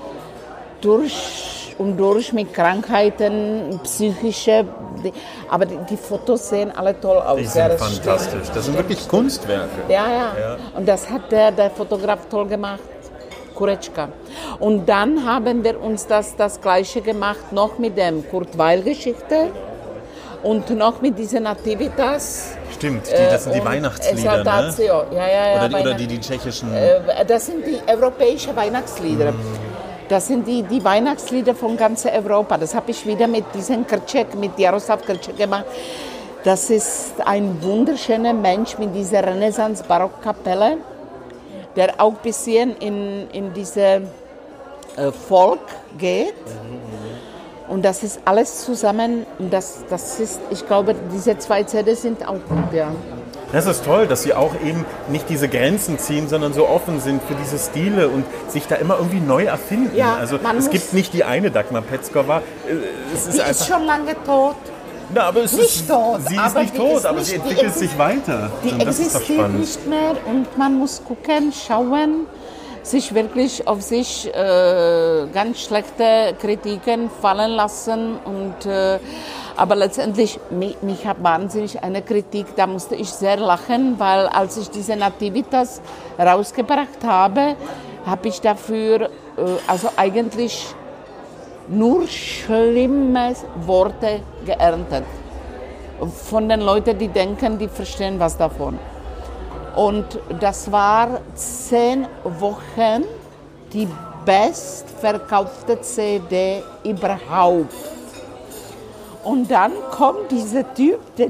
C: Durch mit Krankheiten, psychische, aber die Fotos sehen alle toll aus.
B: Die sind fantastisch, das sind wirklich Kunstwerke.
C: Ja. Und das hat der Fotograf toll gemacht, Kurečka. Und dann haben wir uns das Gleiche gemacht, noch mit dem Kurt-Weill-Geschichte und noch mit dieser Nativitas.
B: Stimmt, das sind die Weihnachtslieder, ne?
C: Ja.
B: Oder die tschechischen...
C: Das sind die europäischen Weihnachtslieder. Das sind die Weihnachtslieder von ganz Europa. Das habe ich wieder mit diesem Krček, mit Jaroslav Krček gemacht. Das ist ein wunderschöner Mensch mit dieser Renaissance-Barockkapelle, der auch ein bisschen in diese Folk geht. Und das ist alles zusammen, das ist, ich glaube, diese 2 CDs sind auch gut, ja.
B: Das ist toll, dass sie auch eben nicht diese Grenzen ziehen, sondern so offen sind für diese Stile und sich da immer irgendwie neu erfinden.
C: Ja,
B: also es gibt nicht die eine Dagmar Petzkova.
C: Die ist schon lange tot.
B: Na, aber sie ist nicht tot, aber sie entwickelt sich weiter.
C: Die existiert nicht mehr und man muss gucken, schauen, sich wirklich auf sich ganz schlechte Kritiken fallen lassen. Aber letztendlich, mich hat wahnsinnig eine Kritik, da musste ich sehr lachen, weil als ich diese Nativitas rausgebracht habe ich dafür also eigentlich nur schlimme Worte geerntet. Von den Leuten, die denken, die verstehen was davon. Und das war 10 Wochen die bestverkaufte CD überhaupt. Und dann kommt dieser Typ, der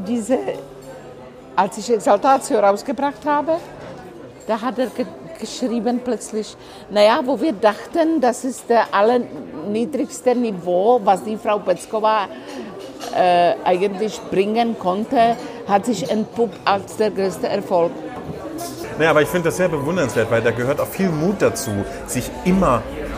C: als ich Exaltatio rausgebracht habe, da hat er geschrieben plötzlich, naja, wo wir dachten, das ist der allerniedrigste Niveau, was die Frau Petzkova eigentlich bringen konnte, hat sich entpuppt als der größte Erfolg.
B: Naja, aber ich finde das sehr bewundernswert, weil da gehört auch viel Mut dazu, sich immer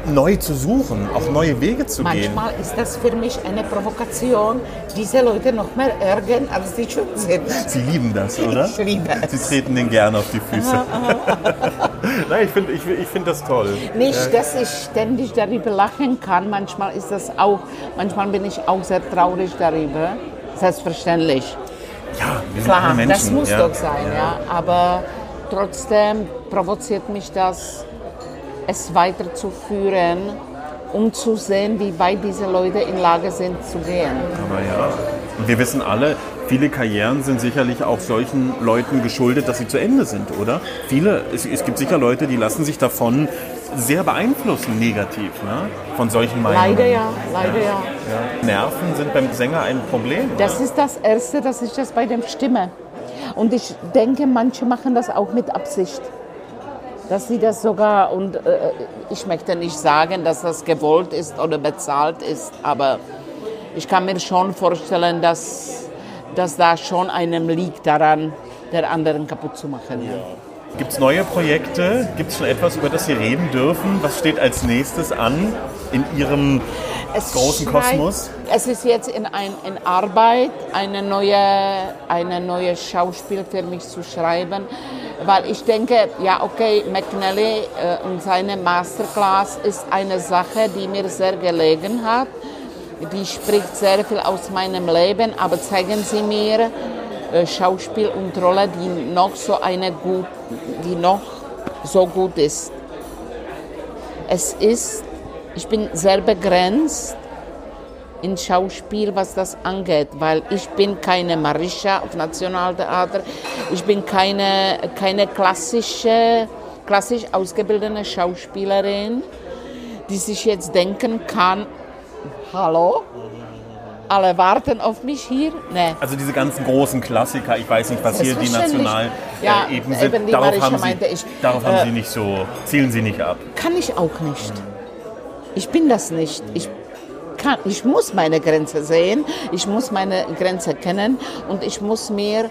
B: neu zu suchen, auch neue Wege zu gehen.
C: Manchmal ist das für mich eine Provokation, diese Leute noch mehr ärgern, als sie schon sind.
B: Sie lieben das, oder?
C: Ich liebe es.
B: Sie treten denen gerne auf die Füße. Nein, ich find das toll.
C: Nicht, dass ich ständig darüber lachen kann, manchmal bin ich auch sehr traurig darüber, selbstverständlich.
B: Ja, wir sind
C: Klar,
B: alle Menschen.
C: das muss doch sein, ja. Aber trotzdem provoziert mich das, es weiterzuführen, um zu sehen, wie weit diese Leute in Lage sind zu gehen.
B: Aber ja, und wir wissen alle, viele Karrieren sind sicherlich auch solchen Leuten geschuldet, dass sie zu Ende sind, oder? Es gibt sicher Leute, die lassen sich davon sehr beeinflussen, negativ, ne? Von solchen Meinungen.
C: Leider ja.
B: Nerven sind beim Sänger ein Problem.
C: Das ist das Erste, dass ich das bei dem Stimme. Und ich denke, manche machen das auch mit Absicht. Dass sie das sogar, und ich möchte nicht sagen, dass das gewollt ist oder bezahlt ist, aber ich kann mir schon vorstellen, dass da schon einem liegt daran, der anderen kaputt zu machen. Ja.
B: Gibt es neue Projekte? Gibt es schon etwas, über das Sie reden dürfen? Was steht als nächstes an in Ihrem großen Kosmos?
C: Es ist jetzt in Arbeit, eine neue Schauspiel für mich zu schreiben, weil ich denke, ja okay, McNally und seine Masterclass ist eine Sache, die mir sehr gelegen hat. Die spricht sehr viel aus meinem Leben, aber zeigen Sie mir Schauspiel und Rolle, die noch so gut ist. Ich bin sehr begrenzt in Schauspiel, was das angeht, weil ich bin keine Marisha auf Nationaltheater, ich bin keine klassisch ausgebildete Schauspielerin, die sich jetzt denken kann, hallo? Alle warten auf mich hier? Nee.
B: Also diese ganzen großen Klassiker, ich weiß nicht, was hier die national eben sind,
C: eben die
B: darauf
C: haben
B: Sie nicht so, zielen Sie nicht ab.
C: Kann ich auch nicht. Ich bin das nicht. Ich muss meine Grenze sehen, ich muss meine Grenze kennen und ich muss mir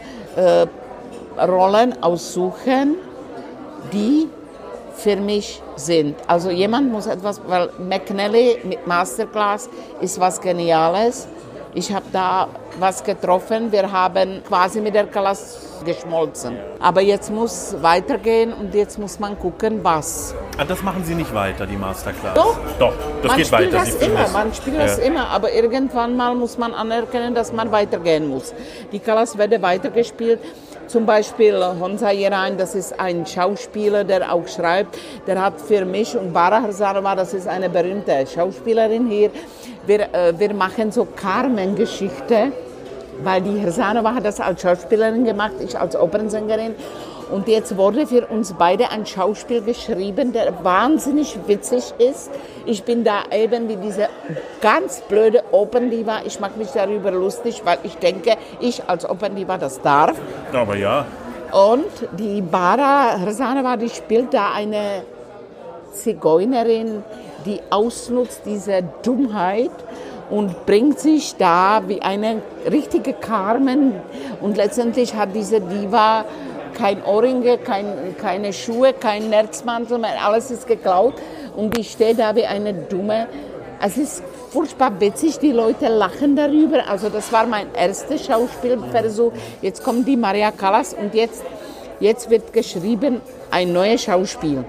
C: Rollen aussuchen, die für mich sind. Also jemand muss weil McNally mit Masterclass ist was Geniales. Ich habe da was getroffen, wir haben quasi mit der Callas geschmolzen. Aber jetzt muss weitergehen und jetzt muss man gucken, was.
B: Ah, das machen Sie nicht weiter, die Masterclass?
C: Doch,
B: das geht weiter.
C: Man spielt das immer, aber irgendwann mal muss man anerkennen, dass man weitergehen muss. Die Callas werden weitergespielt. Zum Beispiel Honza Jerain, das ist ein Schauspieler, der auch schreibt. Der hat für mich und Bara Hrzanova, das ist eine berühmte Schauspielerin hier. Wir machen so Carmen-Geschichte, weil die Hrzanova hat das als Schauspielerin gemacht, ich als Opernsängerin. Und jetzt wurde für uns beide ein Schauspiel geschrieben, der wahnsinnig witzig ist. Ich bin da eben wie diese ganz blöde Operndiva. Ich mache mich darüber lustig, weil ich denke, ich als Operndiva das darf.
B: Aber ja.
C: Und die Bara Hrzanova, die spielt da eine Zigeunerin, die ausnutzt diese Dummheit und bringt sich da wie eine richtige Carmen. Und letztendlich hat diese Diva kein Ohrringe, keine Schuhe, kein Nerzmantel mehr, alles ist geklaut und ich stehe da wie eine Dumme. Es ist furchtbar witzig, die Leute lachen darüber. Also das war mein erster Schauspielversuch. Jetzt kommt die Maria Callas und jetzt wird geschrieben ein neues Schauspiel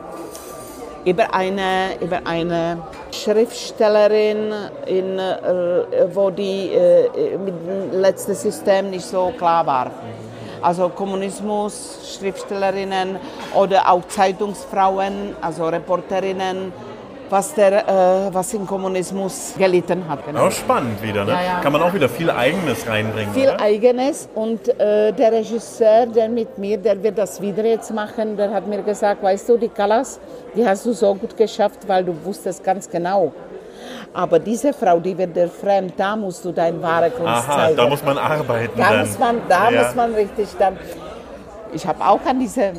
C: über eine Schriftstellerin, wo die mit dem letzten System nicht so klar war. Also Kommunismus, Schriftstellerinnen oder auch Zeitungsfrauen, also Reporterinnen, was im Kommunismus gelitten hat. Genau.
B: Auch spannend wieder, ne?
C: Ja.
B: Kann man auch wieder viel Eigenes reinbringen,
C: Viel
B: oder?
C: Eigenes und der Regisseur, der wird das wieder jetzt machen, der hat mir gesagt, weißt du, die Callas, die hast du so gut geschafft, weil du wusstest ganz genau. Aber diese Frau, die wird dir fremd, da musst du deine wahre Kunst zeigen.
B: Da muss man arbeiten.
C: Muss man richtig dann. Ich habe auch an diese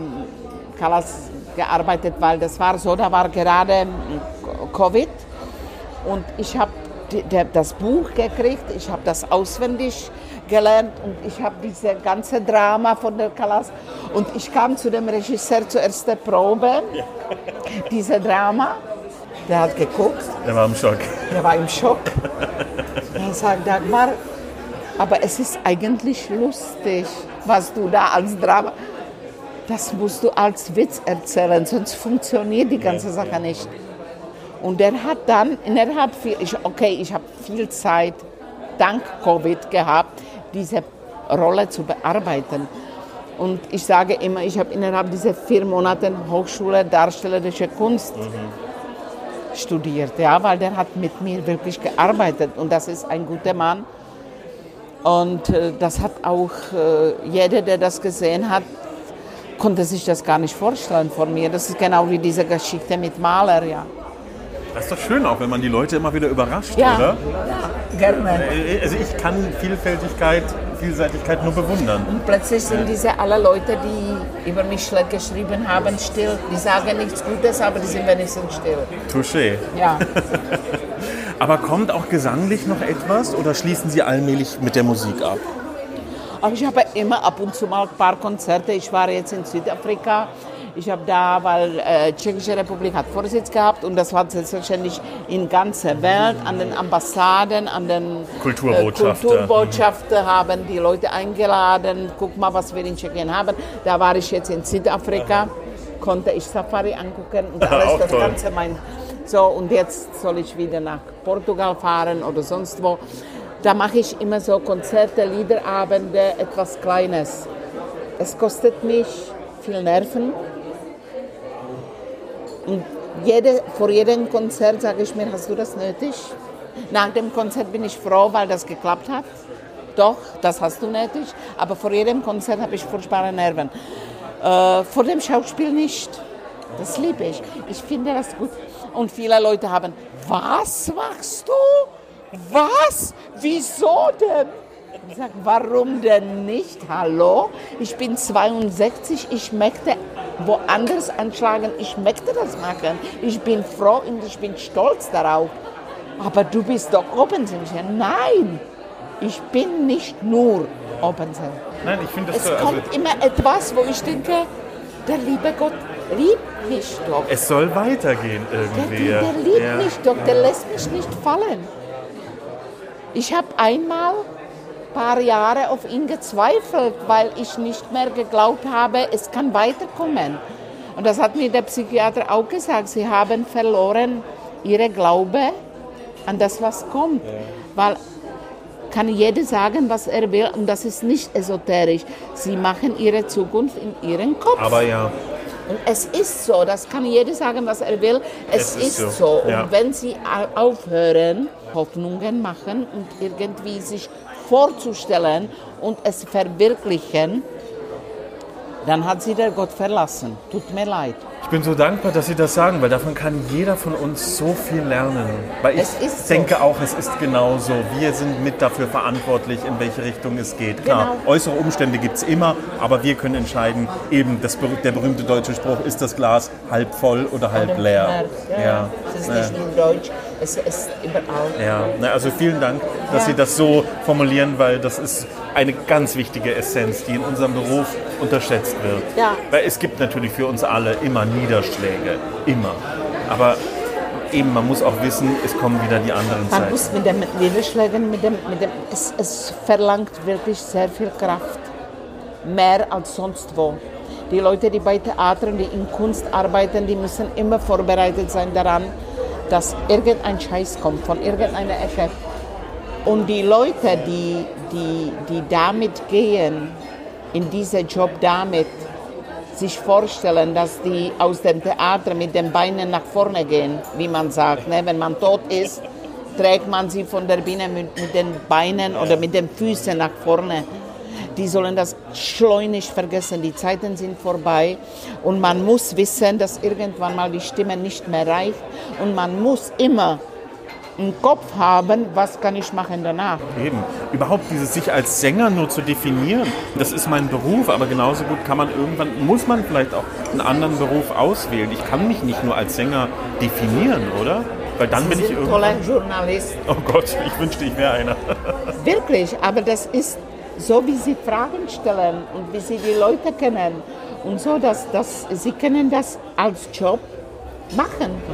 C: Callas gearbeitet, weil das war so, da war gerade Covid und ich habe das Buch gekriegt, ich habe das auswendig gelernt und ich habe diese ganze Drama von der Callas und ich kam zu dem Regisseur zur ersten Probe, diese Drama. Der hat geguckt.
B: Der war im Schock.
C: Der war im Schock. Er sagt, Dagmar, aber es ist eigentlich lustig, was du da als Drama... Das musst du als Witz erzählen, sonst funktioniert die ganze Sache nicht. Und er hat dann innerhalb ich habe viel Zeit dank Covid gehabt, diese Rolle zu bearbeiten. Und ich sage immer, ich habe innerhalb dieser 4 Monate Hochschule Darstellerische Kunst studiert, ja, weil der hat mit mir wirklich gearbeitet und das ist ein guter Mann. Und das hat auch jeder, der das gesehen hat, konnte sich das gar nicht vorstellen von mir. Das ist genau wie diese Geschichte mit Maler, ja.
B: Das ist doch schön auch, wenn man die Leute immer wieder überrascht,
C: ja.
B: Oder?
C: Ja, gerne.
B: Also ich kann Vielseitigkeit nur bewundern.
C: Und plötzlich sind diese alle Leute, die über mich schlecht geschrieben haben, still. Die sagen nichts Gutes, aber die sind wenigstens still.
B: Touché.
C: Ja.
B: Aber kommt auch gesanglich noch etwas oder schließen Sie allmählich mit der Musik ab?
C: Aber ich habe immer ab und zu mal ein paar Konzerte. Ich war jetzt in Südafrika. Ich habe da, weil Tschechische Republik hat Vorsitz gehabt und das war selbstverständlich in ganzer Welt, an den Ambassaden, an den Kulturbotschaften haben die Leute eingeladen. Guck mal, was wir in Tschechien haben. Da war ich jetzt in Südafrika, konnte ich Safari angucken und alles, das Ganze So, und jetzt soll ich wieder nach Portugal fahren oder sonst wo. Da mache ich immer so Konzerte, Liederabende, etwas Kleines. Es kostet mich viel Nerven. Und vor jedem Konzert sage ich mir, hast du das nötig? Nach dem Konzert bin ich froh, weil das geklappt hat. Doch, das hast du nötig. Aber vor jedem Konzert habe ich furchtbare Nerven. Vor dem Schauspiel nicht. Das liebe ich. Ich finde das gut. Und viele Leute haben, was machst du? Was? Wieso denn? Ich sage, warum denn nicht? Hallo? Ich bin 62, ich möchte woanders anschlagen, ich möchte das machen. Ich bin froh und ich bin stolz darauf. Aber du bist doch Opernsänger. Nein, ich bin nicht nur Opernsänger.
B: Nein, ich finde das
C: Es kommt immer etwas, wo ich denke, der liebe Gott liebt mich doch.
B: Es soll weitergehen irgendwie.
C: Der liebt mich doch, der lässt mich nicht fallen. Ich habe einmal ein paar Jahre auf ihn gezweifelt, weil ich nicht mehr geglaubt habe, es kann weiterkommen. Und das hat mir der Psychiater auch gesagt. Sie haben verloren ihre Glaube an das, was kommt. Ja. Weil kann jeder sagen, was er will, und das ist nicht esoterisch. Sie machen ihre Zukunft in ihren Kopf.
B: Aber ja.
C: Und es ist so, das kann jeder sagen, was er will. Es ist so.
B: Ja.
C: Und wenn sie aufhören, Hoffnungen machen und irgendwie sich vorzustellen und es verwirklichen, dann hat sie der Gott verlassen. Tut mir leid.
B: Ich bin so dankbar, dass Sie das sagen, weil davon kann jeder von uns so viel lernen. Weil ich denke auch, es ist genauso. Wir sind mit dafür verantwortlich, in welche Richtung es geht. Klar, äußere Umstände gibt es immer, aber wir können entscheiden, eben der berühmte deutsche Spruch, ist das Glas halb voll oder halb leer.
C: Ja. Es ist nicht nur Deutsch, es ist überall.
B: Ja, also vielen Dank, dass Sie das so formulieren, weil das ist eine ganz wichtige Essenz, die in unserem Beruf unterschätzt wird.
C: Ja.
B: Weil es gibt natürlich für uns alle immer Niederschläge, immer. Aber eben, man muss auch wissen, es kommen wieder die anderen Zeiten.
C: Man muss mit den Niederschlägen, es verlangt wirklich sehr viel Kraft. Mehr als sonst wo. Die Leute, die bei Theatern, die in Kunst arbeiten, die müssen immer vorbereitet sein daran, dass irgendein Scheiß kommt von irgendeiner Ecke. Und die Leute, die damit gehen, in diesen Job damit, sich vorstellen, dass die aus dem Theater mit den Beinen nach vorne gehen, wie man sagt. Ne? Wenn man tot ist, trägt man sie von der Bühne mit den Beinen oder mit den Füßen nach vorne. Die sollen das schleunigst vergessen. Die Zeiten sind vorbei und man muss wissen, dass irgendwann mal die Stimme nicht mehr reicht und man muss immer im Kopf haben, was kann ich machen danach.
B: Eben. Überhaupt dieses sich als Sänger nur zu definieren, das ist mein Beruf, aber genauso gut muss man vielleicht auch einen anderen Beruf auswählen. Ich kann mich nicht nur als Sänger definieren, oder? Weil dann bin ich irgendwann...
C: toller Journalist.
B: Oh Gott, ich wünschte, ich wäre einer.
C: Wirklich, aber das ist so, wie Sie Fragen stellen und wie Sie die Leute kennen und so, dass Sie können das als Job machen.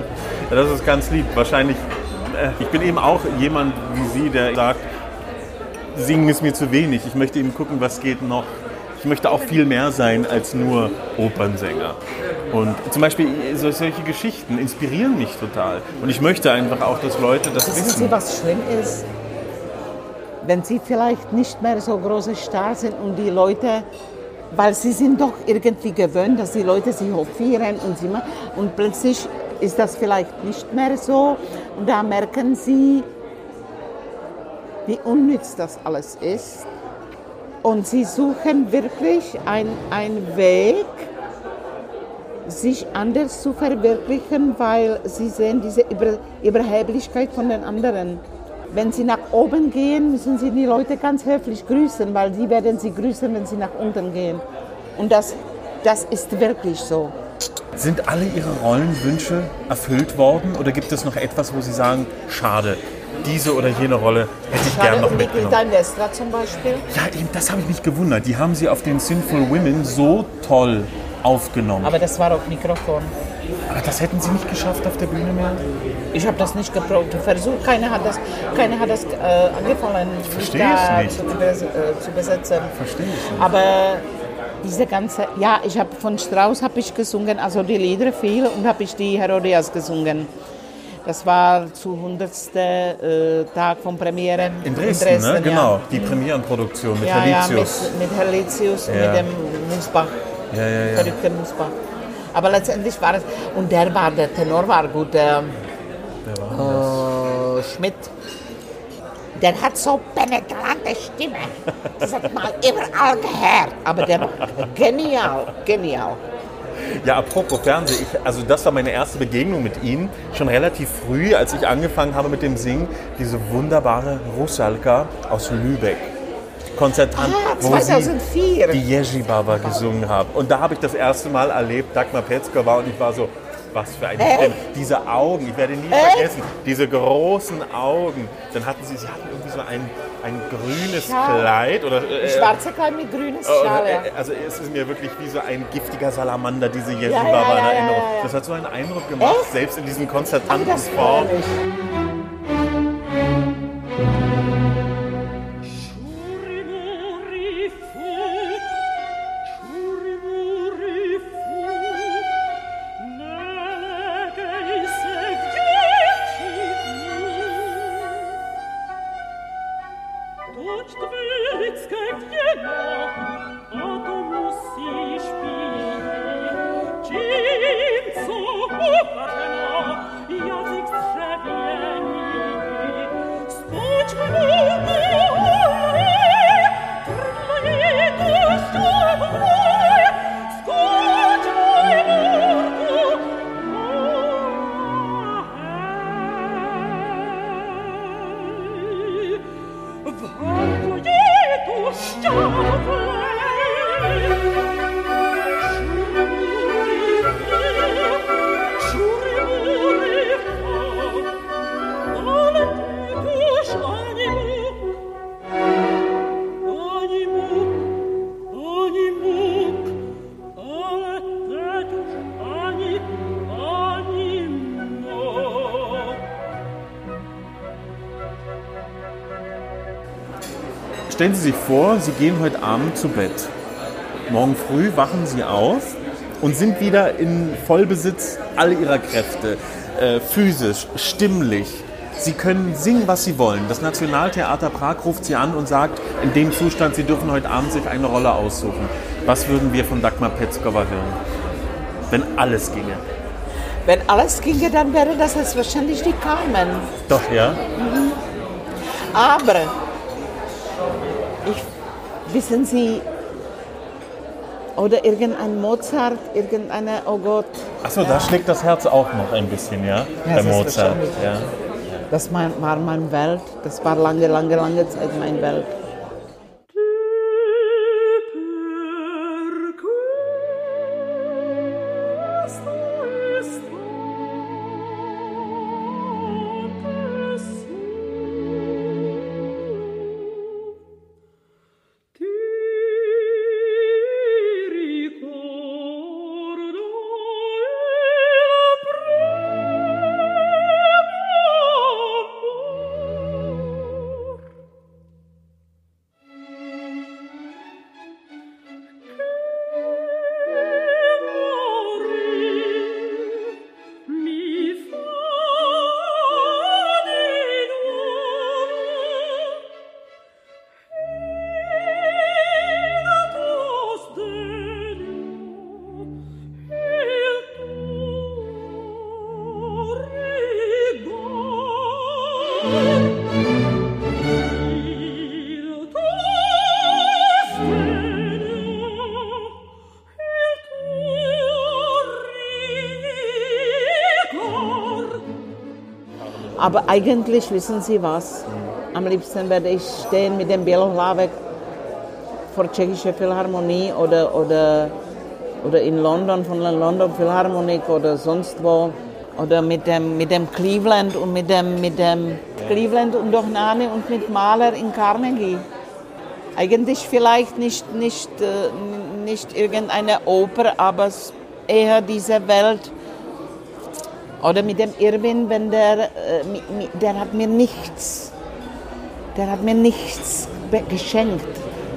B: Das ist ganz lieb. Wahrscheinlich, ich bin eben auch jemand wie Sie, der sagt, Singen ist mir zu wenig. Ich möchte eben gucken, was geht noch. Ich möchte auch viel mehr sein als nur Opernsänger. Und zum Beispiel solche Geschichten inspirieren mich total. Und ich möchte einfach auch, dass Leute das wissen.
C: Wissen Sie, was schlimm ist? Wenn Sie vielleicht nicht mehr so große Stars sind und die Leute, weil sie sind doch irgendwie gewöhnt, dass die Leute sie hofieren und plötzlich ist das vielleicht nicht mehr so und da merken sie, wie unnütz das alles ist. Und sie suchen wirklich einen Weg, sich anders zu verwirklichen, weil sie sehen diese Überheblichkeit von den anderen. Wenn sie nach oben gehen, müssen sie die Leute ganz höflich grüßen, weil die werden sie grüßen, wenn sie nach unten gehen. Und das ist wirklich so.
B: Sind alle Ihre Rollenwünsche erfüllt worden oder gibt es noch etwas, wo Sie sagen, schade, diese oder jene Rolle hätte ich gerne noch mitgenommen?
C: Dein Westra zum Beispiel.
B: Ja, eben, das habe ich mich gewundert. Die haben Sie auf den Sinful Women so toll aufgenommen.
C: Aber das war auf Mikrofon.
B: Aber das hätten Sie nicht geschafft auf der Bühne mehr?
C: Ich habe das nicht versucht. Keiner hat das angefangen,
B: mich da
C: zu besetzen.
B: Verstehe ich nicht.
C: Aber diese ganze, ja, ich habe von Strauss habe ich gesungen, also die Lieder viel und habe ich die Herodias gesungen. Das war zu 100. Tag von Premiere
B: in Dresden, ne? Genau, die Premierenproduktion mit Herlitius.
C: Ja, mit Herlitius und mit dem Musbach, verrückten Musbach. Aber letztendlich war es, und der Tenor war gut, Schmidt. Der hat so penetrante Stimme, das hat man überall gehört, aber der war genial.
B: Ja, apropos Fernsehen, also das war meine erste Begegnung mit Ihnen, schon relativ früh, als ich angefangen habe mit dem Singen, diese wunderbare Rusalka aus Lübeck. Konzertant, wo Sie die Jerzy Baba gesungen haben. Und da habe ich das erste Mal erlebt, Dagmar Petzkova, und ich war so, was für eine Stimme. Diese Augen, ich werde nie vergessen, diese großen Augen. Dann hatten sie hatten irgendwie so ein grünes Kleid. Oder,
C: schwarze Kleid mit grünes Schal, ja.
B: Also es ist mir wirklich wie so ein giftiger Salamander, diese Jerzy Baba in Erinnerung. Das hat so einen Eindruck gemacht, selbst in diesen konzertanten Formen. Stellen Sie sich vor, Sie gehen heute Abend zu Bett. Morgen früh wachen Sie auf und sind wieder in Vollbesitz all Ihrer Kräfte. Physisch, stimmlich. Sie können singen, was Sie wollen. Das Nationaltheater Prag ruft Sie an und sagt, in dem Zustand, Sie dürfen heute Abend sich eine Rolle aussuchen. Was würden wir von Dagmar Petzkova hören? Wenn alles ginge.
C: Wenn alles ginge, dann wäre das jetzt wahrscheinlich die Carmen.
B: Doch, ja?
C: Mhm. Aber wissen Sie, oder irgendein Mozart, irgendeine, oh Gott.
B: Achso, da schlägt das Herz auch noch ein bisschen, ja? Bei Mozart. Ja.
C: Das war meine Welt, das war lange Zeit meine Welt. Aber eigentlich wissen Sie was? Am liebsten werde ich stehen mit dem Bělohlavek vor Tschechische Philharmonie oder in London von der London Philharmonic oder sonst wo. Oder mit dem Cleveland und mit dem Cleveland und Dohnányi und mit Mahler in Carnegie. Eigentlich vielleicht nicht irgendeine Oper, aber eher diese Welt. Oder mit dem Irwin, wenn der hat mir nichts geschenkt.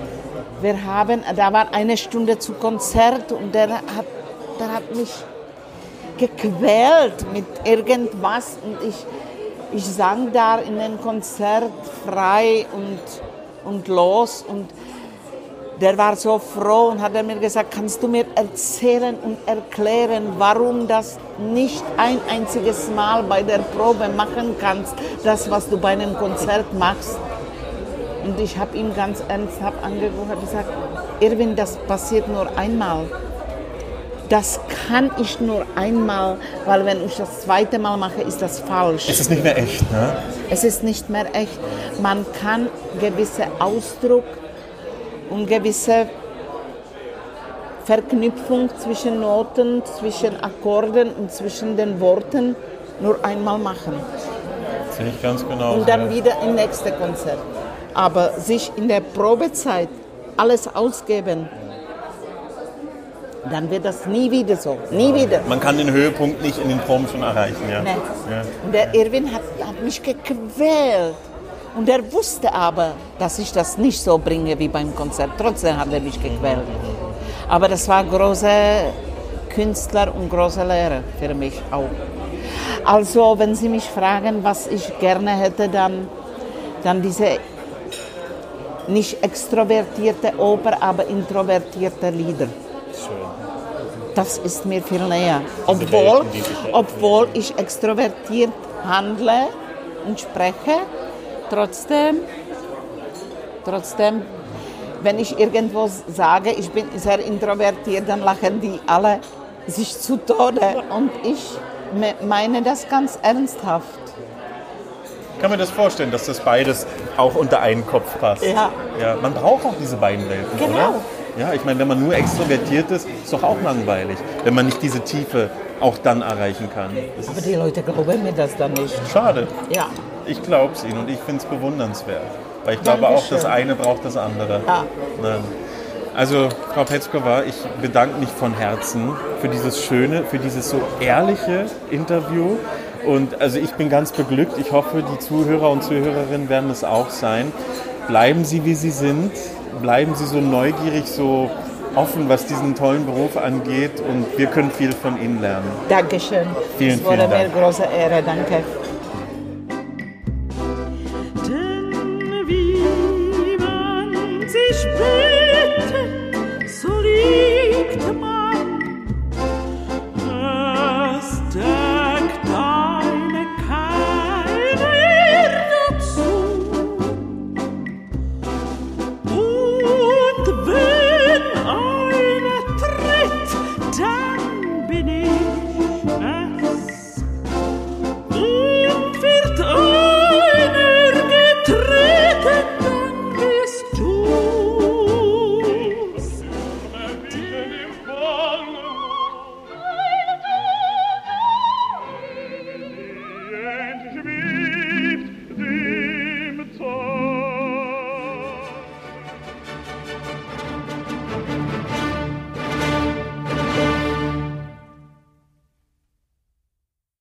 C: Da war eine Stunde zu Konzert und der hat mich gequält mit irgendwas und ich sang da in dem Konzert frei und los und der war so froh und hat mir gesagt, kannst du mir erzählen und erklären, warum das nicht ein einziges Mal bei der Probe machen kannst, das, was du bei einem Konzert machst. Und ich habe ihn ganz ernsthaft angeguckt und gesagt, Irwin, das passiert nur einmal. Das kann ich nur einmal, weil wenn ich das zweite Mal mache, ist das falsch.
B: Es ist nicht mehr echt, ne?
C: Es ist nicht mehr echt. Man kann gewisse Ausdruck und gewisse Verknüpfung zwischen Noten, zwischen Akkorden und zwischen den Worten nur einmal machen.
B: Das sehe ich ganz genau.
C: Und dann wieder im nächsten Konzert. Aber sich in der Probezeit alles ausgeben, dann wird das nie wieder so. Nie wieder.
B: Man kann den Höhepunkt nicht in den Proben schon erreichen. Ja.
C: Nee.
B: Ja.
C: Und der Irwin hat mich gequält. Und er wusste aber, dass ich das nicht so bringe wie beim Konzert. Trotzdem hat er mich gequält. Aber das war große Künstler und große Lehrer für mich auch. Also, wenn Sie mich fragen, was ich gerne hätte, dann diese nicht extrovertierte Oper, aber introvertierte Lieder. Das ist mir viel näher. Obwohl ich extrovertiert handle und spreche, trotzdem, wenn ich irgendwo sage, ich bin sehr introvertiert, dann lachen die alle sich zu Tode. Und ich meine das ganz ernsthaft.
B: Ich kann mir das vorstellen, dass das beides auch unter einen Kopf passt.
C: Ja.
B: Ja, man braucht auch diese beiden Welten,
C: Genau.
B: oder? Ja, ich meine, wenn man nur extrovertiert ist doch auch langweilig, wenn man nicht diese Tiefe auch dann erreichen kann. Das
C: Aber
B: ist
C: die Leute glauben mir das dann nicht.
B: schade.
C: Ja.
B: Ich glaube es ihnen und ich finde es bewundernswert. Weil ich glaube auch, das eine braucht das andere.
C: Ja.
B: Nein. Also, Frau Petschkova, ich bedanke mich von Herzen für dieses schöne, für dieses so ehrliche Interview. Und also ich bin ganz beglückt. Ich hoffe, die Zuhörer und Zuhörerinnen werden es auch sein. Bleiben Sie, wie Sie sind. Bleiben Sie so neugierig, so offen, was diesen tollen Beruf angeht. Und wir können viel von Ihnen lernen.
C: Dankeschön.
B: Vielen,
C: es wurde
B: vielen
C: mir
B: Dank.
C: große Ehre. Danke.